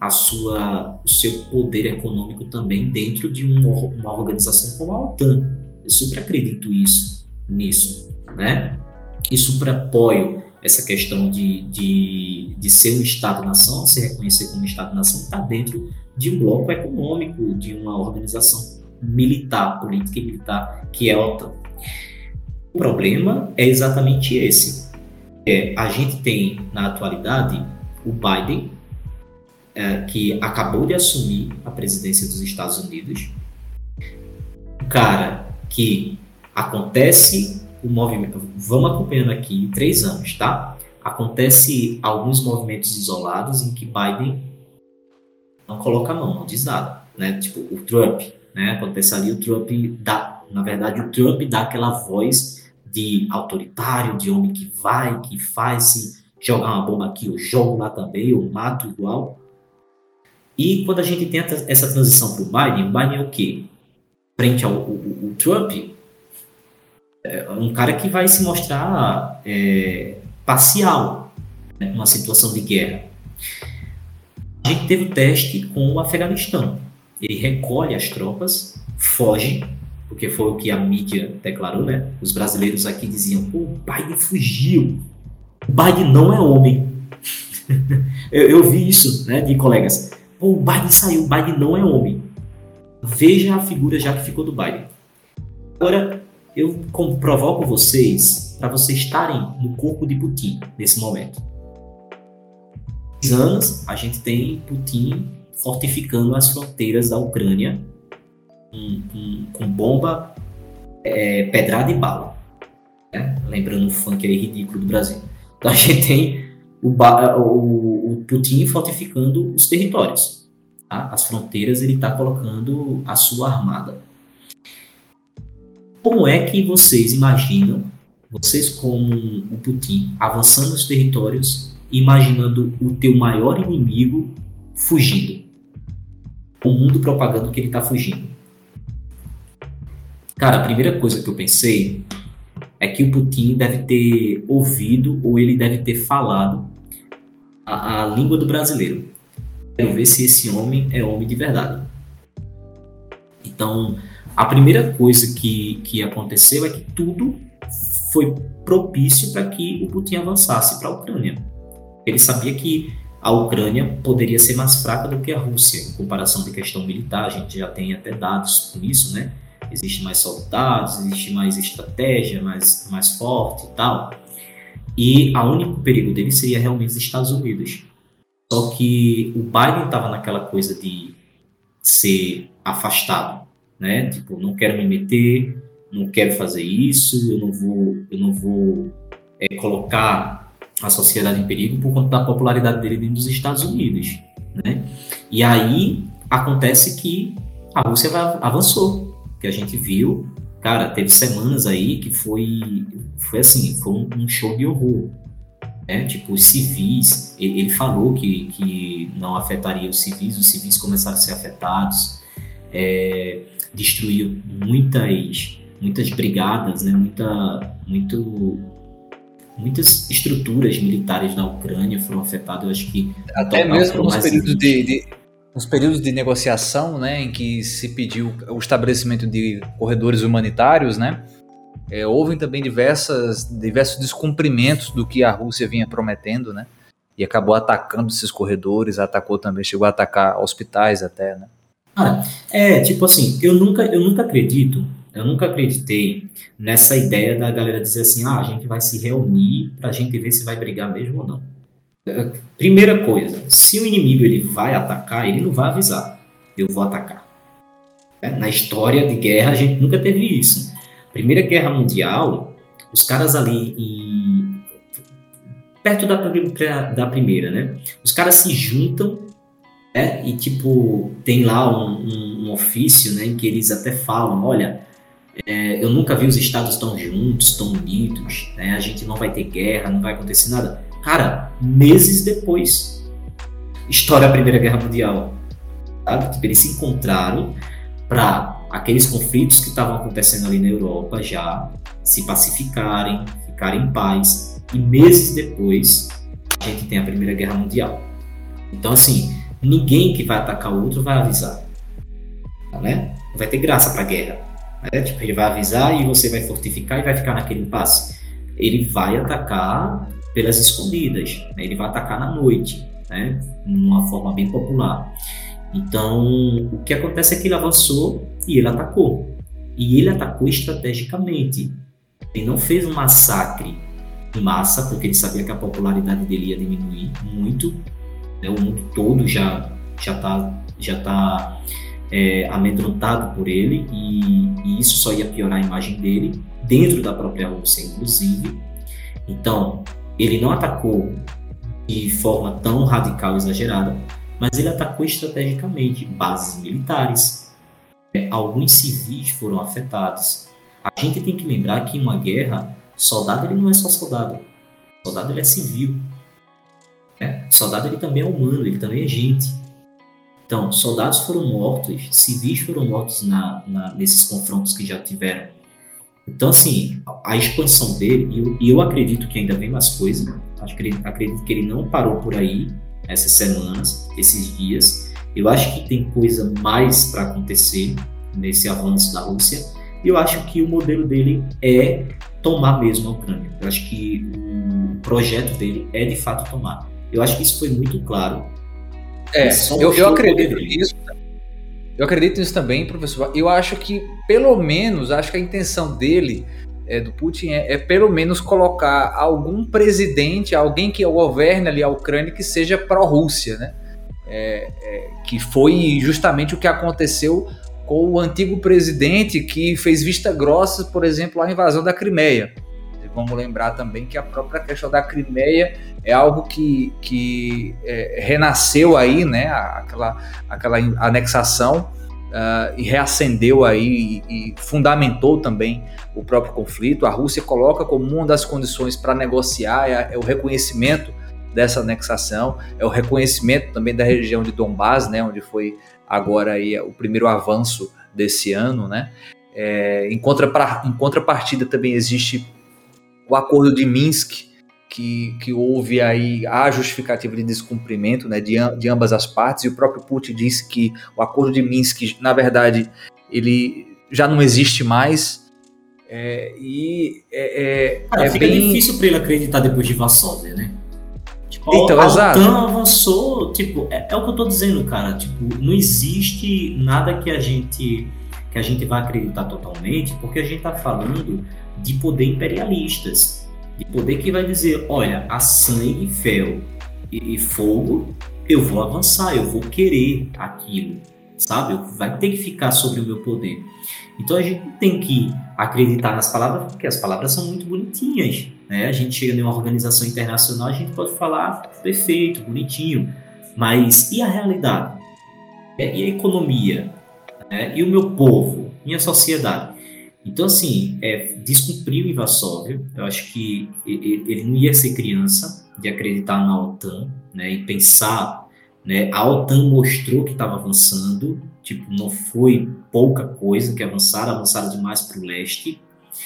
o seu poder econômico também dentro de uma organização como a OTAN. Eu super acredito nisso, né? E super apoio essa questão de ser um Estado-nação, se reconhecer como Estado-nação, está dentro de um bloco econômico, de uma organização militar, política e militar, que é a OTAN. O problema é exatamente esse. A gente tem, na atualidade, o Biden, que acabou de assumir a presidência dos Estados Unidos, um cara que acontece o movimento, vamos acompanhando aqui 3 anos, tá? Acontece alguns movimentos isolados em que Biden não coloca a mão, não diz nada, né? Tipo o Trump, né? Acontece ali, o Trump dá aquela voz de autoritário, de homem que vai, que faz, se jogar uma bomba aqui, eu jogo lá também, eu mato igual. E quando a gente tem essa transição para o Biden é o quê? Frente ao Trump, é um cara que vai se mostrar parcial, né, numa situação de guerra. A gente teve o teste com o Afeganistão. Ele recolhe as tropas, foge, porque foi o que a mídia declarou, né? Os brasileiros aqui diziam, pô, o Biden fugiu. O Biden não é homem. eu vi isso, né, de colegas. Pô, o Biden saiu, o Biden não é homem. Veja a figura já que ficou do Biden. Agora, eu provoco vocês para vocês estarem no corpo de Putin nesse momento. Há anos, a gente tem Putin fortificando as fronteiras da Ucrânia com bomba, pedrada e bala. Né? Lembrando o funk aí ridículo do Brasil. Então a gente tem o Putin fortificando os territórios. Tá? As fronteiras, ele está colocando a sua armada. Como é que vocês imaginam, vocês como o Putin, avançando nos territórios, imaginando o teu maior inimigo fugindo? O mundo propagando que ele está fugindo. Cara, a primeira coisa que eu pensei é que o Putin deve ter ouvido ou ele deve ter falado a língua do brasileiro. Quero ver se esse homem é homem de verdade. Então, a primeira coisa que aconteceu é que tudo foi propício para que o Putin avançasse para a Ucrânia. Ele sabia que a Ucrânia poderia ser mais fraca do que a Rússia, em comparação de questão militar. A gente já tem até dados com isso, né? Existe mais soldados, existe mais estratégia, mais forte e tal. E o único perigo dele seria realmente os Estados Unidos. Só que o Biden estava naquela coisa de ser afastado, né? Tipo, não quero me meter, não quero fazer isso, eu não vou colocar a sociedade em perigo por conta da popularidade dele dentro dos Estados Unidos, né? E aí acontece que a Rússia avançou, que a gente viu, cara, teve semanas aí que foi assim, foi um show de horror, né? Tipo, os civis, ele falou que não afetaria os civis começaram a ser afetados, destruiu muitas brigadas, né? Muitas estruturas militares na Ucrânia foram afetadas, eu acho que... Até mesmo nos períodos de negociação, né, em que se pediu o estabelecimento de corredores humanitários, né, houve também diversos descumprimentos do que a Rússia vinha prometendo, né, e acabou atacando esses corredores, chegou a atacar hospitais até, né. Cara, tipo assim, eu nunca acreditei nessa ideia da galera dizer assim, a gente vai se reunir pra gente ver se vai brigar mesmo ou não. Primeira coisa, se o inimigo ele vai atacar, ele não vai avisar, eu vou atacar. Na história de guerra a gente nunca teve isso. Primeira Guerra Mundial, os caras ali perto da primeira, né? Os caras se juntam, e tipo, tem lá um ofício, né, em que eles até falam, olha, eu nunca vi os estados tão juntos, tão unidos, né? A gente não vai ter guerra, não vai acontecer nada. Cara, meses depois, estoura a Primeira Guerra Mundial. Sabe? Tipo, eles se encontraram para aqueles conflitos que estavam acontecendo ali na Europa já se pacificarem, ficarem em paz. E meses depois, a gente tem a Primeira Guerra Mundial. Então, assim, ninguém que vai atacar o outro vai avisar. Né? Não vai ter graça para a guerra. Né? Tipo, ele vai avisar e você vai fortificar e vai ficar naquele impasse. Ele vai atacar pelas escondidas, né? Ele vai atacar na noite, né? Numa forma bem popular. Então, o que acontece é que ele avançou e ele atacou. E ele atacou estrategicamente. Ele não fez um massacre em massa, porque ele sabia que a popularidade dele ia diminuir muito, né? O mundo todo já está amedrontado por ele, e isso só ia piorar a imagem dele, dentro da própria Rússia, inclusive. Então, ele não atacou de forma tão radical e exagerada, mas ele atacou estrategicamente bases militares. Alguns civis foram afetados. A gente tem que lembrar que em uma guerra, soldado ele não é só soldado. Soldado ele é civil. Soldado ele também é humano, ele também é gente. Então, soldados foram mortos, civis foram mortos nesses confrontos que já tiveram. Então, assim, a expansão dele, e eu acredito que ainda vem mais coisa, acredito que ele não parou por aí, essas semanas, esses dias. Eu acho que tem coisa mais para acontecer nesse avanço da Rússia, e eu acho que o modelo dele é tomar mesmo a Ucrânia. Eu acho que o projeto dele é, de fato, tomar. Eu acho que isso foi muito claro. Eu acredito nisso. Eu acredito nisso também, professor. Eu acho que, pelo menos, a intenção dele, do Putin, é pelo menos colocar algum presidente, alguém que governe ali a Ucrânia, que seja pró-Rússia, né? Que foi justamente o que aconteceu com o antigo presidente que fez vista grossa, por exemplo, à invasão da Crimeia. Vamos lembrar também que a própria questão da Crimeia é algo que renasceu aí, né, aquela anexação, e reacendeu aí e fundamentou também o próprio conflito. A Rússia coloca como uma das condições para negociar é o reconhecimento dessa anexação, é o reconhecimento também da região de Donbás, né, onde foi agora aí o primeiro avanço desse ano, né. Em contrapartida também existe o acordo de Minsk, que houve aí a justificativa de descumprimento, né, de ambas as partes, e o próprio Putin disse que o acordo de Minsk, na verdade, ele já não existe mais. Fica bem difícil para ele acreditar depois de Varsóvia, né? Tipo, então, a exato. OTAN avançou, tipo, é o que eu tô dizendo, cara, tipo, não existe nada que a gente vai acreditar totalmente, porque a gente tá falando de poder imperialistas, de poder que vai dizer, olha, a sangue, ferro e fogo, eu vou avançar, eu vou querer aquilo, sabe? Vai ter que ficar sobre o meu poder. Então a gente tem que acreditar nas palavras, porque as palavras são muito bonitinhas, né? A gente chega em uma organização internacional, a gente pode falar perfeito, bonitinho, mas e a realidade? E a economia? Né? E o meu povo? Minha sociedade? Então, assim, descumpriu em Varsóvia. Eu acho que ele não ia ser criança de acreditar na OTAN, né, e pensar, né, a OTAN mostrou que estava avançando, tipo, não foi pouca coisa que avançaram demais para o leste.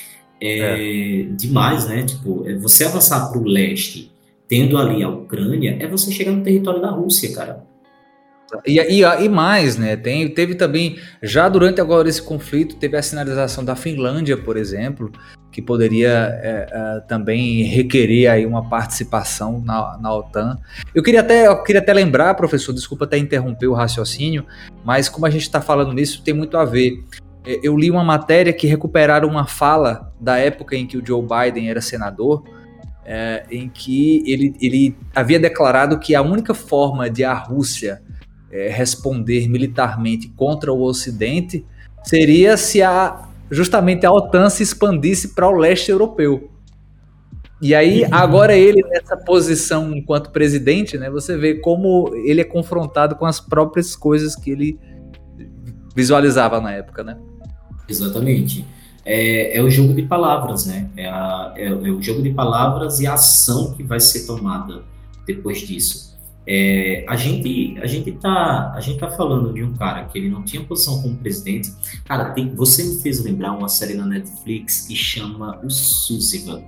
Demais, né? Tipo, você avançar para o leste, tendo ali a Ucrânia, é você chegar no território da Rússia, cara. E mais, né? Teve também, já durante agora esse conflito, teve a sinalização da Finlândia, por exemplo, que poderia também requerer aí uma participação na OTAN. Eu queria até lembrar, professor, desculpa até interromper o raciocínio, mas como a gente está falando nisso, tem muito a ver. Eu li uma matéria que recuperaram uma fala da época em que o Joe Biden era senador, em que ele havia declarado que a única forma de a Rússia responder militarmente contra o Ocidente seria se justamente a OTAN se expandisse para o leste europeu. E aí, agora ele nessa posição enquanto presidente, né, você vê como ele é confrontado com as próprias coisas que ele visualizava na época, né? Exatamente. É o jogo de palavras, né? É o jogo de palavras e a ação que vai ser tomada depois disso. A gente tá falando de um cara que ele não tinha posição como presidente. Cara, você me fez lembrar uma série na Netflix que chama o Sussivan.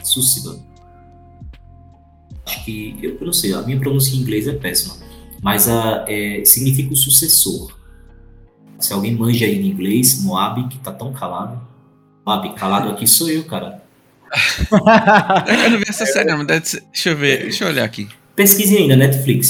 Acho que, eu não sei, a minha pronúncia em inglês é péssima, mas significa o sucessor. Se alguém manja aí em inglês, Moab, que tá tão calado. Moab, calado aqui sou eu, cara. Eu não vi essa série, não. Deixa eu olhar aqui. Pesquise aí na Netflix.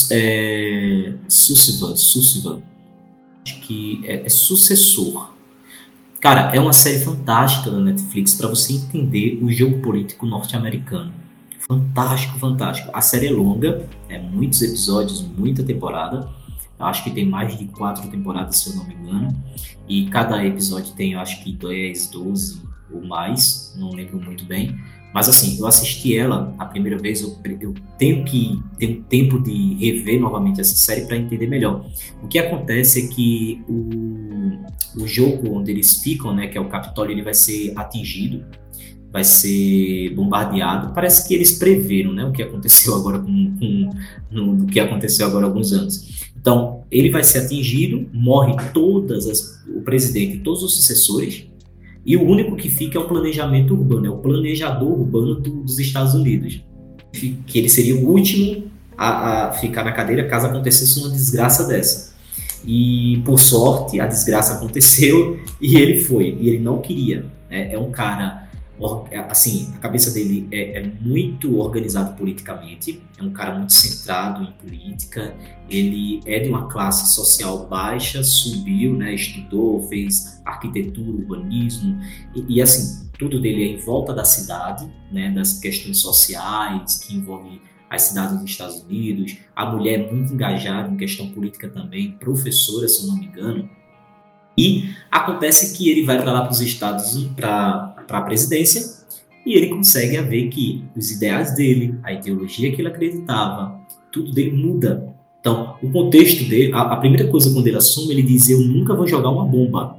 Sussivan. Acho que é sucessor. Cara, é uma série fantástica da Netflix para você entender o jogo político norte-americano. Fantástico. A série é longa, muitos episódios, muita temporada. Acho que tem mais de 4 temporadas, se eu não me engano. E cada episódio tem, acho que 10, 12 ou mais. Não lembro muito bem. Mas assim, eu assisti ela a primeira vez, eu tenho que ter um tempo de rever novamente essa série para entender melhor. O que acontece é que o jogo onde eles ficam, né, que é o Capitólio, ele vai ser atingido. vai ser bombardeado. Parece que eles preveram, né, o que aconteceu agora no que aconteceu agora há alguns anos. Então, ele vai ser atingido, morre o presidente e todos os sucessores, e o único que fica é o planejamento urbano, é o planejador urbano dos Estados Unidos, que ele seria o último a ficar na cadeira caso acontecesse uma desgraça dessa. E, por sorte, a desgraça aconteceu e ele foi, e ele não queria. É um cara... Assim, a cabeça dele é muito organizado politicamente, é um cara muito centrado em política, ele é de uma classe social baixa, subiu, né, estudou, fez arquitetura, urbanismo, e assim, tudo dele é em volta da cidade, né, das questões sociais que envolvem as cidades dos Estados Unidos. A mulher é muito engajada em questão política também, professora, se eu não me engano. E acontece que ele vai para lá para os Estados, para a presidência, e ele consegue ver que os ideais dele, a ideologia que ele acreditava, tudo dele muda. Então, o contexto dele, a primeira coisa quando ele assume, ele diz: eu nunca vou jogar uma bomba.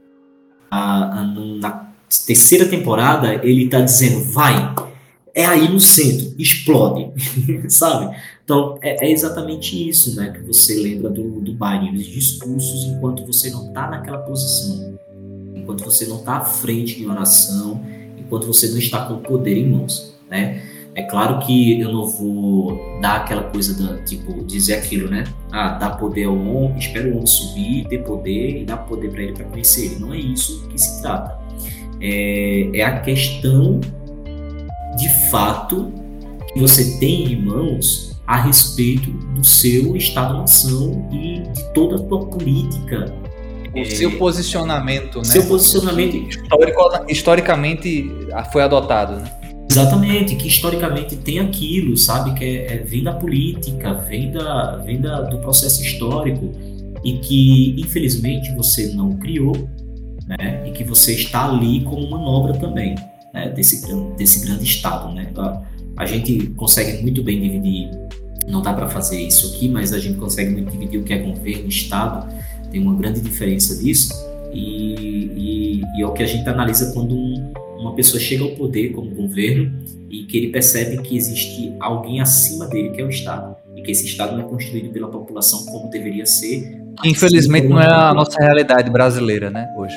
Na terceira temporada, ele está dizendo: vai, é aí no centro, explode, sabe? Então, é exatamente isso, né, que você lembra do Biden, os discursos enquanto você não está naquela posição, enquanto você não está à frente de uma nação, enquanto você não está com o poder em mãos, né? É claro que eu não vou dar aquela coisa tipo, dizer aquilo, né? Dá poder ao homem, espera o homem subir, ter poder e dar poder para ele para conhecer ele. Não é isso que se trata. É a questão, de fato, que você tem em mãos a respeito do seu Estado-nação e de toda a tua política. O seu posicionamento, né? Seu posicionamento historicamente foi adotado, né? Exatamente, que historicamente tem aquilo, sabe? Que vem da política, vem do processo histórico, e que, infelizmente, você não criou, né? E que você está ali como manobra também, né? desse grande Estado, né? A gente consegue muito bem dividir, não dá para fazer isso aqui, mas a gente consegue muito dividir o que é governo e Estado, tem uma grande diferença disso, e é o que a gente analisa quando uma pessoa chega ao poder como governo e que ele percebe que existe alguém acima dele, que é o Estado, e que esse Estado não é construído pela população como deveria ser. Infelizmente não é a nossa realidade brasileira, né, hoje.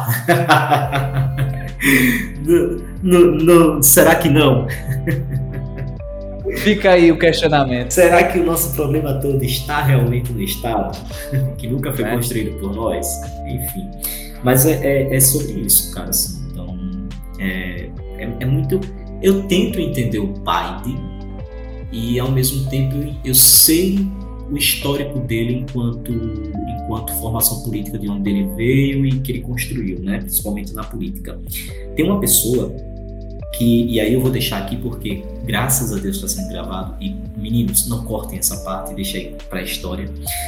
Não, será que não? Fica aí o questionamento. Será que o nosso problema todo está realmente no Estado, que nunca foi construído por nós? Enfim, mas é sobre isso, cara, assim. Então, é muito... Eu tento entender o Biden e, ao mesmo tempo, eu sei o histórico dele enquanto formação política, de onde ele veio e que ele construiu, né? Principalmente na política. Tem uma pessoa e aí eu vou deixar aqui porque, graças a Deus, está sendo gravado, e meninos, não cortem essa parte, deixa aí para a história.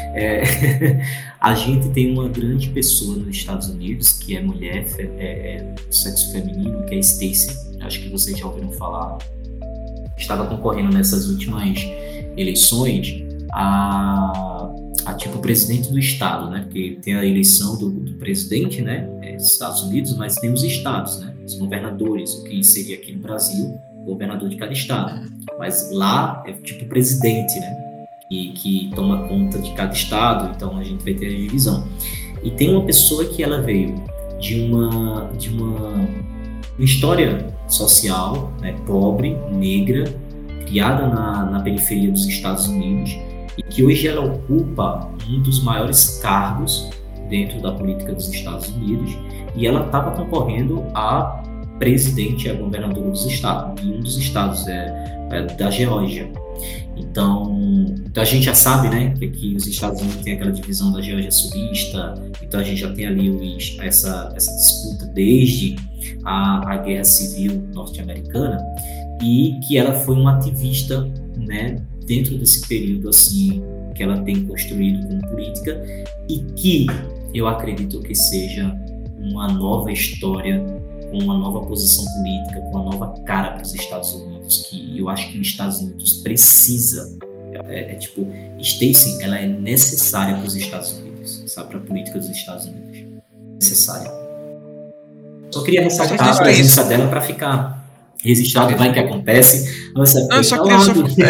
A gente tem uma grande pessoa nos Estados Unidos, que é mulher, sexo feminino, que é Stacey, acho que vocês já ouviram falar. Estava concorrendo nessas últimas eleições a tipo presidente do estado, né? Porque tem a eleição do presidente, né, dos Estados Unidos, mas tem os estados, né, os governadores, o que seria aqui no Brasil, governador de cada estado. Mas lá é tipo presidente, né, que toma conta de cada estado, então a gente vai ter a divisão. E tem uma pessoa que ela veio de uma história social, né, pobre, negra, criada na periferia dos Estados Unidos, e que hoje ela ocupa um dos maiores cargos dentro da política dos Estados Unidos, e ela estava concorrendo a presidente, a governadora dos estados, e um dos estados é da Geórgia. Então a gente já sabe, né, que os Estados Unidos tem aquela divisão da Geórgia sulista, então a gente já tem ali essa disputa desde a Guerra Civil norte-americana, e que ela foi uma ativista, né, dentro desse período assim que ela tem construído como política, e que eu acredito que seja uma nova história, com uma nova posição política, com uma nova cara para os Estados Unidos, que eu acho que os Estados Unidos precisa. Tipo, Stacey, ela é necessária para os Estados Unidos, sabe, para a política dos Estados Unidos. Necessária. Só queria ressaltar a presença dela para ficar registrado, vai que acontece. Nossa, não, eu só queria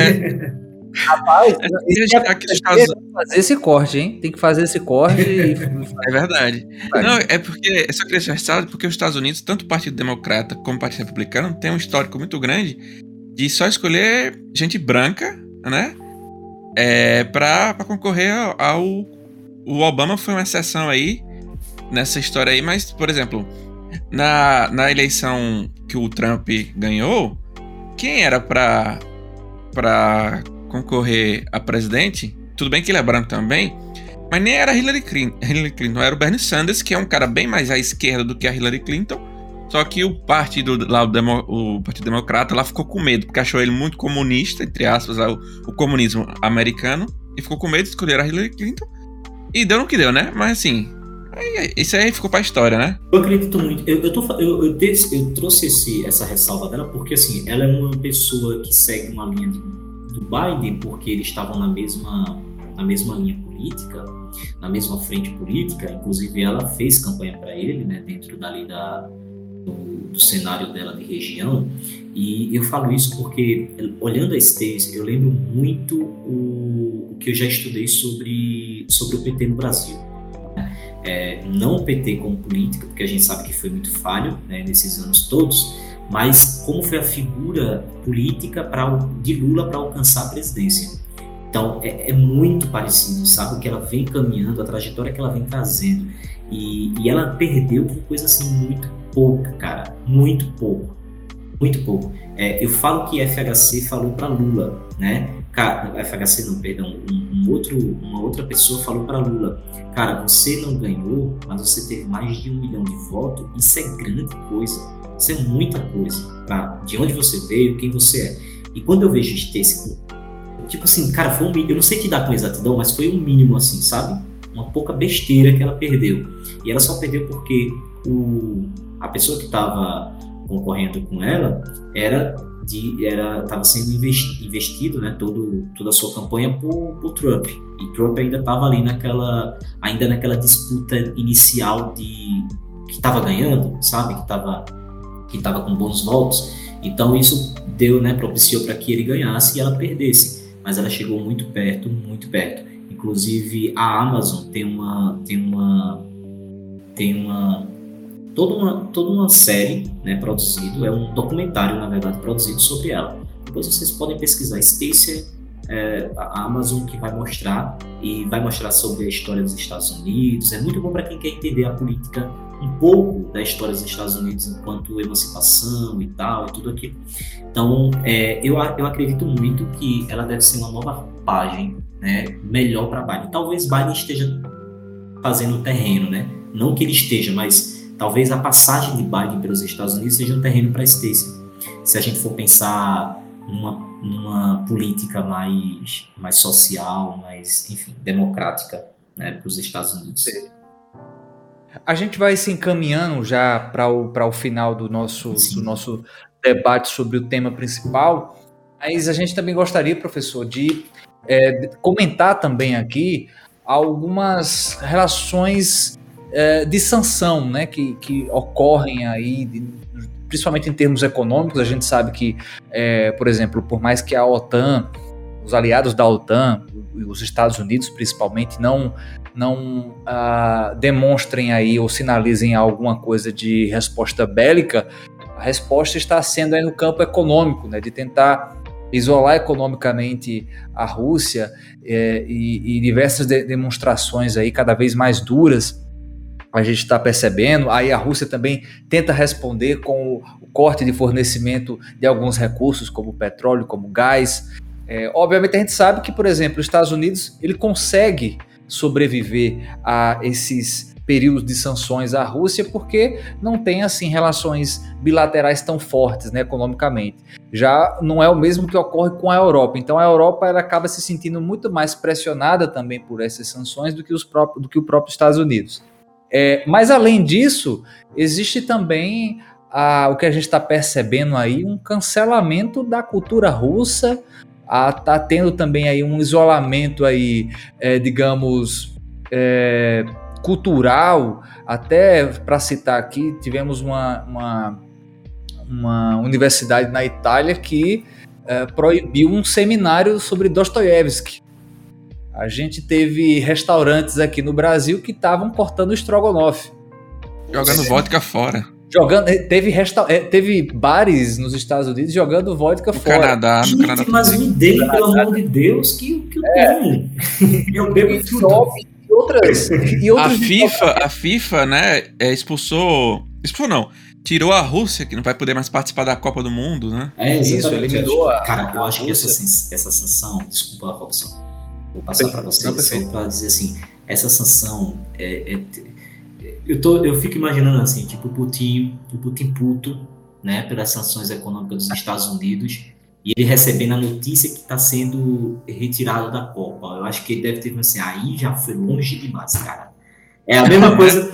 Rapaz, tem que fazer esse corte, hein? Tem que fazer esse corte. É verdade. Não, é porque eu só queria ressaltar porque os Estados Unidos, tanto o Partido Democrata como o Partido Republicano, tem um histórico muito grande de só escolher gente branca, né? Pra concorrer ao... O Obama foi uma exceção aí nessa história aí, mas, por exemplo, na eleição que o Trump ganhou, quem era pra concorrer a presidente, tudo bem que ele é branco também, mas nem era Hillary Clinton, era o Bernie Sanders, que é um cara bem mais à esquerda do que a Hillary Clinton, só que o partido lá, o Partido Democrata lá ficou com medo, porque achou ele muito comunista, entre aspas, o comunismo americano, e ficou com medo de escolher a Hillary Clinton, e deu no que deu, né? Mas assim, isso aí ficou pra história, né? Eu acredito muito. Eu trouxe essa ressalva dela porque, assim, ela é uma pessoa que segue uma linha do Biden, porque eles estavam na mesma linha política, na mesma frente política. Inclusive, ela fez campanha para ele, né, dentro dali do cenário dela de região. E eu falo isso porque, olhando a Stacey, eu lembro muito o que eu já estudei sobre o PT no Brasil. Não o PT como política, porque a gente sabe que foi muito falho, né, nesses anos todos, mas como foi a figura política de Lula para alcançar a presidência. Então, é muito parecido, sabe? O que ela vem caminhando, a trajetória que ela vem trazendo. E ela perdeu por coisa assim muito pouca, cara. Muito pouco. Muito pouco. Eu falo que FHC falou para Lula, né? Cara, FHC não, perdão. Uma outra pessoa falou para Lula: cara, você não ganhou, mas você teve mais de 1 milhão de votos. Isso é grande coisa. Isso é muita coisa. De onde você veio, quem você é. E quando eu vejo esse tipo assim, cara, foi eu não sei te dar com exatidão, mas foi um mínimo assim, sabe? Uma pouca besteira que ela perdeu. E ela só perdeu porque a pessoa que estava concorrendo com ela estava sendo investido, né, toda a sua campanha por Trump. E Trump ainda estava ali naquela disputa inicial que estava ganhando, sabe? Que estava com bons votos. Então isso deu, né, propiciou para que ele ganhasse e ela perdesse. Mas ela chegou muito perto, muito perto. Inclusive a Amazon tem toda uma série, né, produzido, é um documentário, na verdade, produzido sobre ela. Depois vocês podem pesquisar Stacey, a Amazon, que vai mostrar sobre a história dos Estados Unidos. É muito bom para quem quer entender a política, um pouco da história dos Estados Unidos enquanto emancipação e tal, e tudo aquilo. Então, eu acredito muito que ela deve ser uma nova página, né, melhor para Biden. Talvez Biden esteja fazendo o terreno, né? Não que ele esteja, mas talvez a passagem de Biden pelos Estados Unidos seja um terreno para Stacey. Se a gente for pensar numa política mais social, mais, enfim, democrática, né, para os Estados Unidos. A gente vai se encaminhando já para o final do nosso debate sobre o tema principal, mas a gente também gostaria, professor, de comentar também aqui algumas relações de sanção, né, que ocorrem aí, principalmente em termos econômicos. A gente sabe que, por exemplo, por mais que a OTAN, os aliados da OTAN, os Estados Unidos principalmente, não demonstrem aí ou sinalizem alguma coisa de resposta bélica, a resposta está sendo aí no campo econômico, né, de tentar isolar economicamente a Rússia, e diversas demonstrações aí cada vez mais duras a gente está percebendo. Aí a Rússia também tenta responder com o corte de fornecimento de alguns recursos, como petróleo, como gás. Obviamente a gente sabe que, por exemplo, os Estados Unidos ele consegue sobreviver a esses períodos de sanções à Rússia porque não tem assim relações bilaterais tão fortes, né, economicamente. Já não é o mesmo que ocorre com a Europa. Então a Europa ela acaba se sentindo muito mais pressionada também por essas sanções do que o próprio Estados Unidos. Mas além disso, existe também o que a gente está percebendo aí, um cancelamento da cultura russa. Está tendo também aí um isolamento aí, digamos, cultural, até para citar aqui, tivemos uma universidade na Itália que proibiu um seminário sobre Dostoiévski. A gente teve restaurantes aqui no Brasil que estavam cortando estrogonofe. Jogando vodka fora. Teve bares nos Estados Unidos jogando vodka fora. No Canadá. Mas me dê, pelo amor de Deus, que eu tenho. Eu bebo tudo. A FIFA, né, tirou a Rússia, que não vai poder mais participar da Copa do Mundo, né? Isso, eliminou a... Cara, eu acho que essa sanção, desculpa, Robson, vou passar para vocês só para dizer assim, essa sanção eu fico imaginando assim, tipo o Putin puto, né, pelas sanções econômicas dos Estados Unidos, e ele recebendo a notícia que está sendo retirado da Copa. Eu acho que ele deve ter assim, aí já foi longe demais, cara. É a mesma coisa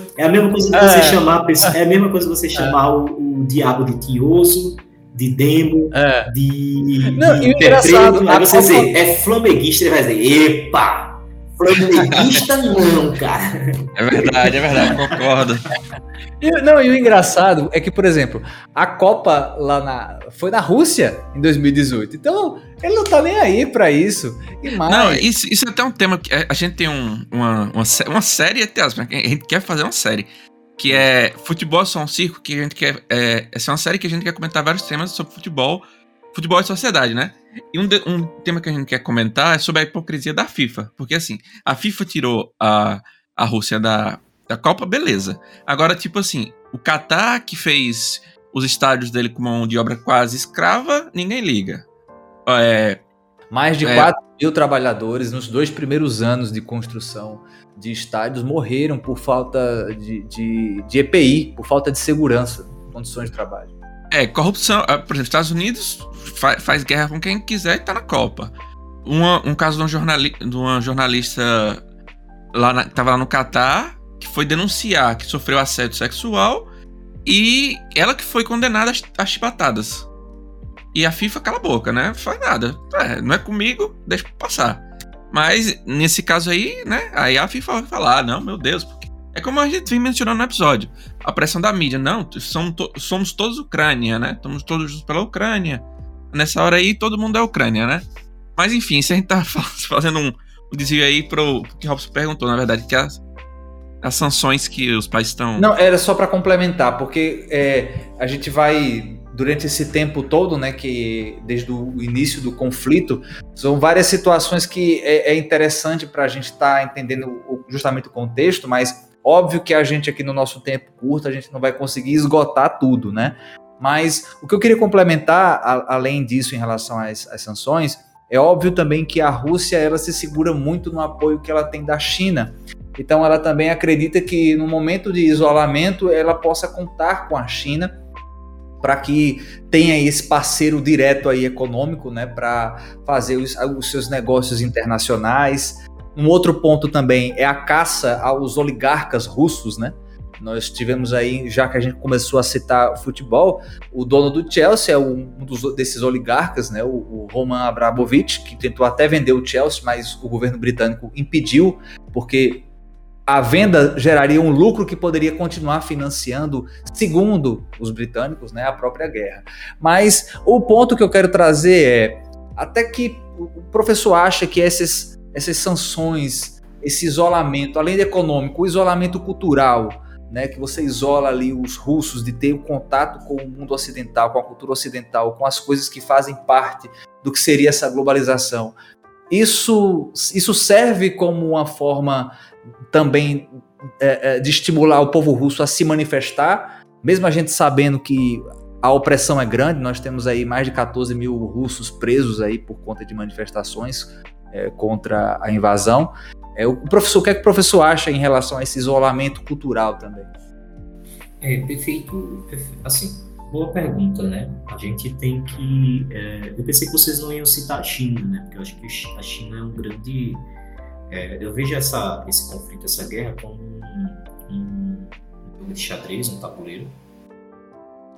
que você chamar o diabo de Tioso, de Demo, de engraçado, aí você dizer, é flamenguista, ele vai dizer, epa! Flamenguista não, cara. É verdade, concordo. E o engraçado é que, por exemplo, a Copa foi na Rússia em 2018. Então, ele não tá nem aí pra isso. E mais... Não, isso é até um tema que a gente tem uma série, a gente quer fazer uma série, que é Futebol é só um circo, que a gente quer... Essa é uma série que a gente quer comentar vários temas sobre futebol e sociedade, né? E um tema que a gente quer comentar é sobre a hipocrisia da FIFA. Porque, assim, a FIFA tirou a Rússia da Copa, beleza. Agora, tipo assim, o Catar, que fez os estádios dele com mão de obra quase escrava, ninguém liga. Mais de 4 mil trabalhadores nos 2 primeiros anos de construção de estádios morreram por falta de EPI, por falta de segurança, condições de trabalho. Corrupção. Por exemplo, Estados Unidos faz guerra com quem quiser e tá na Copa. Um caso de uma jornalista tava lá no Catar, que foi denunciar que sofreu assédio sexual, e ela que foi condenada às chibatadas. E a FIFA cala a boca, né? Não faz nada. Não é comigo, deixa passar. Mas, nesse caso aí, né? Aí a FIFA vai falar, não, meu Deus, porque... É como a gente vem mencionando no episódio. A pressão da mídia. Não, somos todos Ucrânia, né? Estamos todos juntos pela Ucrânia. Nessa hora aí, todo mundo é Ucrânia, né? Mas, enfim, se a gente tá fazendo um desvio aí pro que o Robson perguntou, na verdade, que as sanções que os países estão... Não, era só para complementar, porque a gente vai... Durante esse tempo todo, né, que desde o início do conflito, são várias situações que é interessante para a gente estar entendendo justamente o contexto, mas óbvio que a gente aqui no nosso tempo curto, a gente não vai conseguir esgotar tudo, né? Mas o que eu queria complementar, além disso, em relação às sanções, é óbvio também que a Rússia ela se segura muito no apoio que ela tem da China. Então ela também acredita que no momento de isolamento ela possa contar com a China para que tenha esse parceiro direto aí econômico, né, para fazer os seus negócios internacionais. Um outro ponto também é a caça aos oligarcas russos, né? Nós tivemos aí, já que a gente começou a citar o futebol, o dono do Chelsea é um desses oligarcas, né, o Roman Abramovich, que tentou até vender o Chelsea, mas o governo britânico impediu, porque a venda geraria um lucro que poderia continuar financiando, segundo os britânicos, né, a própria guerra. Mas o ponto que eu quero trazer é, até que o professor acha que essas sanções, esse isolamento, além do econômico, o isolamento cultural, né, que você isola ali os russos de ter o contato com o mundo ocidental, com a cultura ocidental, com as coisas que fazem parte do que seria essa globalização, isso serve como uma forma também de estimular o povo russo a se manifestar, mesmo a gente sabendo que a opressão é grande. Nós temos aí mais de 14 mil russos presos aí por conta de manifestações contra a invasão. O que é que o professor acha em relação a esse isolamento cultural também? Perfeito. Assim, boa pergunta, né? A gente tem que... eu pensei que vocês não iam citar a China, né? Porque eu acho que a China é um grande... eu vejo esse conflito, essa guerra, como um jogo de xadrez, um tabuleiro.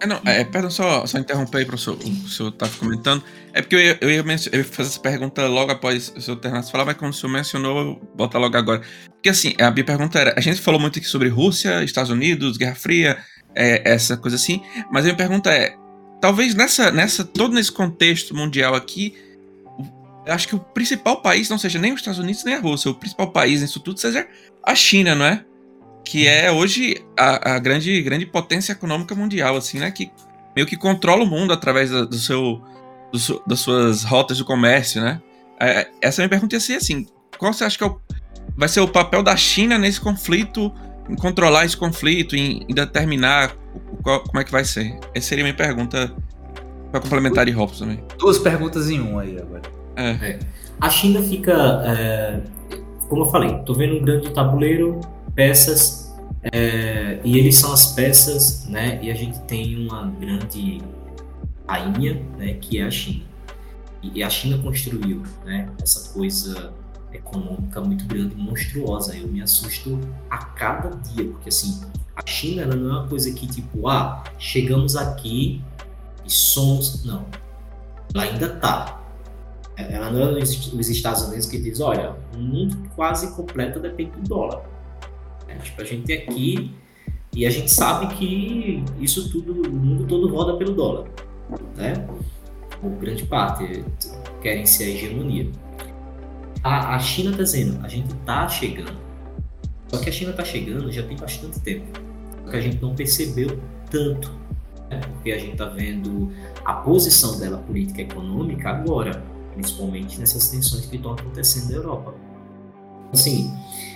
Perdão, só interromper aí para o senhor estava comentando. É porque eu ia fazer essa pergunta logo após o senhor terminar de falar, mas como o senhor mencionou, eu vou botar logo agora. Porque assim, a minha pergunta era, a gente falou muito aqui sobre Rússia, Estados Unidos, Guerra Fria, essa coisa assim, mas a minha pergunta é, talvez todo nesse contexto mundial aqui, eu acho que o principal país não seja nem os Estados Unidos nem a Rússia, o principal país nisso tudo seja a China, não é? Que é hoje a grande potência econômica mundial, assim, né? Que meio que controla o mundo através das suas rotas de comércio, né? Essa minha pergunta ia ser assim, qual você acha que vai ser o papel da China nesse conflito, em controlar esse conflito, em determinar como é que vai ser? Essa seria a minha pergunta para complementar de Robson também. 2 perguntas em 1 aí agora. A China fica, como eu falei, tô vendo um grande tabuleiro, peças, e eles são as peças, né? E a gente tem uma grande rainha, né? Que é a China. E a China construiu, né? Essa coisa econômica muito grande, monstruosa. Eu me assusto a cada dia, porque assim, a China ela não é uma coisa que tipo, chegamos aqui e somos, não. Ela ainda tá. Ela não é os Estados Unidos que diz, olha, o mundo quase completo depende do dólar. Tipo, a gente tem aqui e a gente sabe que isso tudo, o mundo todo roda pelo dólar, né? Por grande parte, querem ser a hegemonia. A China está dizendo, a gente está chegando. Só que a China está chegando já tem bastante tempo. Só que a gente não percebeu tanto, né? Porque a gente está vendo a posição dela política e econômica agora, principalmente nessas tensões que estão acontecendo na Europa. Assim,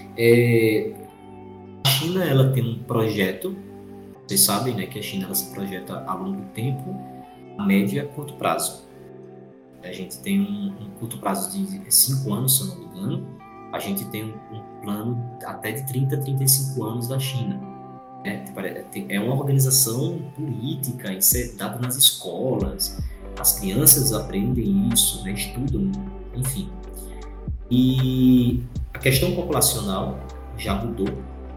a China ela tem um projeto, vocês sabem, né, que a China ela se projeta a longo tempo, a média e a curto prazo. A gente tem um curto prazo de 5 anos, se eu não me engano. A gente tem um plano até de 30, 35 anos da China. É uma organização política, isso é dado nas escolas, as crianças aprendem isso, né, estudam, enfim. E a questão populacional já mudou.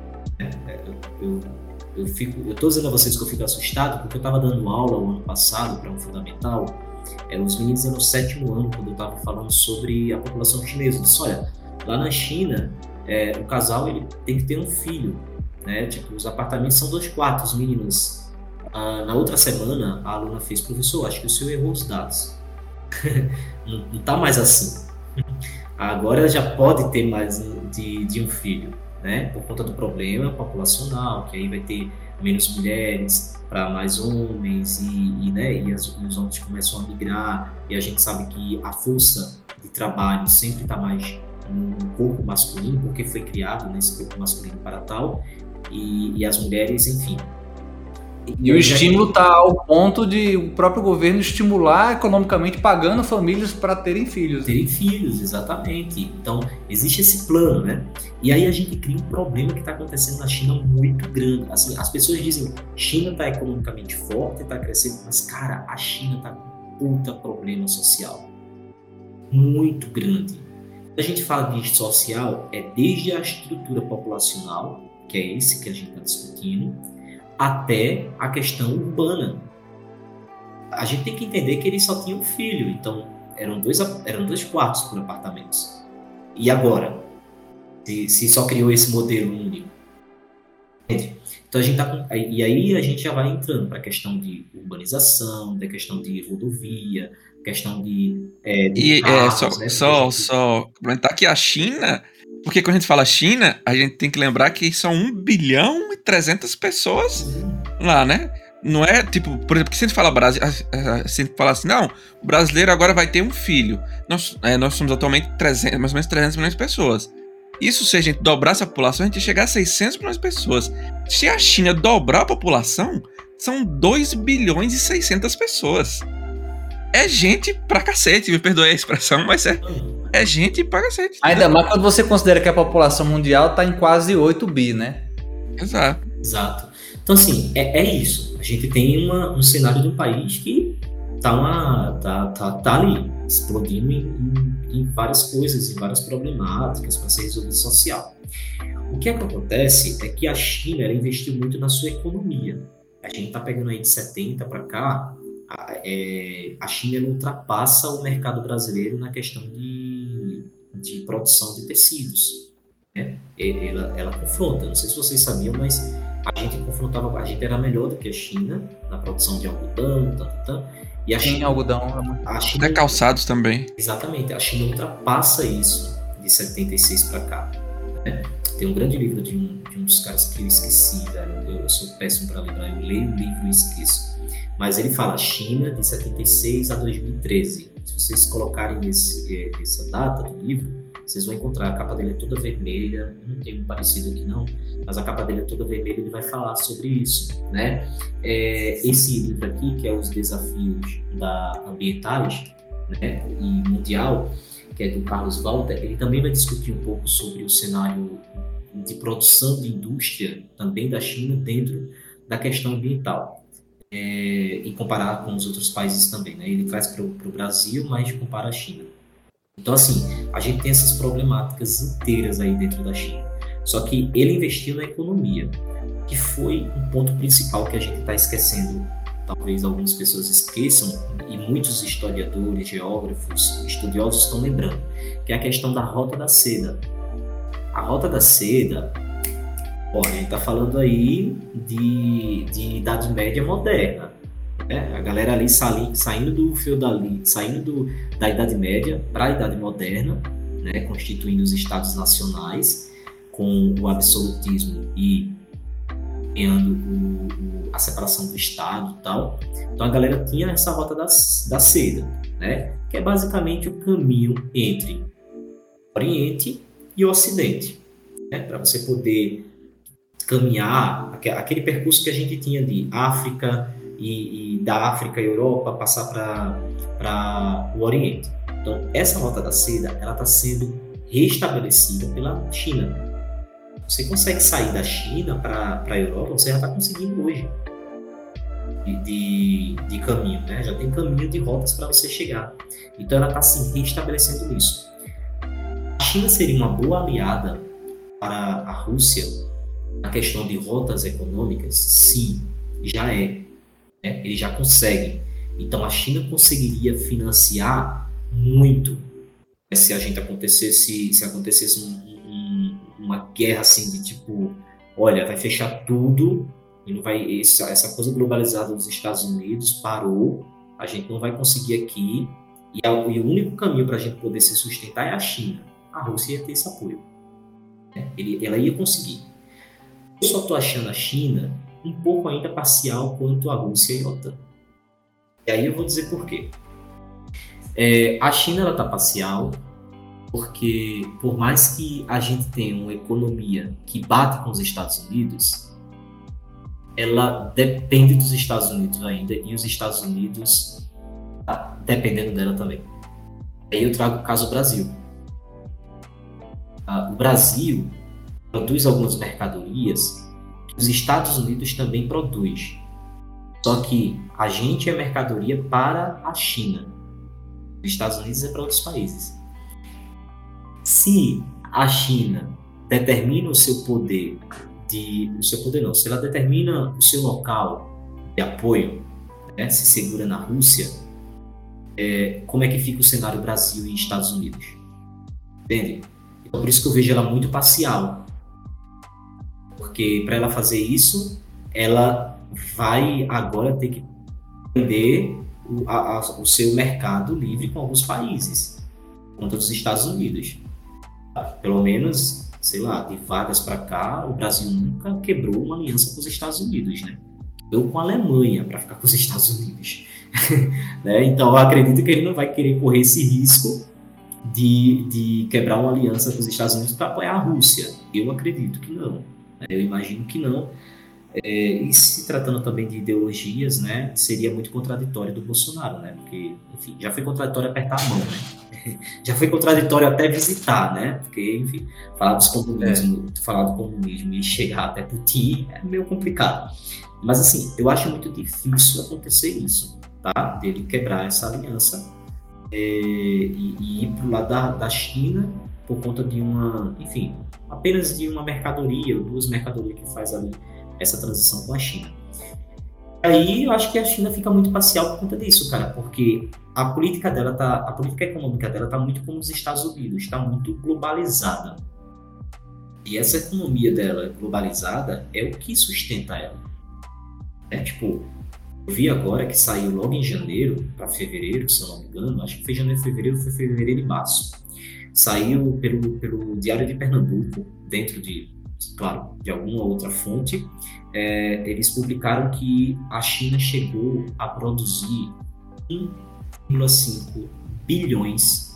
Eu estou dizendo a vocês que eu fico assustado porque eu estava dando aula o ano passado para um fundamental, os meninos eram no 7º ano quando eu estava falando sobre a população chinesa. Eu disse, olha, lá na China o casal ele tem que ter um filho, né? Tipo, os apartamentos são 2 quartos, meninas. Na outra semana a aluna fez, professor, acho que o senhor errou os dados. Não está mais assim. Agora já pode ter mais de um filho, né? Por conta do problema populacional, que aí vai ter menos mulheres para mais homens e os homens começam a migrar, e a gente sabe que a força de trabalho sempre está mais no corpo masculino, porque foi criado nesse corpo masculino para tal, e as mulheres, enfim. E o estímulo está ao ponto de o próprio governo estimular economicamente, pagando famílias para terem filhos. Terem filhos, exatamente. Então, existe esse plano, né? E aí a gente cria um problema que está acontecendo na China muito grande. Assim, as pessoas dizem, China está economicamente forte, está crescendo, mas, cara, a China está com um puta problema social muito grande. Quando a gente fala de social, é desde a estrutura populacional, que é esse que a gente está discutindo, até a questão urbana. A gente tem que entender que eles só tinham um filho, então eram dois quartos por apartamentos. E agora? Se só criou esse modelo único. Então a gente e aí a gente já vai entrando para a questão de urbanização, da questão de rodovia, questão de carros, né? Só comentar que a China, porque quando a gente fala China, a gente tem que lembrar que são 1.300.000.000 pessoas lá, né? Não é tipo, por exemplo, que se a gente fala Brasil, se a gente fala assim, não, o brasileiro agora vai ter um filho. Nós somos atualmente mais ou menos 300 milhões de pessoas. Isso, se a gente dobrasse a população, a gente ia chegar a 600 milhões de pessoas. Se a China dobrar a população, são 2.600.000.000 pessoas. É gente pra cacete, me perdoe a expressão, mas é gente pra cacete. Ainda mais quando você considera que a população mundial tá em quase 8 bi, né? Exato. Então, assim, é isso. A gente tem um cenário de um país que tá ali, explodindo em várias coisas, em várias problemáticas para ser resolvido social. O que acontece é que a China ela investiu muito na sua economia. A gente está pegando aí de 70 para cá, a China ultrapassa o mercado brasileiro na questão de produção de tecidos, né? Ela confronta, não sei se vocês sabiam, mas a gente era melhor do que a China na produção de algodão, e a China, algodão, a China calçados também. Exatamente, a China ultrapassa isso de 76 para cá, né? Tem um grande livro de um dos caras que eu esqueci, velho. Eu sou péssimo para lembrar, eu leio o livro e esqueço. Mas ele fala China de 76 a 2013. Se vocês colocarem essa data do livro, vocês vão encontrar. A capa dele é toda vermelha, não tem um parecido aqui não, mas a capa dele é toda vermelha, ele vai falar sobre isso, né? Esse livro aqui, que é Os Desafios Ambientais, né, e Mundial, que é do Carlos Walter, ele também vai discutir um pouco sobre o cenário de produção de indústria também da China dentro da questão ambiental, e comparar com os outros países também, né? Ele traz para o Brasil, mas compara a China. Então, assim, a gente tem essas problemáticas inteiras aí dentro da China. Só que ele investiu na economia, que foi um ponto principal que a gente está esquecendo. Talvez algumas pessoas esqueçam, e muitos historiadores, geógrafos, estudiosos estão lembrando, que é a questão da Rota da Seda. A Rota da Seda, a gente está falando aí de Idade Média moderna, né? A galera ali saindo do feudalismo, saindo da Idade Média para a Idade Moderna, né? Constituindo os Estados Nacionais com o absolutismo e criando a separação do Estado e tal. Então a galera tinha essa Rota da Seda, né? Que é basicamente o caminho entre o Oriente e o Ocidente, né? Para você poder caminhar aquele percurso que a gente tinha de África e da África e Europa passar para o Oriente. Então essa Rota da Seda, ela está sendo restabelecida pela China. Você consegue sair da China para a Europa, você já está conseguindo hoje de caminho, né? Já tem caminho de rotas para você chegar. Então ela está se restabelecendo isso. A China seria uma boa aliada para a Rússia na questão de rotas econômicas? Sim, já é. Né? Eles já conseguem. Então a China conseguiria financiar muito, né? Se acontecesse uma guerra assim de tipo, olha, vai fechar tudo e não vai, essa coisa globalizada dos Estados Unidos parou, a gente não vai conseguir aqui, e o único caminho para a gente poder se sustentar é a China. A Rússia ia ter esse apoio, né? Ela ia conseguir. Eu só estou achando a China um pouco ainda parcial quanto a Rússia e a OTAN. E aí eu vou dizer por quê. A China ela está parcial porque, por mais que a gente tenha uma economia que bate com os Estados Unidos, ela depende dos Estados Unidos ainda, e os Estados Unidos tá dependendo dela também. Aí eu trago o caso do Brasil. O Brasil produz algumas mercadorias que os Estados Unidos também produz. Só que a gente é mercadoria para a China. Os Estados Unidos é para outros países. Se a China determina o seu poder, se ela determina o seu local de apoio, né, se segura na Rússia, como é que fica o cenário Brasil e Estados Unidos? Entende? Então, por isso que eu vejo ela muito parcial. Porque para ela fazer isso, ela vai agora ter que vender o seu mercado livre com alguns países, contra os Estados Unidos. Pelo menos, sei lá, de vagas para cá, o Brasil nunca quebrou uma aliança com os Estados Unidos, né? Eu com a Alemanha para ficar com os Estados Unidos. Né? Então, eu acredito que ele não vai querer correr esse risco de quebrar uma aliança com os Estados Unidos para apoiar a Rússia. Eu acredito que não. Eu imagino que não. E se tratando também de ideologias, né, seria muito contraditório do Bolsonaro, né? Porque, enfim, já foi contraditório apertar a mão, né? Já foi contraditório até visitar, né? Porque, enfim, falar do comunismo e chegar até Putin é meio complicado. Mas, assim, eu acho muito difícil acontecer isso, tá? Dele quebrar essa aliança e ir para o lado da China por conta de apenas de uma mercadoria ou duas mercadorias que faz ali essa transição com a China. Aí eu acho que a China fica muito parcial por conta disso, cara, porque a política econômica dela tá muito como os Estados Unidos, está muito globalizada. E essa economia dela globalizada é o que sustenta ela. Tipo, eu vi agora que saiu logo em janeiro para fevereiro, se eu não me engano, acho que foi janeiro, fevereiro, foi fevereiro e março. Saiu pelo Diário de Pernambuco, dentro de, claro, de alguma outra fonte. Eles publicaram que a China chegou a produzir 1,5 bilhões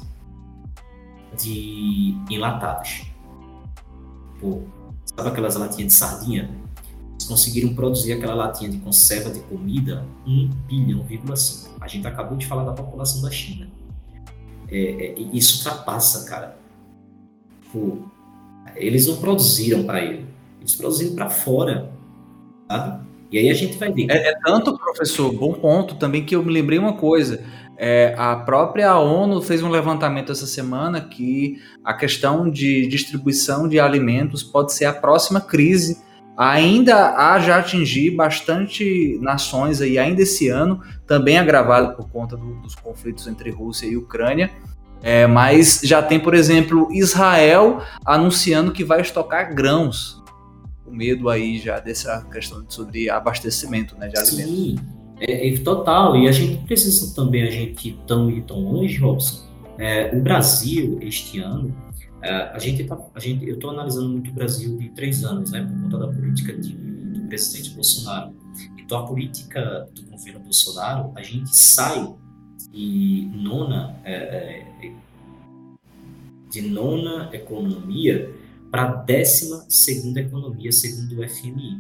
de enlatados. Pô, sabe aquelas latinhas de sardinha? Eles conseguiram produzir aquela latinha de conserva de comida 1,5 bilhão. A gente acabou de falar da população da China. Isso ultrapassa, cara. Pô, eles não produziram para ele, eles produziram para fora, sabe? E aí a gente vai ver. Tanto, professor, bom ponto também, que eu me lembrei uma coisa. A própria ONU fez um levantamento essa semana que a questão de distribuição de alimentos pode ser a próxima crise, ainda a já atingir bastante nações aí, ainda esse ano, também agravado por conta dos conflitos entre Rússia e Ucrânia. Mas já tem, por exemplo, Israel anunciando que vai estocar grãos. O medo aí já dessa questão sobre abastecimento, né, de alimentos. Sim. Total, e a gente precisa também, a gente ir tão longe, Robson. O Brasil, este ano, eu estou analisando muito o Brasil de 3 anos, né, por conta da política do presidente Bolsonaro. Então, a política do governo Bolsonaro, a gente sai de nona economia para 12ª economia, segundo o FMI.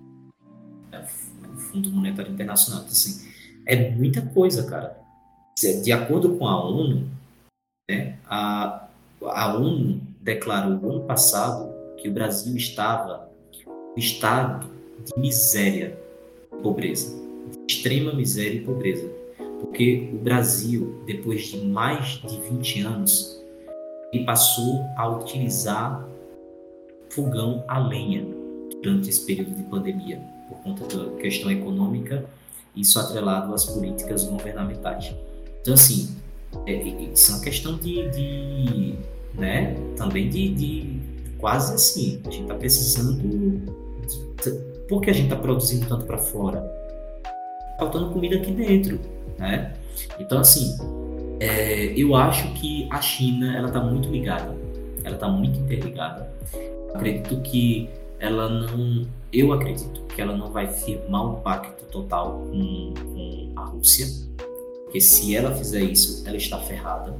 Fundo Monetário Internacional. Então, assim, é muita coisa, cara. De acordo com a ONU, né, a ONU declarou no ano passado que o Brasil estava em estado de miséria e pobreza. De extrema miséria e pobreza. Porque o Brasil, depois de mais de 20 anos, ele passou a utilizar fogão a lenha durante esse período de pandemia, por conta da questão econômica, isso atrelado às políticas governamentais. Então, assim, isso é uma questão né, também de quase assim, a gente está precisando... Por que a gente está produzindo tanto para fora? Faltando comida aqui dentro, né? Então, assim, eu acho que a China, ela está muito ligada, ela está muito interligada. Eu acredito que ela não vai firmar um pacto total com a Rússia, porque se ela fizer isso, ela está ferrada.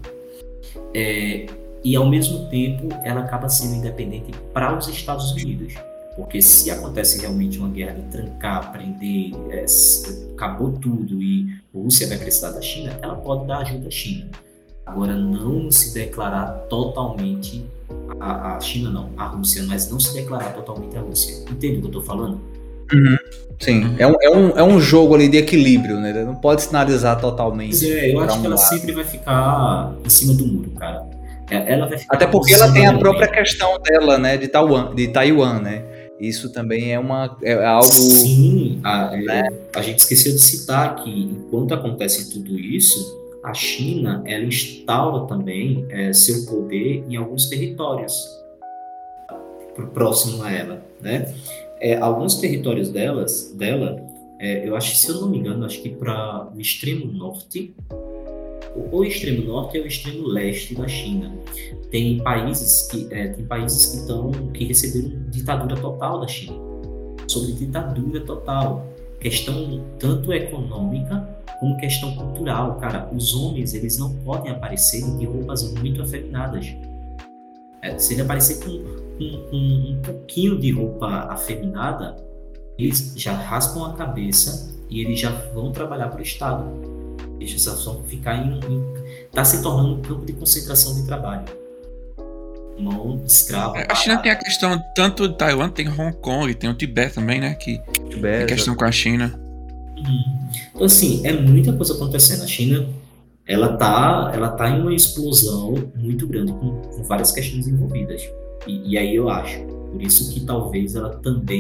E ao mesmo tempo, ela acaba sendo independente para os Estados Unidos, porque se acontece realmente uma guerra de trancar, prender, acabou tudo e a Rússia vai precisar da China, ela pode dar ajuda à China. Agora, não se declarar totalmente a China, não, a Rússia, mas não se declarar totalmente a Rússia. Entende o que eu estou falando? Uhum. Sim, é um jogo ali de equilíbrio, né? Não pode sinalizar totalmente. Eu acho que ela sempre vai ficar em cima do muro, cara. Ela vai ficar. Até porque ela tem a própria questão dela, né? De Taiwan, né? Isso também é algo... Sim, a gente esqueceu de citar que enquanto acontece tudo isso, a China, ela instala também seu poder em alguns territórios próximo a ela, né? Alguns territórios dela, eu acho, se eu não me engano, acho que para o extremo norte, o extremo norte é o extremo leste da China. Tem países que receberam ditadura total da China, sobre ditadura total, questão tanto econômica como questão cultural. Cara, os homens, eles não podem aparecer de roupas muito afeminadas. Se ele aparecer com um pouquinho de roupa afeminada, eles já raspam a cabeça e eles já vão trabalhar para o Estado. Eles já vão ficar tá se tornando um campo de concentração de trabalho. Mão escrava. A China tem a questão tanto de Taiwan, tem Hong Kong, tem o Tibete também, né? Que tem questão com a China. Então, assim, é muita coisa acontecendo. A China, ela tá em uma explosão muito grande, com várias questões envolvidas. E aí eu acho, por isso que talvez ela também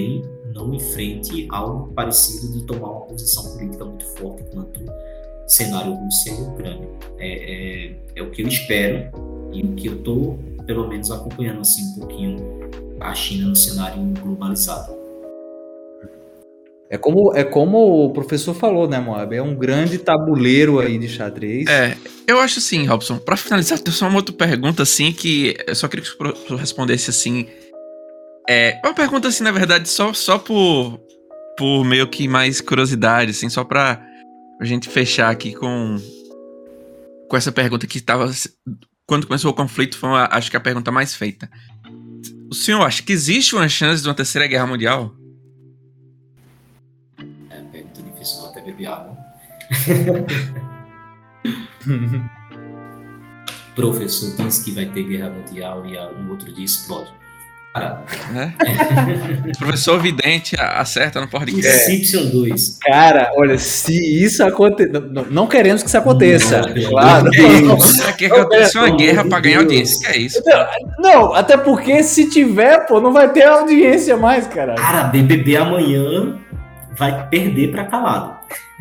não enfrente algo parecido de tomar uma posição política muito forte quanto o cenário Rússia e Ucrânia. É o que eu espero e o que eu estou, pelo menos, acompanhando assim, um pouquinho a China no cenário globalizado. É como o professor falou, né, Moab? É um grande tabuleiro aí de xadrez. Eu acho assim, Robson, pra finalizar, tem só uma outra pergunta, assim, que eu só queria que o professor respondesse, assim. Uma pergunta, assim, na verdade, só por meio que mais curiosidade, assim, só pra gente fechar aqui com essa pergunta que tava... Quando começou o conflito, foi, acho que a pergunta mais feita. O senhor acha que existe uma chance de uma terceira guerra mundial? Pergunta difícil, vou até beber água. Professor diz que vai ter guerra mundial e no outro dia explode. Cara, Professor vidente acerta no podcast. Inception 2. Cara, olha, se isso acontecer... Não queremos que isso aconteça. Claro. Que aconteça uma guerra pra ganhar audiência. Que é isso? Não, até porque se tiver, pô, não vai ter audiência mais, cara. Cara, BBB amanhã vai perder pra calado.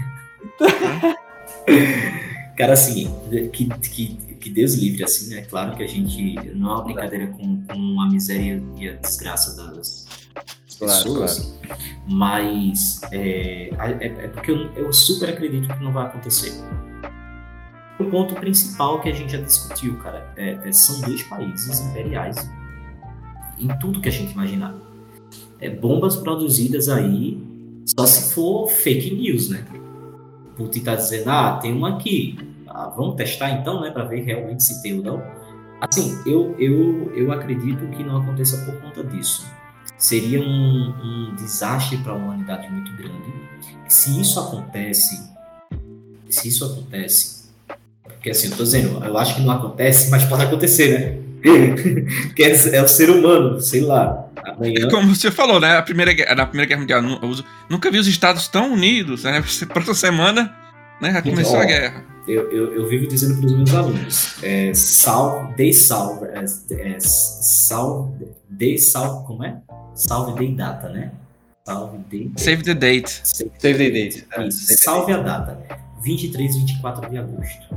Cara, assim, que Deus livre, assim, né? Claro que a gente não é uma brincadeira com a miséria e a desgraça das pessoas, claro. Mas é porque eu super acredito que não vai acontecer. O ponto principal que a gente já discutiu, cara, são dois países imperiais em tudo que a gente imaginar. Bombas produzidas aí, só se for fake news, né? Putin tá dizendo, tem uma aqui. Vamos testar então, né, para ver realmente se tem ou não. Assim, eu acredito que não aconteça por conta disso. Seria um desastre para a humanidade muito grande. Se isso acontece, porque assim, eu tô dizendo, eu acho que não acontece, mas pode acontecer, né? Porque é o ser humano, sei lá. Amanhã... Como você falou, né? Na Primeira Guerra Mundial, nunca vi os Estados tão unidos, né? Próxima semana, né? Já começou a guerra. Eu vivo dizendo para os meus alunos, como é? Salve the data, né? Save the date. Save the date. Salve a data. 23 e 24 de agosto.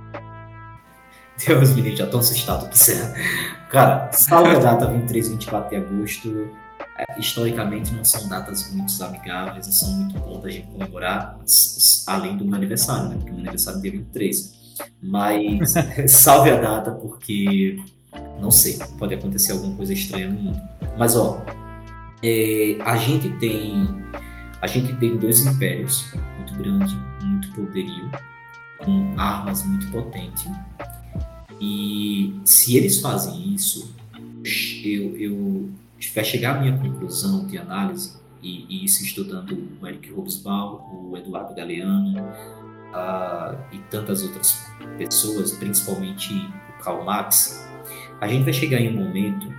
Deus, meninos, já estão assustados. Que será? Cara, salve a data 23 e 24 de agosto. Historicamente não são datas muito amigáveis, não são muito bons da gente comemorar, além do meu aniversário, né? Porque meu aniversário é dia 23. Mas salve a data, porque não sei, pode acontecer alguma coisa estranha no mundo. Mas a gente tem dois impérios muito grandes, muito poderio, com armas muito potentes. E se eles fazem isso, eu vai chegar à minha conclusão de análise, e isso estudando o Eric Hobsbawm, o Eduardo Galeano e tantas outras pessoas, principalmente o Karl Marx, a gente vai chegar em um momento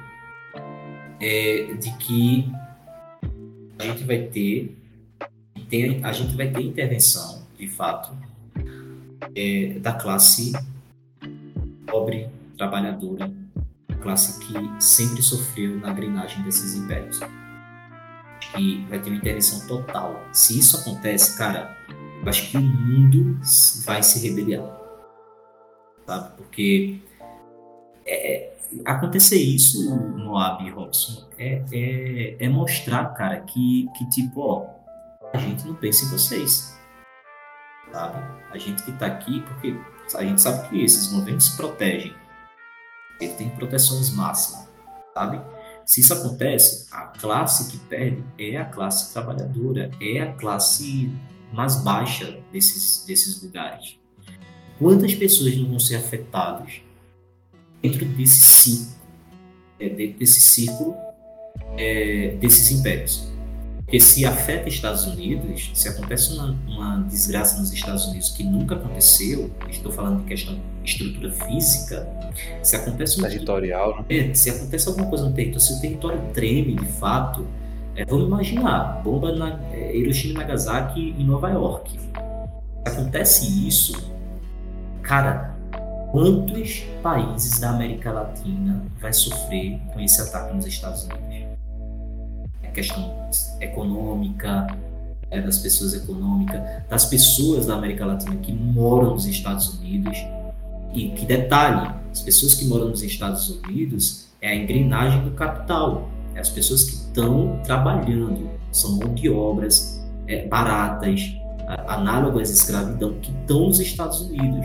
de que a gente vai ter intervenção, de fato, da classe pobre, trabalhadora, classe que sempre sofreu na engrenagem desses impérios. E vai ter uma intervenção total. Se isso acontece, cara, eu acho que o mundo vai se rebeliar. Sabe? Porque acontecer isso no Moab e Robson é mostrar, cara, que tipo, a gente não pensa em vocês. Sabe? A gente que tá aqui, porque a gente sabe que esses governos se protegem. Ele tem proteções máximas, sabe? Se isso acontece, a classe que perde é a classe trabalhadora, é a classe mais baixa desses lugares. Quantas pessoas não vão ser afetadas dentro desse círculo desses impérios? Porque se afeta Estados Unidos, se acontece uma desgraça nos Estados Unidos que nunca aconteceu, estou falando de questão de estrutura física, se acontece territorial, né? Se acontece alguma coisa no território, se o território treme de fato, vamos imaginar, bomba na Hiroshima e Nagasaki em Nova York. Se acontece isso, cara, quantos países da América Latina vai sofrer com esse ataque nos Estados Unidos? questão econômica, das pessoas econômicas, das pessoas da América Latina que moram nos Estados Unidos. E que detalhe, as pessoas que moram nos Estados Unidos é a engrenagem do capital, é as pessoas que estão trabalhando, são mão de obras baratas, análogas à escravidão, que estão nos Estados Unidos.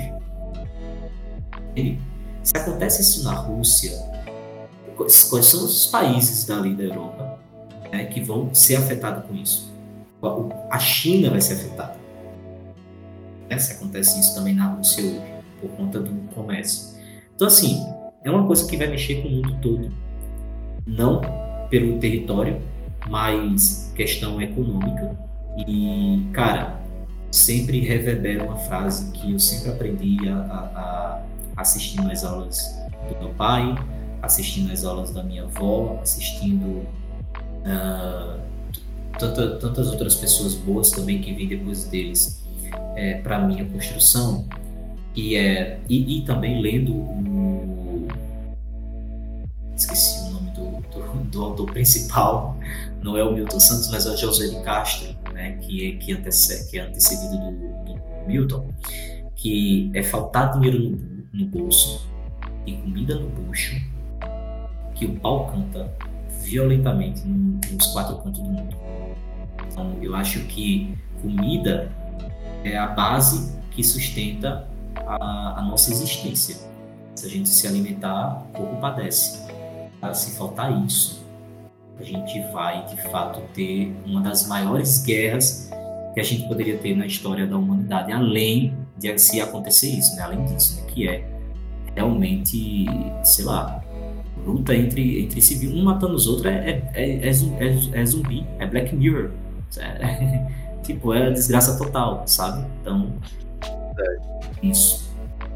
E, se acontece isso na Rússia, quais são os países dali da Europa, né, que vão ser afetados com isso? A China vai ser afetada. Se acontece isso também na Rússia hoje, por conta do comércio. Então, assim, é uma coisa que vai mexer com o mundo todo. Não pelo território, mas questão econômica. E, cara, sempre reverbera uma frase que eu sempre aprendi assistindo às aulas do meu pai, assistindo às aulas da minha avó, assistindo tantas outras pessoas boas também que vêm depois deles para a minha construção, e também lendo esqueci o nome do autor principal, não é o Milton Santos, mas é o José de Castro, né, que é antecedido do Milton, que é faltar dinheiro no bolso e comida no bucho, que o pau canta violentamente nos 4 cantos do mundo. Então, eu acho que comida é a base que sustenta a nossa existência. Se a gente se alimentar, o corpo padece. Se faltar isso, a gente vai, de fato, ter uma das maiores guerras que a gente poderia ter na história da humanidade, além de se acontecer isso, né? Além disso, né? Que é realmente, sei lá, luta entre civil, um matando os outros, é zumbi, é Black Mirror, tipo, é desgraça total, sabe? Então, isso.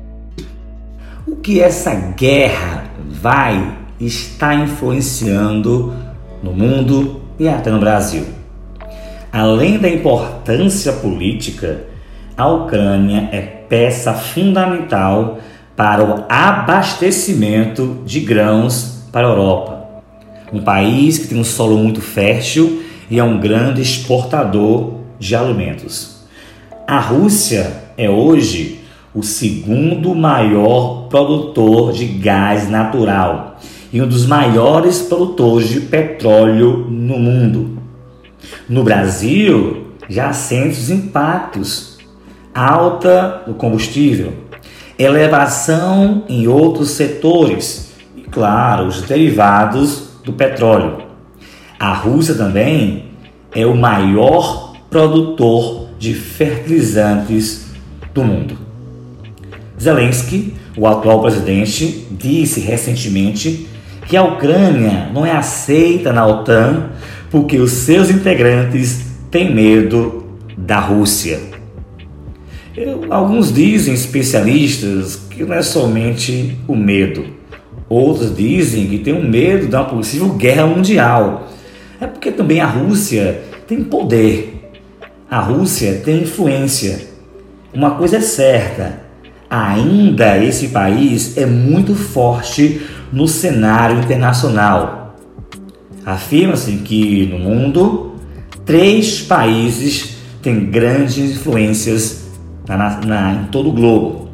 O que essa guerra vai estar influenciando no mundo e até no Brasil? Além da importância política, a Ucrânia é peça fundamental para o abastecimento de grãos para a Europa. Um país que tem um solo muito fértil e é um grande exportador de alimentos. A Rússia é hoje o segundo maior produtor de gás natural e um dos maiores produtores de petróleo no mundo. No Brasil, já sente os impactos: alta do combustível, elevação em outros setores e, claro, os derivados do petróleo. A Rússia também é o maior produtor de fertilizantes do mundo. Zelensky, o atual presidente, disse recentemente que a Ucrânia não é aceita na OTAN porque os seus integrantes têm medo da Rússia. Alguns dizem, especialistas, que não é somente o medo. Outros dizem que tem um medo de uma possível guerra mundial. É porque também a Rússia tem poder. A Rússia tem influência. Uma coisa é certa: ainda esse país é muito forte no cenário internacional. Afirma-se que no mundo 3 países têm grandes influências em todo o globo: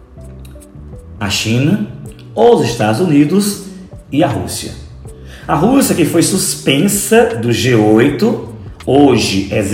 a China, os Estados Unidos e a Rússia. A Rússia, que foi suspensa do G8, hoje é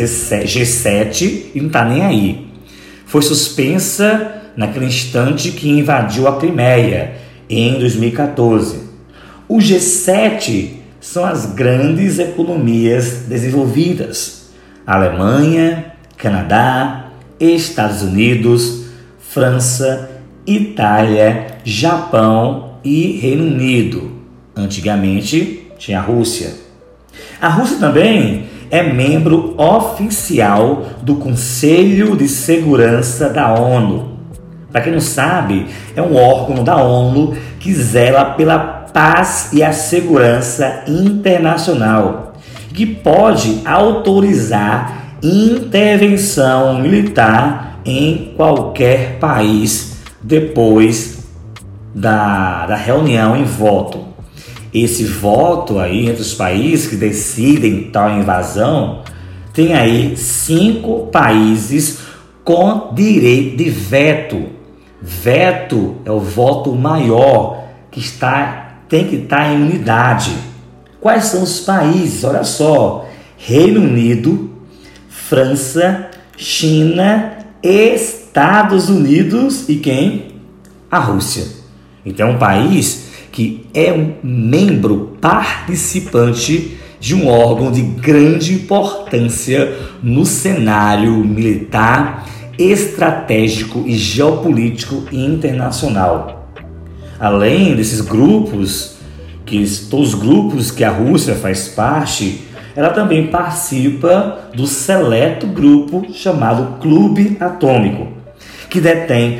G7 e não está nem aí. Foi suspensa naquele instante que invadiu a Crimeia, em 2014. O G7 são as grandes economias desenvolvidas: Alemanha, Canadá, Estados Unidos, França, Itália, Japão e Reino Unido. Antigamente tinha a Rússia. A Rússia também é membro oficial do Conselho de Segurança da ONU. Para quem não sabe, é um órgão da ONU que zela pela paz e a segurança internacional, que pode autorizar intervenção militar em qualquer país depois da reunião em voto. esse voto aí entre os países que decidem tal invasão, tem aí 5 países com direito de veto. Veto é o voto maior que tem que estar em unidade. Quais são os países? Olha só: Reino Unido, França, China, Estados Unidos e quem? A Rússia. Então é um país que é um membro participante de um órgão de grande importância no cenário militar, estratégico e geopolítico internacional. Além desses grupos, todos os grupos que a Rússia faz parte, ela também participa do seleto grupo chamado Clube Atômico, que detém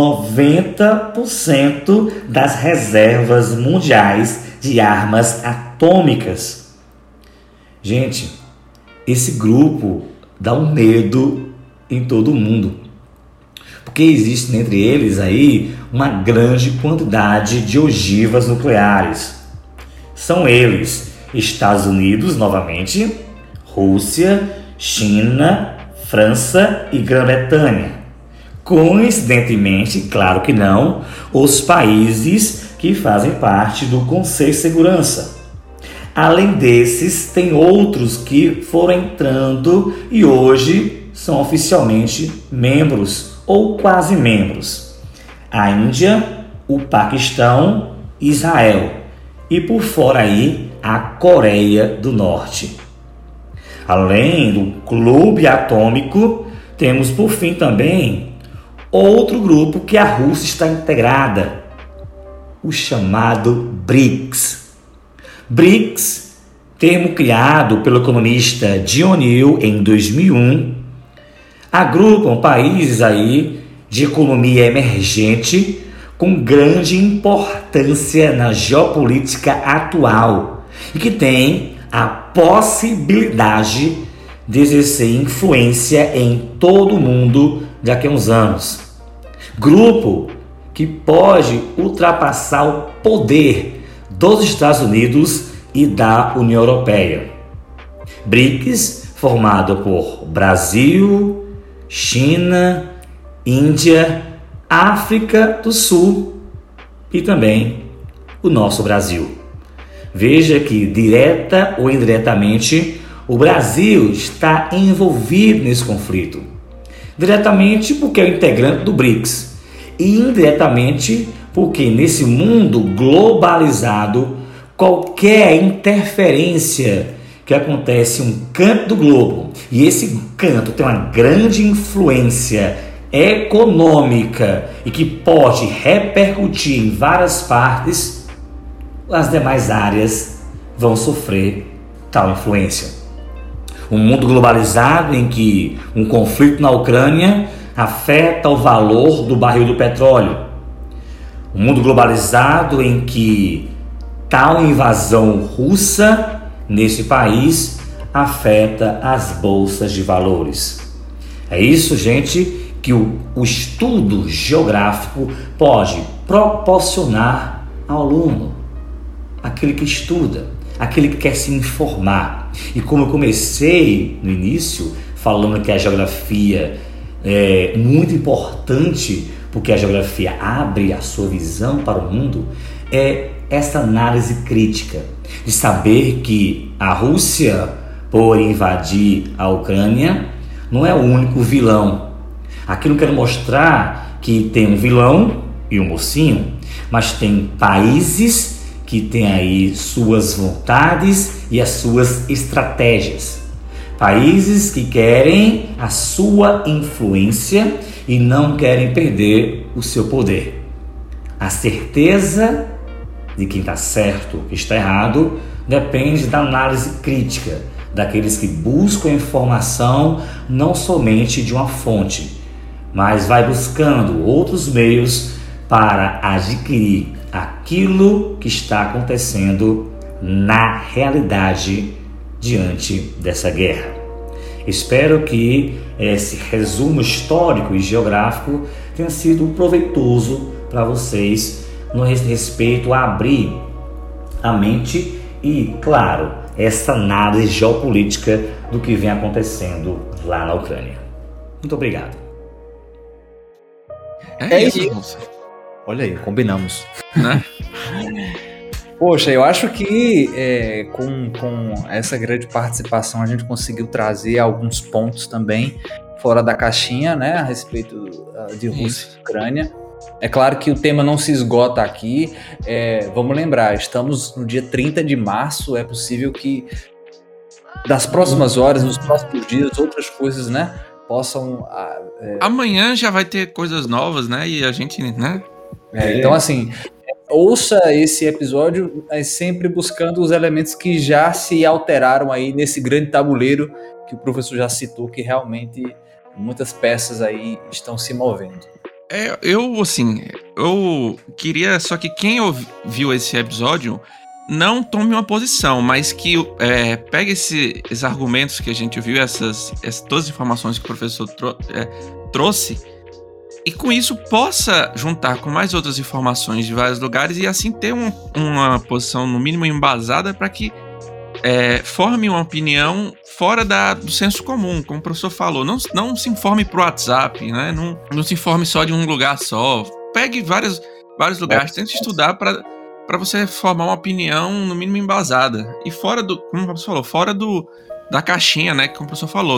90% das reservas mundiais de armas atômicas. Gente, esse grupo dá um medo em todo o mundo, porque existe entre eles aí uma grande quantidade de ogivas nucleares. São eles Estados Unidos, novamente, Rússia, China, França e Grã-Bretanha. Coincidentemente, claro que não, os países que fazem parte do Conselho de Segurança. Além desses, tem outros que foram entrando e hoje são oficialmente membros ou quase membros. A Índia, o Paquistão, Israel e por fora aí a Coreia do Norte. Além do Clube Atômico, temos por fim também outro grupo que a Rússia está integrada, o chamado BRICS. BRICS, termo criado pelo economista John Neal em 2001, agrupam países aí de economia emergente com grande importância na geopolítica atual e que tem a possibilidade de exercer influência em todo o mundo daqui a uns anos. Grupo que pode ultrapassar o poder dos Estados Unidos e da União Europeia. BRICS, formado por Brasil, China, Índia, África do Sul e também o nosso Brasil. Veja que, direta ou indiretamente, o Brasil está envolvido nesse conflito. Diretamente porque é o integrante do BRICS e indiretamente porque nesse mundo globalizado, qualquer interferência que acontece em um canto do globo e esse canto tem uma grande influência econômica e que pode repercutir em várias partes, as demais áreas vão sofrer tal influência. Um mundo globalizado em que um conflito na Ucrânia afeta o valor do barril do petróleo. Um mundo globalizado em que tal invasão russa nesse país afeta as bolsas de valores. É isso, gente, que o estudo geográfico pode proporcionar ao aluno, aquele que estuda, aquele que quer se informar. E como eu comecei no início falando que a geografia é muito importante, porque a geografia abre a sua visão para o mundo, é essa análise crítica de saber que a Rússia, por invadir a Ucrânia, não é o único vilão. Aqui não quero mostrar que tem um vilão e um mocinho, mas tem países que têm aí suas vontades e as suas estratégias. Países que querem a sua influência e não querem perder o seu poder. A certeza de quem está certo ou que está errado depende da análise crítica, daqueles que buscam informação não somente de uma fonte, mas vai buscando outros meios para adquirir aquilo que está acontecendo na realidade diante dessa guerra. Espero que esse resumo histórico e geográfico tenha sido proveitoso para vocês no respeito a abrir a mente e, claro, essa análise geopolítica do que vem acontecendo lá na Ucrânia. Muito obrigado. É isso. Olha aí, combinamos. Né? Poxa, eu acho que com essa grande participação a gente conseguiu trazer alguns pontos também fora da caixinha, né, a respeito de Rússia e Ucrânia. É claro que o tema não se esgota aqui. Vamos lembrar, estamos no dia 30 de março, é possível que das próximas horas, nos próximos dias, outras coisas, né, possam... Amanhã já vai ter coisas novas, né, e a gente, né... Então, assim, ouça esse episódio sempre buscando os elementos que já se alteraram aí nesse grande tabuleiro que o professor já citou, que realmente muitas peças aí estão se movendo. Eu queria só que quem viu esse episódio não tome uma posição, mas que pegue esses argumentos que a gente viu, todas as informações que o professor trouxe, e com isso possa juntar com mais outras informações de vários lugares e assim ter uma posição no mínimo embasada para que forme uma opinião fora do senso comum, como o professor falou. Não se informe pro WhatsApp, né? Não se informe só de um lugar só. Pegue vários lugares, tente estudar para você formar uma opinião no mínimo embasada. E fora como o professor falou, fora da caixinha, né? Como o professor falou,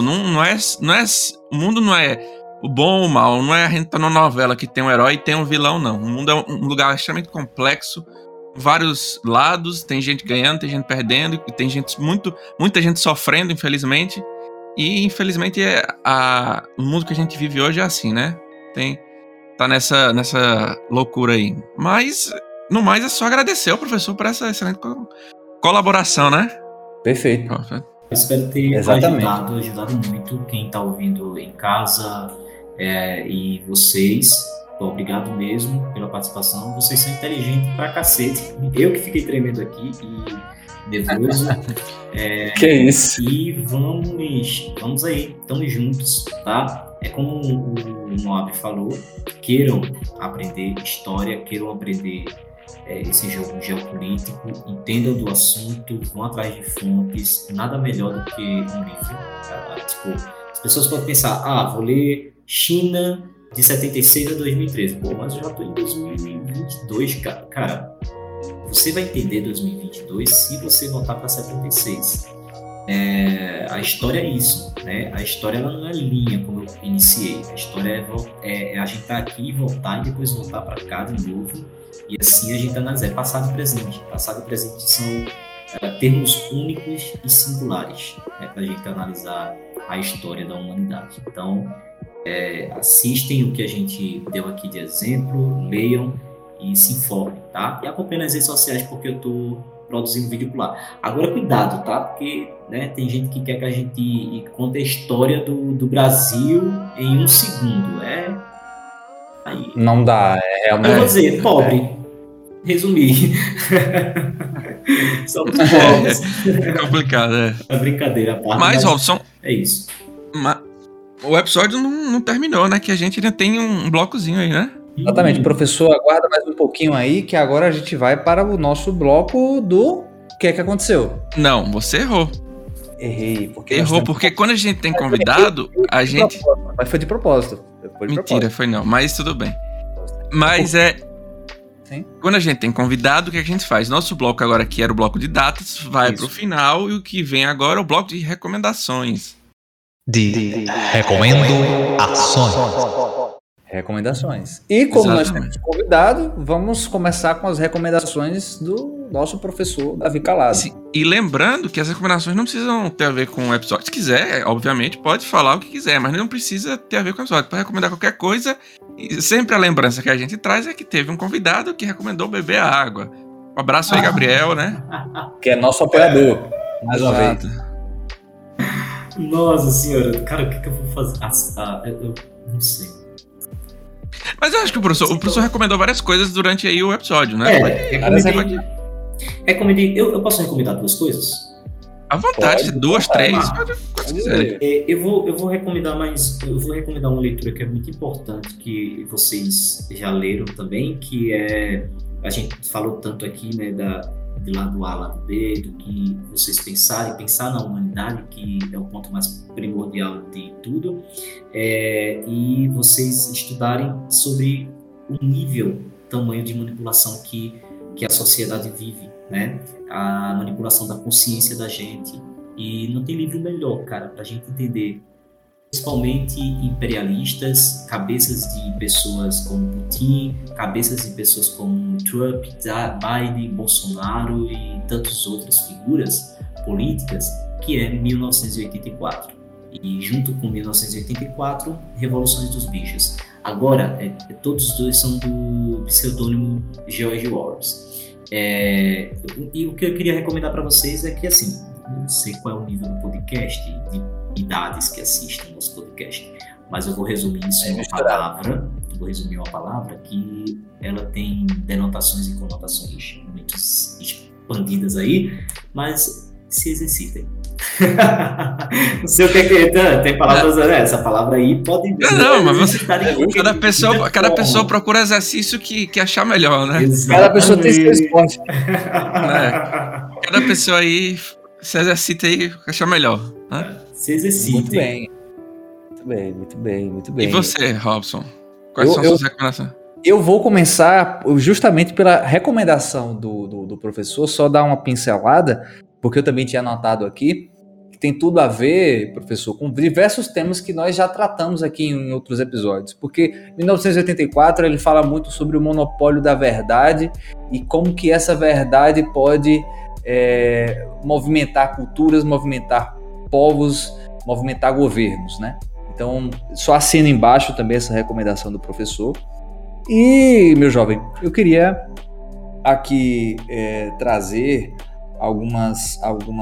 o mundo não é o bom ou o mal, não é a gente tá numa novela que tem um herói e tem um vilão, não. O mundo é um lugar extremamente complexo, vários lados, tem gente ganhando, tem gente perdendo, e tem muita gente sofrendo, infelizmente. E infelizmente o mundo que a gente vive hoje é assim, né? Tá nessa loucura aí. Mas, no mais, é só agradecer ao professor por essa excelente colaboração, né? Perfeito. Eu espero ter ajudado muito quem tá ouvindo em casa e vocês. Obrigado mesmo pela participação. Vocês são inteligentes pra cacete. Eu que fiquei tremendo aqui e nervoso. Que isso? E vamos aí, estamos juntos, tá? É como o Noab falou, queiram aprender história, queiram aprender esse jogo geopolítico, entendam do assunto, vão atrás de fontes, nada melhor do que um livro. Tipo, as pessoas podem pensar, vou ler China de 76 a 2013. Pô, mas eu já tô em 2022, cara. Cara, você vai entender 2022 se você voltar para 76. A história é isso, né? A história ela não é linha, como eu iniciei. A história é a gente estar aqui, voltar e depois voltar para cá de novo. E assim a gente analisa. É passado e presente. Passado e presente são termos únicos e singulares, né, para a gente analisar a história da humanidade. Então, assistem o que a gente deu aqui de exemplo, leiam e se informem, tá? E acompanhem nas redes sociais, porque eu tô produzindo vídeo por lá. Agora, cuidado, tá? Porque, né, tem gente que quer que a gente conte a história do Brasil em 1 segundo. Aí, não dá, realmente. Eu vou dizer, pobre. Resumir. Somos pobres. É complicado, É brincadeira, parte. Mas, Robson... É isso. O episódio não terminou, né? Que a gente ainda tem um blocozinho aí, né? Exatamente. Professor, aguarda mais um pouquinho aí, que agora a gente vai para o nosso bloco do... O que é que aconteceu? Não, você errou. Errei. Porque quando a gente tem convidado, a gente... Mas foi de propósito. Mentira, foi não. Mas tudo bem. Mas Sim. Quando a gente tem convidado, o que a gente faz? Nosso bloco agora, que era o bloco de datas, vai pro final, e o que vem agora é o bloco de recomendações. Recomendações. E como Exatamente. Nós temos convidado, vamos começar com as recomendações do nosso professor Davi Calado. Sim. E lembrando que as recomendações não precisam ter a ver com o episódio. Se quiser, obviamente, pode falar o que quiser, mas não precisa ter a ver com o episódio. Pode recomendar qualquer coisa. E sempre a lembrança que a gente traz é que teve um convidado que recomendou beber a água. Um abraço aí, Gabriel, né? Que é nosso apoiador. Mais uma vez. Nossa senhora, cara, o que eu vou fazer? Eu não sei. Mas eu acho que o professor recomendou várias coisas durante aí o episódio, né? Eu posso recomendar 2 coisas? À vontade, 2, 3, pode quiser. Eu vou recomendar uma leitura que é muito importante, que vocês já leram também, que a gente falou tanto aqui, né, de lado A, lado B, do que vocês pensar na humanidade, que é o ponto mais primordial de tudo, e vocês estudarem sobre o nível, tamanho de manipulação que a sociedade vive, né? A manipulação da consciência da gente. E não tem livro melhor, cara, pra gente entender, principalmente imperialistas, cabeças de pessoas como Putin, cabeças de pessoas como Trump, Biden, Bolsonaro e tantas outras figuras políticas, que é 1984. E junto com 1984, Revoluções dos Bichos. Agora, todos os dois são do pseudônimo George Orwell. E o que eu queria recomendar para vocês é que, assim, não sei qual é o nível do podcast, de idades que assistem ao nosso podcast, mas eu vou resumir isso em uma palavra. Vou resumir uma palavra que ela tem denotações e conotações muito expandidas aí, mas se exercitem. Não sei o que tem palavras, essa palavra aí pode vir. Não, mas você, cada pessoa procura exercício que achar melhor, né? Exatamente. Cada pessoa tem seu esporte. Cada pessoa aí se exercita aí, achar melhor. Né? Se exercitem. Muito bem. E você, Robson? Quais são suas recomendações? Eu vou começar justamente pela recomendação do professor, só dar uma pincelada, porque eu também tinha anotado aqui, que tem tudo a ver, professor, com diversos temas que nós já tratamos aqui em outros episódios. Porque em 1984 ele fala muito sobre o monopólio da verdade e como que essa verdade pode movimentar culturas, movimentar povos, movimentar governos, né? Então, só assina embaixo também essa recomendação do professor. E, meu jovem, eu queria aqui trazer algumas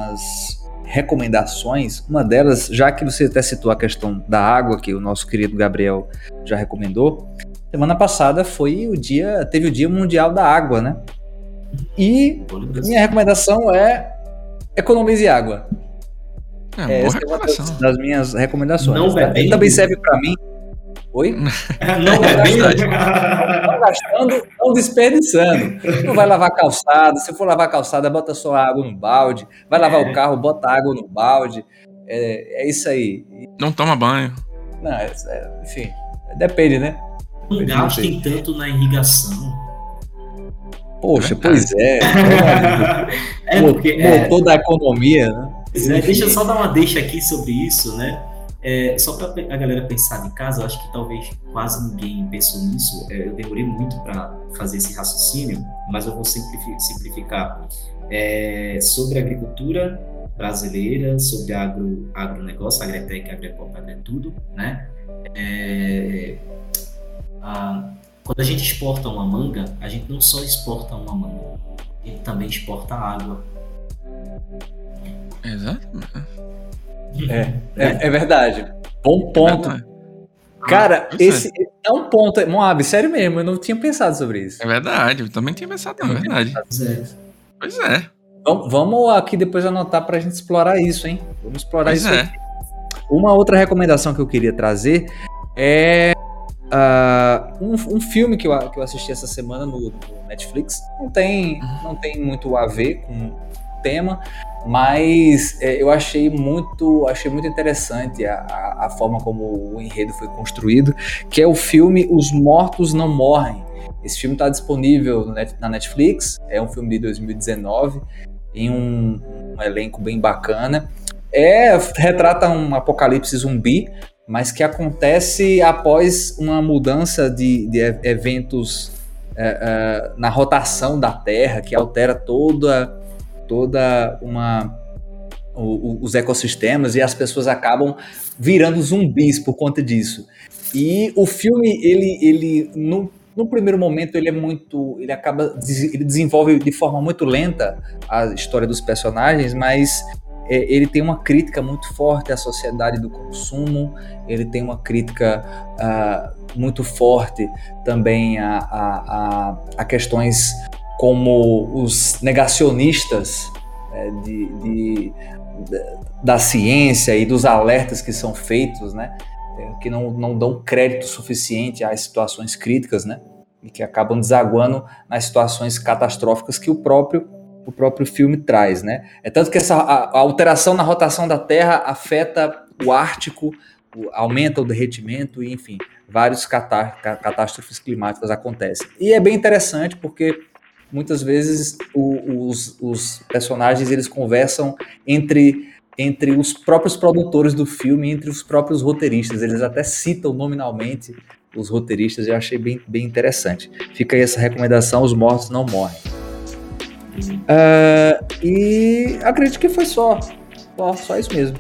recomendações. Uma delas, já que você até citou a questão da água, que o nosso querido Gabriel já recomendou, semana passada teve o Dia Mundial da Água, né? E minha recomendação é economize água. Essa é uma das minhas recomendações. Não bebendo. Também serve para mim. Oi? Não bebendo. Não gastando, não desperdiçando. Não vai lavar calçada. Se for lavar calçada, bota só água no balde. Vai lavar o carro, bota água no balde. É isso aí. Não toma banho. Não, enfim, depende, né? Não gastem tanto na irrigação. Poxa, pois é. Motor da economia, né? Deixa eu só dar uma deixa aqui sobre isso, né? Só para a galera pensar em casa, eu acho que talvez quase ninguém pensou nisso. Eu demorei muito para fazer esse raciocínio, mas eu vou simplificar. Sobre a agricultura brasileira, sobre agronegócio, agretec, agropop, agretudo, né? Quando a gente exporta uma manga, a gente não só exporta uma manga, a gente também exporta água. Exato. É verdade. Bom ponto. Cara, esse é um ponto. Moab, sério mesmo, eu não tinha pensado sobre isso. É verdade, eu também tinha pensado, não, é verdade. Pois é. Vamos aqui depois anotar pra gente explorar isso, hein? Vamos explorar pois isso. É. Uma outra recomendação que eu queria trazer é um filme que eu assisti essa semana no Netflix. Não tem muito a ver com o tema, mas eu achei muito interessante a forma como o enredo foi construído, que é o filme Os Mortos Não Morrem. Esse filme está disponível na Netflix, é um filme de 2019, em um elenco bem bacana. Retrata um apocalipse zumbi, mas que acontece após uma mudança de eventos na rotação da Terra, que altera toda os ecossistemas, e as pessoas acabam virando zumbis por conta disso. E o filme, ele no primeiro momento, ele desenvolve de forma muito lenta a história dos personagens, mas ele tem uma crítica muito forte à sociedade do consumo, ele tem uma crítica muito forte também a questões como os negacionistas da ciência e dos alertas que são feitos, né? Que não dão crédito suficiente às situações críticas, né? E que acabam desaguando nas situações catastróficas que o próprio o próprio filme traz, né? É tanto que a alteração na rotação da Terra afeta o Ártico, aumenta o derretimento e, enfim, várias catástrofes climáticas acontecem. E é bem interessante porque muitas vezes os personagens eles conversam entre os próprios produtores do filme, entre os próprios roteiristas. Eles até citam nominalmente os roteiristas, eu achei bem, bem interessante. Fica aí essa recomendação, Os Mortos Não Morrem. E acredito que foi só isso mesmo.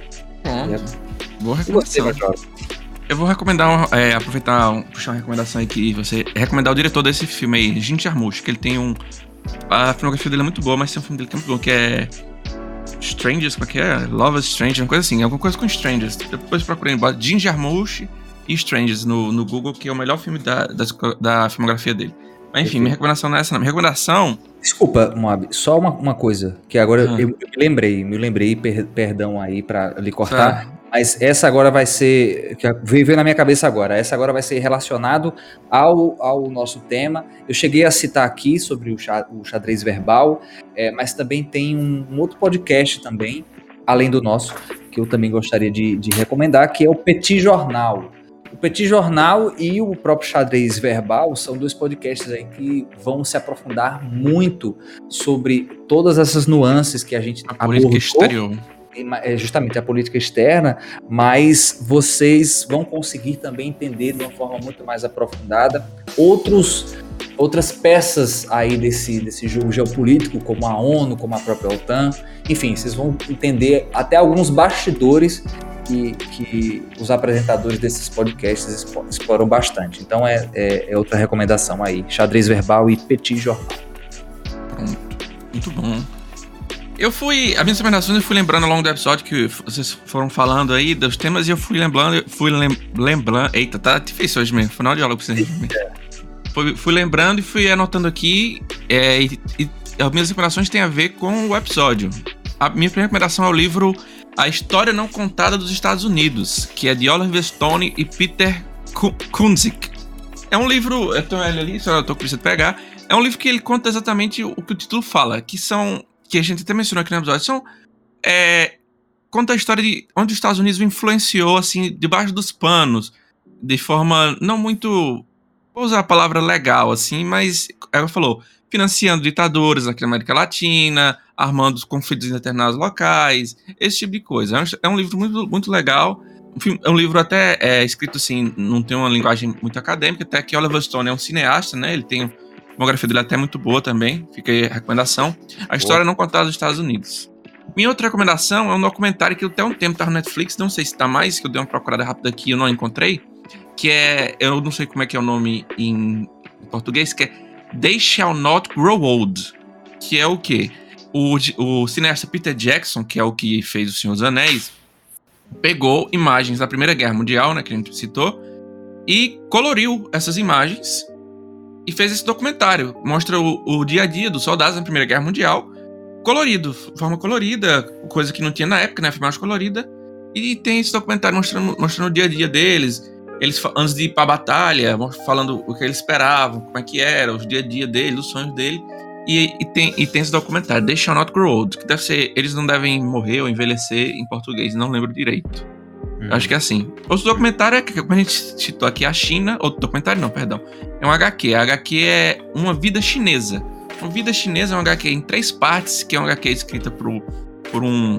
Boa recomendação. Eu vou recomendar, puxar uma recomendação aí que você recomendar o diretor desse filme aí, Jim Jarmusch, que ele tem a filmografia dele é muito boa, mas tem um filme dele que é muito bom, que é Strangers, como é que é? Love is Strange, uma coisa assim, alguma coisa com Strangers. Depois procurei, bota Jim Jarmusch e Strangers no Google, que é o melhor filme da filmografia dele. Mas enfim, minha recomendação não é essa não. Minha recomendação... Desculpa, Moab, só uma coisa, que agora eu me lembrei, perdão aí pra lhe cortar, mas essa agora vai ser, que veio na minha cabeça agora, essa agora vai ser relacionado ao nosso tema. Eu cheguei a citar aqui sobre o xadrez verbal, mas também tem um outro podcast também, além do nosso, que eu também gostaria de recomendar, que é o Petit Jornal. O Petit Jornal e o próprio Xadrez Verbal são 2 podcasts aí que vão se aprofundar muito sobre todas essas nuances que a gente abordou. Política exterior. Justamente a política externa, mas vocês vão conseguir também entender de uma forma muito mais aprofundada outras peças aí desse jogo geopolítico, como a ONU, como a própria OTAN. Enfim, vocês vão entender até alguns bastidores que os apresentadores desses podcasts exploram bastante. Então é outra recomendação aí, Xadrez Verbal e Petit Jornal. Pronto, muito bom. As minhas recomendações eu fui lembrando ao longo do episódio que vocês foram falando aí dos temas e eu fui lembrando, eita, tá difícil hoje mesmo, final de aula pra vocês. Fui lembrando e fui anotando aqui, e as minhas recomendações têm a ver com o episódio. A minha primeira recomendação é o livro A História Não Contada dos Estados Unidos, que é de Oliver Stone e Peter Kunzik. É um livro, eu tô ali, só tô precisando pegar, é um livro que ele conta exatamente o que o título fala, que a gente até mencionou aqui no episódio, conta a história de onde os Estados Unidos influenciou, assim, debaixo dos panos, de forma não muito, vou usar a palavra legal, assim, mas, ela falou, financiando ditaduras aqui na América Latina, armando os conflitos em determinados locais, esse tipo de coisa. É um livro muito, muito legal. É um livro até escrito assim, não tem uma linguagem muito acadêmica, até que Oliver Stone é um cineasta, né? Ele tem a filmografia dele até muito boa também, fica aí a recomendação. A História Não Contada dos Estados Unidos. Minha outra recomendação é um documentário que até um tempo tá no Netflix, não sei se tá mais, que eu dei uma procurada rápida aqui e eu não encontrei, que eu não sei como é que é o nome em português, que é They Shall Not Grow Old, que é o quê? O cineasta Peter Jackson, que é o que fez O Senhor dos Anéis, pegou imagens da Primeira Guerra Mundial, né, que a gente citou, e coloriu essas imagens e fez esse documentário. Mostra o dia a dia dos soldados na Primeira Guerra Mundial, colorido, forma colorida, coisa que não tinha na época, né, filmagem colorida, e tem esse documentário mostrando o dia a dia deles, eles antes de ir pra batalha, falando o que eles esperavam, como é que era, os dia a dia deles, os sonhos dele. E tem esse documentário, They Shall Not Grow Old, que deve ser Eles Não Devem Morrer ou Envelhecer em português, não lembro direito. Acho que é assim. Outro documentário é que, como a gente citou aqui, a China. Outro documentário não, perdão. É um HQ. A HQ é Uma Vida Chinesa. Uma Vida Chinesa é um HQ em 3 partes, que é um HQ escrita por um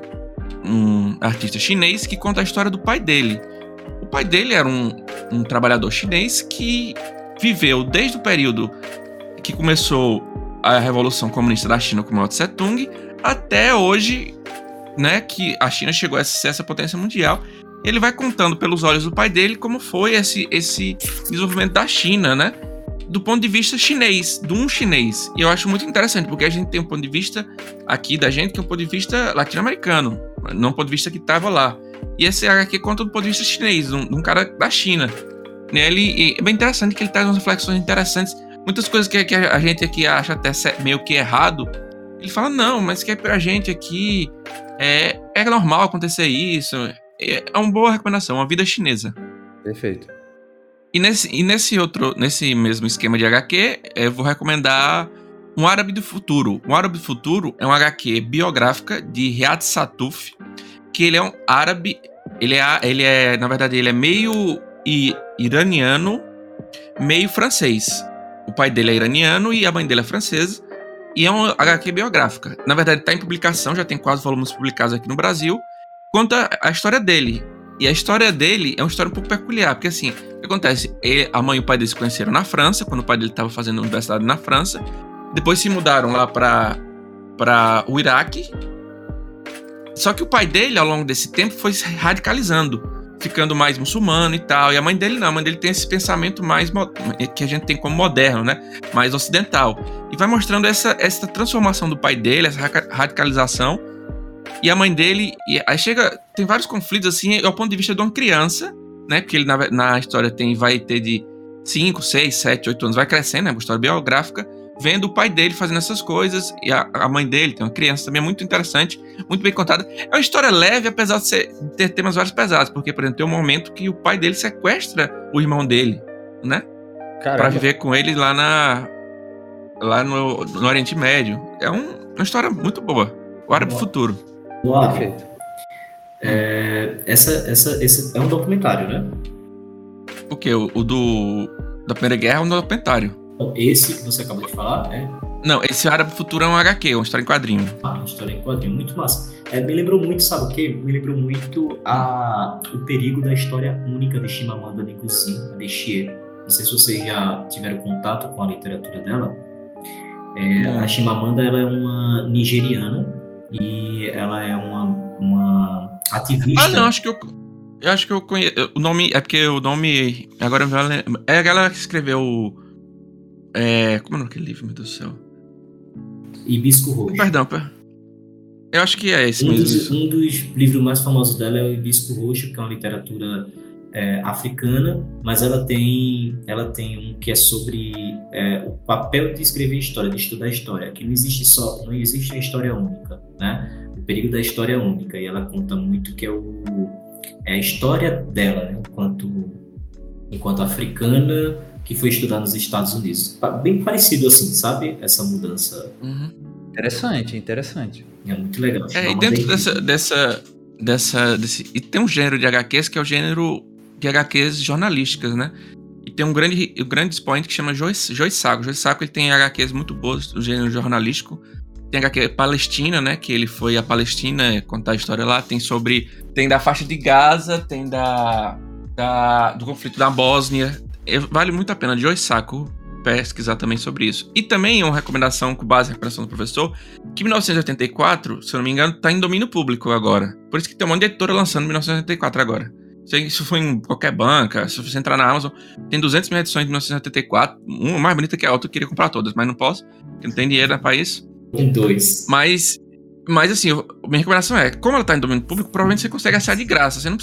artista chinês que conta a história do pai dele. O pai dele era um trabalhador chinês que viveu desde o período que começou a Revolução Comunista da China com Mao Tse Tung até hoje, né, que a China chegou a ser essa potência mundial. Ele vai contando pelos olhos do pai dele como foi esse desenvolvimento da China, né, do ponto de vista chinês, de um chinês. E eu acho muito interessante, porque a gente tem um ponto de vista aqui da gente que é um ponto de vista latino-americano, não um ponto de vista que estava lá. E esse HQ conta do ponto de vista chinês, de um cara da China. E é bem interessante que ele traz umas reflexões interessantes. Muitas coisas que a gente aqui acha até meio que errado, ele fala, não, mas que pra gente aqui é normal acontecer isso. É uma boa recomendação, Uma Vida Chinesa. Perfeito. E nesse mesmo esquema de HQ, eu vou recomendar Um Árabe do Futuro. Um Árabe do Futuro é um HQ biográfica de Riyad Satuf, que ele é um árabe, na verdade, ele é meio iraniano, meio francês. O pai dele é iraniano e a mãe dele é francesa, e é um HQ biográfica. Na verdade, está em publicação, já tem 4 volumes publicados aqui no Brasil, conta a história dele. E a história dele é uma história um pouco peculiar, porque assim, o que acontece? A mãe e o pai dele se conheceram na França, quando o pai dele estava fazendo universidade na França, depois se mudaram lá para o Iraque. Só que o pai dele, ao longo desse tempo, foi se radicalizando, ficando mais muçulmano e tal. E a mãe dele não, a mãe dele tem esse pensamento mais que a gente tem como moderno, né? Mais ocidental. E vai mostrando essa transformação do pai dele, essa radicalização. E a mãe dele, aí tem vários conflitos assim, ao ponto de vista de uma criança, né? Porque ele na história vai ter de 5, 6, 7, 8 anos, vai crescendo, né? Uma história biográfica, vendo o pai dele fazendo essas coisas, e a mãe dele, tem uma criança também, muito interessante, muito bem contada. É uma história leve, apesar de ter temas vários pesados, porque, por exemplo, tem um momento que o pai dele sequestra o irmão dele, né? Caramba. Pra viver com ele lá no Oriente Médio. É uma história muito boa. O Árabe Futuro. Perfeito. Esse é um documentário, né? O quê? O da Primeira Guerra é um documentário. Esse que você acabou de falar, né? Não, esse Árabe Futuro é um HQ, uma história em quadrinho. Uma história em quadrinho, muito massa. Me lembrou muito, sabe o quê? Me lembrou muito o perigo da história única de Chimamanda Ngozi Adichie. Não sei se vocês já tiveram contato com a literatura dela. A Chimamanda, ela é uma nigeriana e ela é uma ativista. Não, eu acho que eu conheço. O nome, é porque o nome, agora eu lembro. É a galera que escreveu... como é o nome daquele livro, meu Deus do céu? Hibisco Roxo. Perdão, eu acho que é esse mesmo. Um dos livros mais famosos dela é o Hibisco Roxo, que é uma literatura africana, mas ela tem um que é sobre o papel de escrever história, de estudar história, que não existe a história única, né? O perigo da história única, e ela conta muito que é a história dela, né? enquanto africana, que foi estudar nos Estados Unidos. Bem parecido assim, sabe? Essa mudança. Uhum. Interessante. É muito legal. E dentro e tem um gênero de HQs que é o gênero de HQs jornalísticas, né? E tem um grande expoente que chama Joy Sacco. Joy Sacco, ele tem HQs muito boas do gênero jornalístico. Tem HQ Palestina, né? Que ele foi à Palestina contar a história lá. Tem da faixa de Gaza, tem do conflito da Bósnia. Vale muito a pena, Joy Sacco, pesquisar também sobre isso. E também uma recomendação, com base na recomendação do professor, que 1984, se eu não me engano, está em domínio público agora. Por isso que tem um monte de editora lançando 1984 agora. Se isso for em qualquer banca, se você entrar na Amazon, tem 200 mil edições de 1984, uma mais bonita que a outra, eu queria comprar todas, mas não posso, porque não tem dinheiro para isso. Tem 2. Mas assim, minha recomendação é, como ela está em domínio público, provavelmente você consegue achar de graça. Você não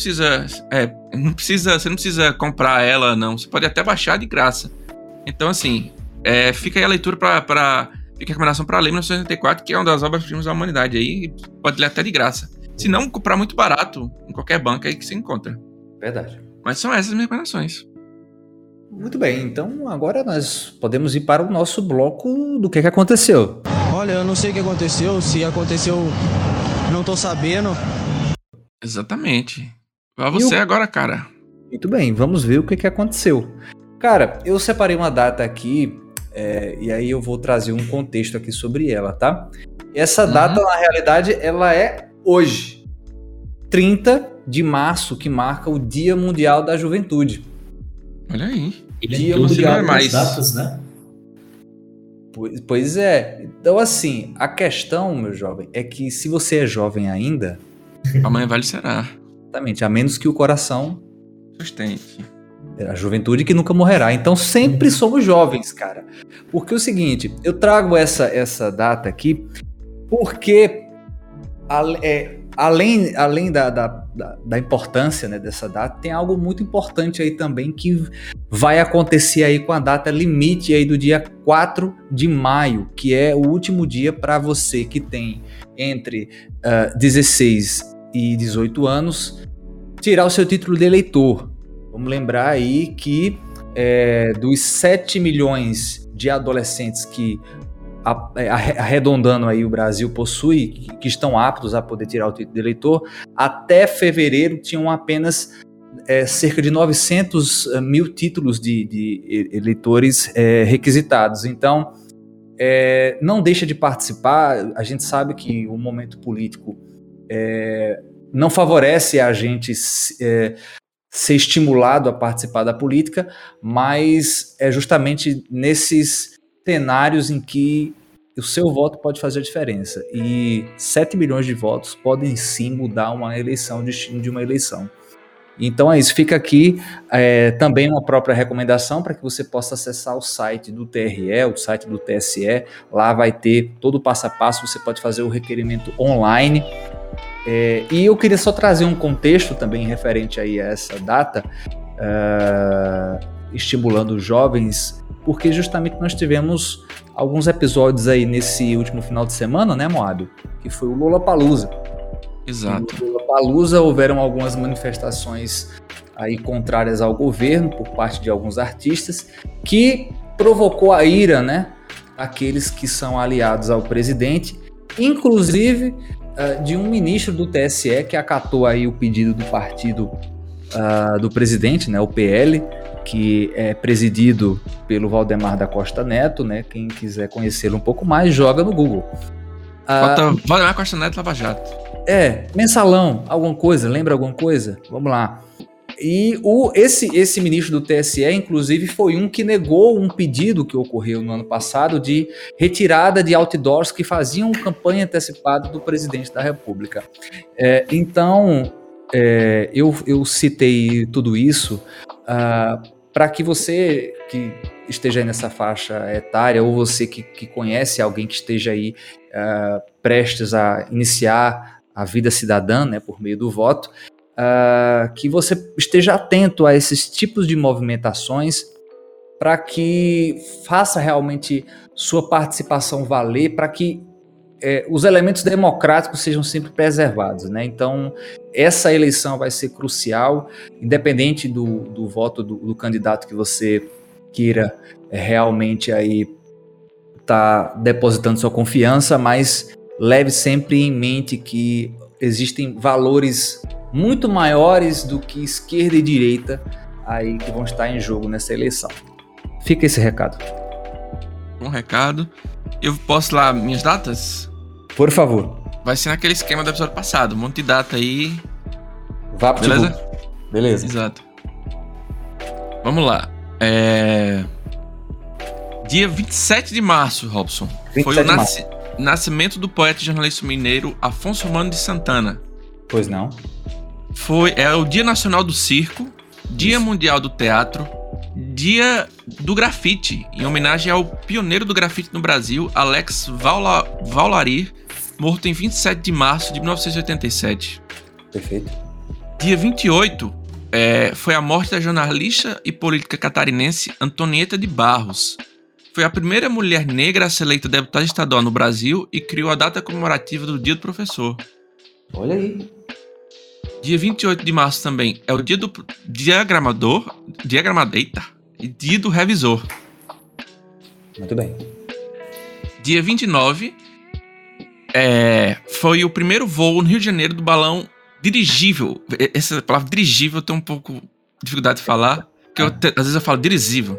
precisa comprar ela, não. Você pode até baixar de graça. Então, assim, fica aí a leitura fica a recomendação para ler 1984, que é uma das obras-primas da humanidade aí, pode ler até de graça. Se não, comprar muito barato em qualquer banca aí que você encontra. Verdade. Mas são essas minhas recomendações. Muito bem, então agora nós podemos ir para o nosso bloco do que aconteceu. Olha, eu não sei o que aconteceu, se aconteceu, não tô sabendo. Exatamente. Vai você agora, cara. Muito bem, vamos ver o que aconteceu. Cara, eu separei uma data aqui, e aí eu vou trazer um contexto aqui sobre ela, tá? Essa data, na realidade, ela é hoje, 30 de março, que marca o Dia Mundial da Juventude. Olha aí. Dia Mundial das datas, né? Pois é. Então, assim, a questão, meu jovem, é que se você é jovem ainda... Amanhã vale será. Exatamente, a menos que o coração... sustente. A juventude que nunca morrerá. Então, sempre somos jovens, cara. Porque é o seguinte, eu trago essa data aqui porque... Além da importância, né, dessa data, tem algo muito importante aí também que vai acontecer aí com a data limite aí do dia 4 de maio, que é o último dia para você que tem entre 16 e 18 anos, tirar o seu título de eleitor. Vamos lembrar aí que dos 7 milhões de adolescentes que arredondando aí, o Brasil possui, que estão aptos a poder tirar o título de eleitor, até fevereiro tinham apenas cerca de 900 mil títulos de eleitores requisitados. Então, não deixa de participar. A gente sabe que o momento político não favorece a gente ser estimulado a participar da política, mas é justamente nesses cenários em que o seu voto pode fazer a diferença. E 7 milhões de votos podem sim mudar uma eleição, o destino de uma eleição. Então é isso, fica aqui também uma própria recomendação para que você possa acessar o site do TRE, o site do TSE. Lá vai ter todo o passo a passo, você pode fazer o requerimento online. E eu queria só trazer um contexto também referente aí a essa data, estimulando os jovens, porque justamente nós tivemos alguns episódios aí nesse último final de semana, né, Moab? Que foi o Lollapalooza. Exato. No Lollapalooza houveram algumas manifestações aí contrárias ao governo por parte de alguns artistas, que provocou a ira, né, daqueles que são aliados ao presidente, inclusive de um ministro do TSE que acatou aí o pedido do partido do presidente, né, o PL, que é presidido pelo Valdemar da Costa Neto, né? Quem quiser conhecê-lo um pouco mais, joga no Google. Bota Valdemar Costa Neto Lava Jato. Mensalão, alguma coisa, lembra alguma coisa? Vamos lá. E esse ministro do TSE, inclusive, foi um que negou um pedido que ocorreu no ano passado de retirada de outdoors que faziam campanha antecipada do presidente da República. Então, eu citei tudo isso para que você que esteja aí nessa faixa etária, ou você que conhece alguém que esteja aí prestes a iniciar a vida cidadã, né, por meio do voto, que você esteja atento a esses tipos de movimentações para que faça realmente sua participação valer, para que os elementos democráticos sejam sempre preservados, né? Então, essa eleição vai ser crucial, independente do voto do candidato que você queira realmente aí tá depositando sua confiança, mas leve sempre em mente que existem valores muito maiores do que esquerda e direita aí que vão estar em jogo nessa eleição. Fica esse recado. Um recado. Eu posso lá minhas datas? Por favor. Vai ser naquele esquema do episódio passado. Um monte de data aí. Vá pro beleza? Beleza. Exato. Vamos lá. Dia 27 de março, Robson. Foi o nascimento do poeta e jornalista mineiro Afonso Romano de Santana. Pois não. É o Dia Nacional do Circo, Dia Mundial do Teatro, Dia do Grafite, em homenagem ao pioneiro do grafite no Brasil, Alex Vallarir, morto em 27 de março de 1987. Perfeito. Dia 28 foi a morte da jornalista e política catarinense Antonieta de Barros. Foi a primeira mulher negra a ser eleita deputada estadual no Brasil e criou a data comemorativa do Dia do Professor. Olha aí. Dia 28 de março também é o dia do diagramador e dia do revisor. Muito bem. Dia 29 foi o primeiro voo no Rio de Janeiro do balão dirigível. Essa palavra dirigível eu tenho um pouco de dificuldade de falar, porque às vezes eu falo dirigível.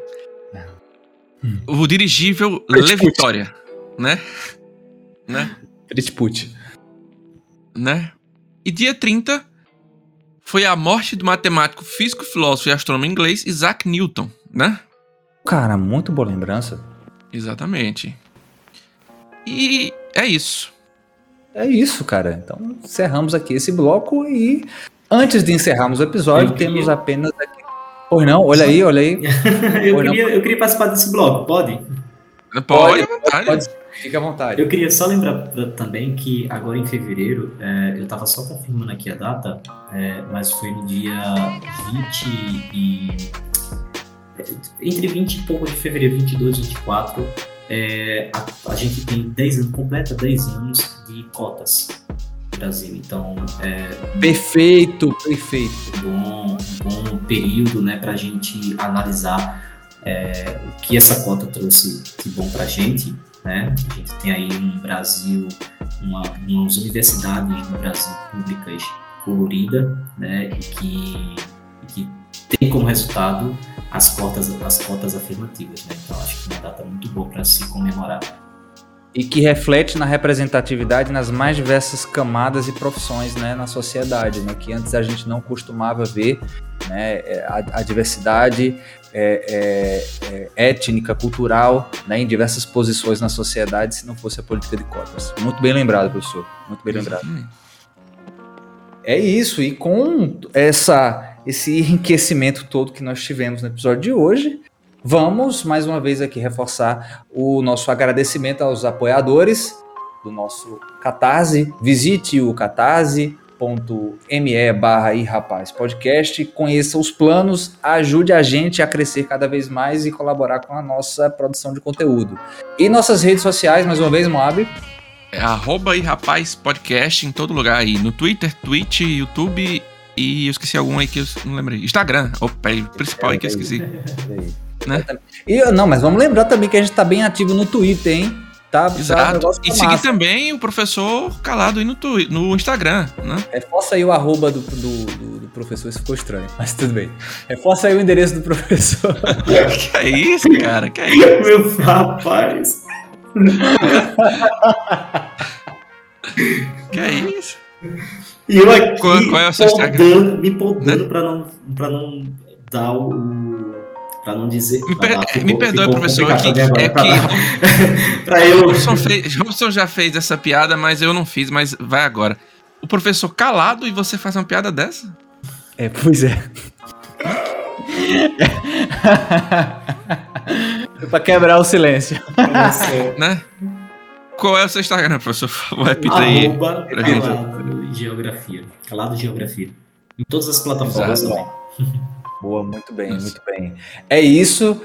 O dirigível Le Vitória, né? Pretiput. Né? E dia 30 foi a morte do matemático, físico, filósofo e astrônomo inglês Isaac Newton, né? Cara, muito boa lembrança. Exatamente. E é isso. É isso, cara. Então, encerramos aqui esse bloco e antes de encerrarmos o episódio, temos apenas aqui... Pois não? Olha aí. Eu queria participar desse bloco, pode? Pode, à vontade. Pode. Fica à vontade. Eu queria só lembrar também que agora em fevereiro, eu estava só confirmando aqui a data, mas foi no dia 20 entre 20 e pouco de fevereiro, 22 e 24, a gente tem 10 anos, completa 10 anos de cotas no Brasil. Então, Perfeito. Um bom período, né, para a gente analisar o que essa cota trouxe de bom para a gente. né? A gente tem aí no Brasil umas universidades no Brasil públicas coloridas, né? E que tem como resultado as cotas afirmativas, né? Então acho que é uma data muito boa para se comemorar. E que reflete na representatividade nas mais diversas camadas e profissões, né, na sociedade, né, que antes a gente não costumava ver, né, a diversidade étnica, cultural, né, em diversas posições na sociedade, se não fosse a política de cotas. Muito bem lembrado, professor. Muito bem lembrado. É isso, e com esse enriquecimento todo que nós tivemos no episódio de hoje, vamos, mais uma vez aqui, reforçar o nosso agradecimento aos apoiadores do nosso Catarse. Visite o catarse.me/irapazpodcast, conheça os planos, ajude a gente a crescer cada vez mais e colaborar com a nossa produção de conteúdo. E nossas redes sociais, mais uma vez, Moab? @irapazpodcast em todo lugar aí, no Twitter, Twitch, YouTube e eu esqueci algum aí que eu não lembrei. Instagram, opa, é o principal aí que eu esqueci. Né? Mas vamos lembrar também que a gente tá bem ativo no Twitter, hein? Tá, exato. E seguir também o professor Calado aí no Instagram, né? Reforça aí o arroba do professor, isso ficou estranho, mas tudo bem. Reforça aí o endereço do professor. Que é isso, cara? Que é isso? Meu rapaz. Que é isso? E eu aqui qual é o seu Instagram? Me podando pra não dar para não dizer. Me perdoe, professor, para eu. Robson já fez essa piada, mas eu não fiz, mas vai agora. O professor calado e você faz uma piada dessa? Pois é. Pra quebrar o silêncio. Né? Qual é o seu Instagram, professor? Vou repetir aí. Calado Geografia. Calado Geografia. Em todas as plataformas também. Boa, muito bem, muito bem. É isso.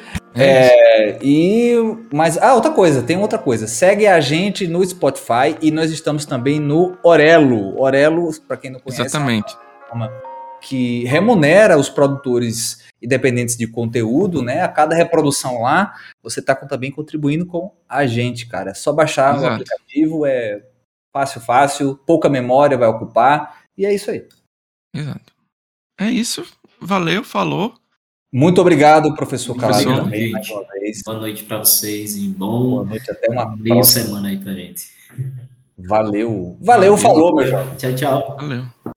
Mas outra coisa, tem outra coisa. Segue a gente no Spotify e nós estamos também no Orelo. Orelo, para quem não conhece, exatamente, é uma plataforma que remunera os produtores independentes de conteúdo, né? A cada reprodução lá, você está também contribuindo com a gente, cara. É só baixar o aplicativo, é fácil, pouca memória vai ocupar, e é isso aí. Exato. É isso. Valeu, falou. Muito obrigado, professor Calado. Mais uma vez. Boa noite para vocês e boa noite, até uma próxima semana aí pra gente. Valeu, falou, meu jovem. Tchau. Valeu.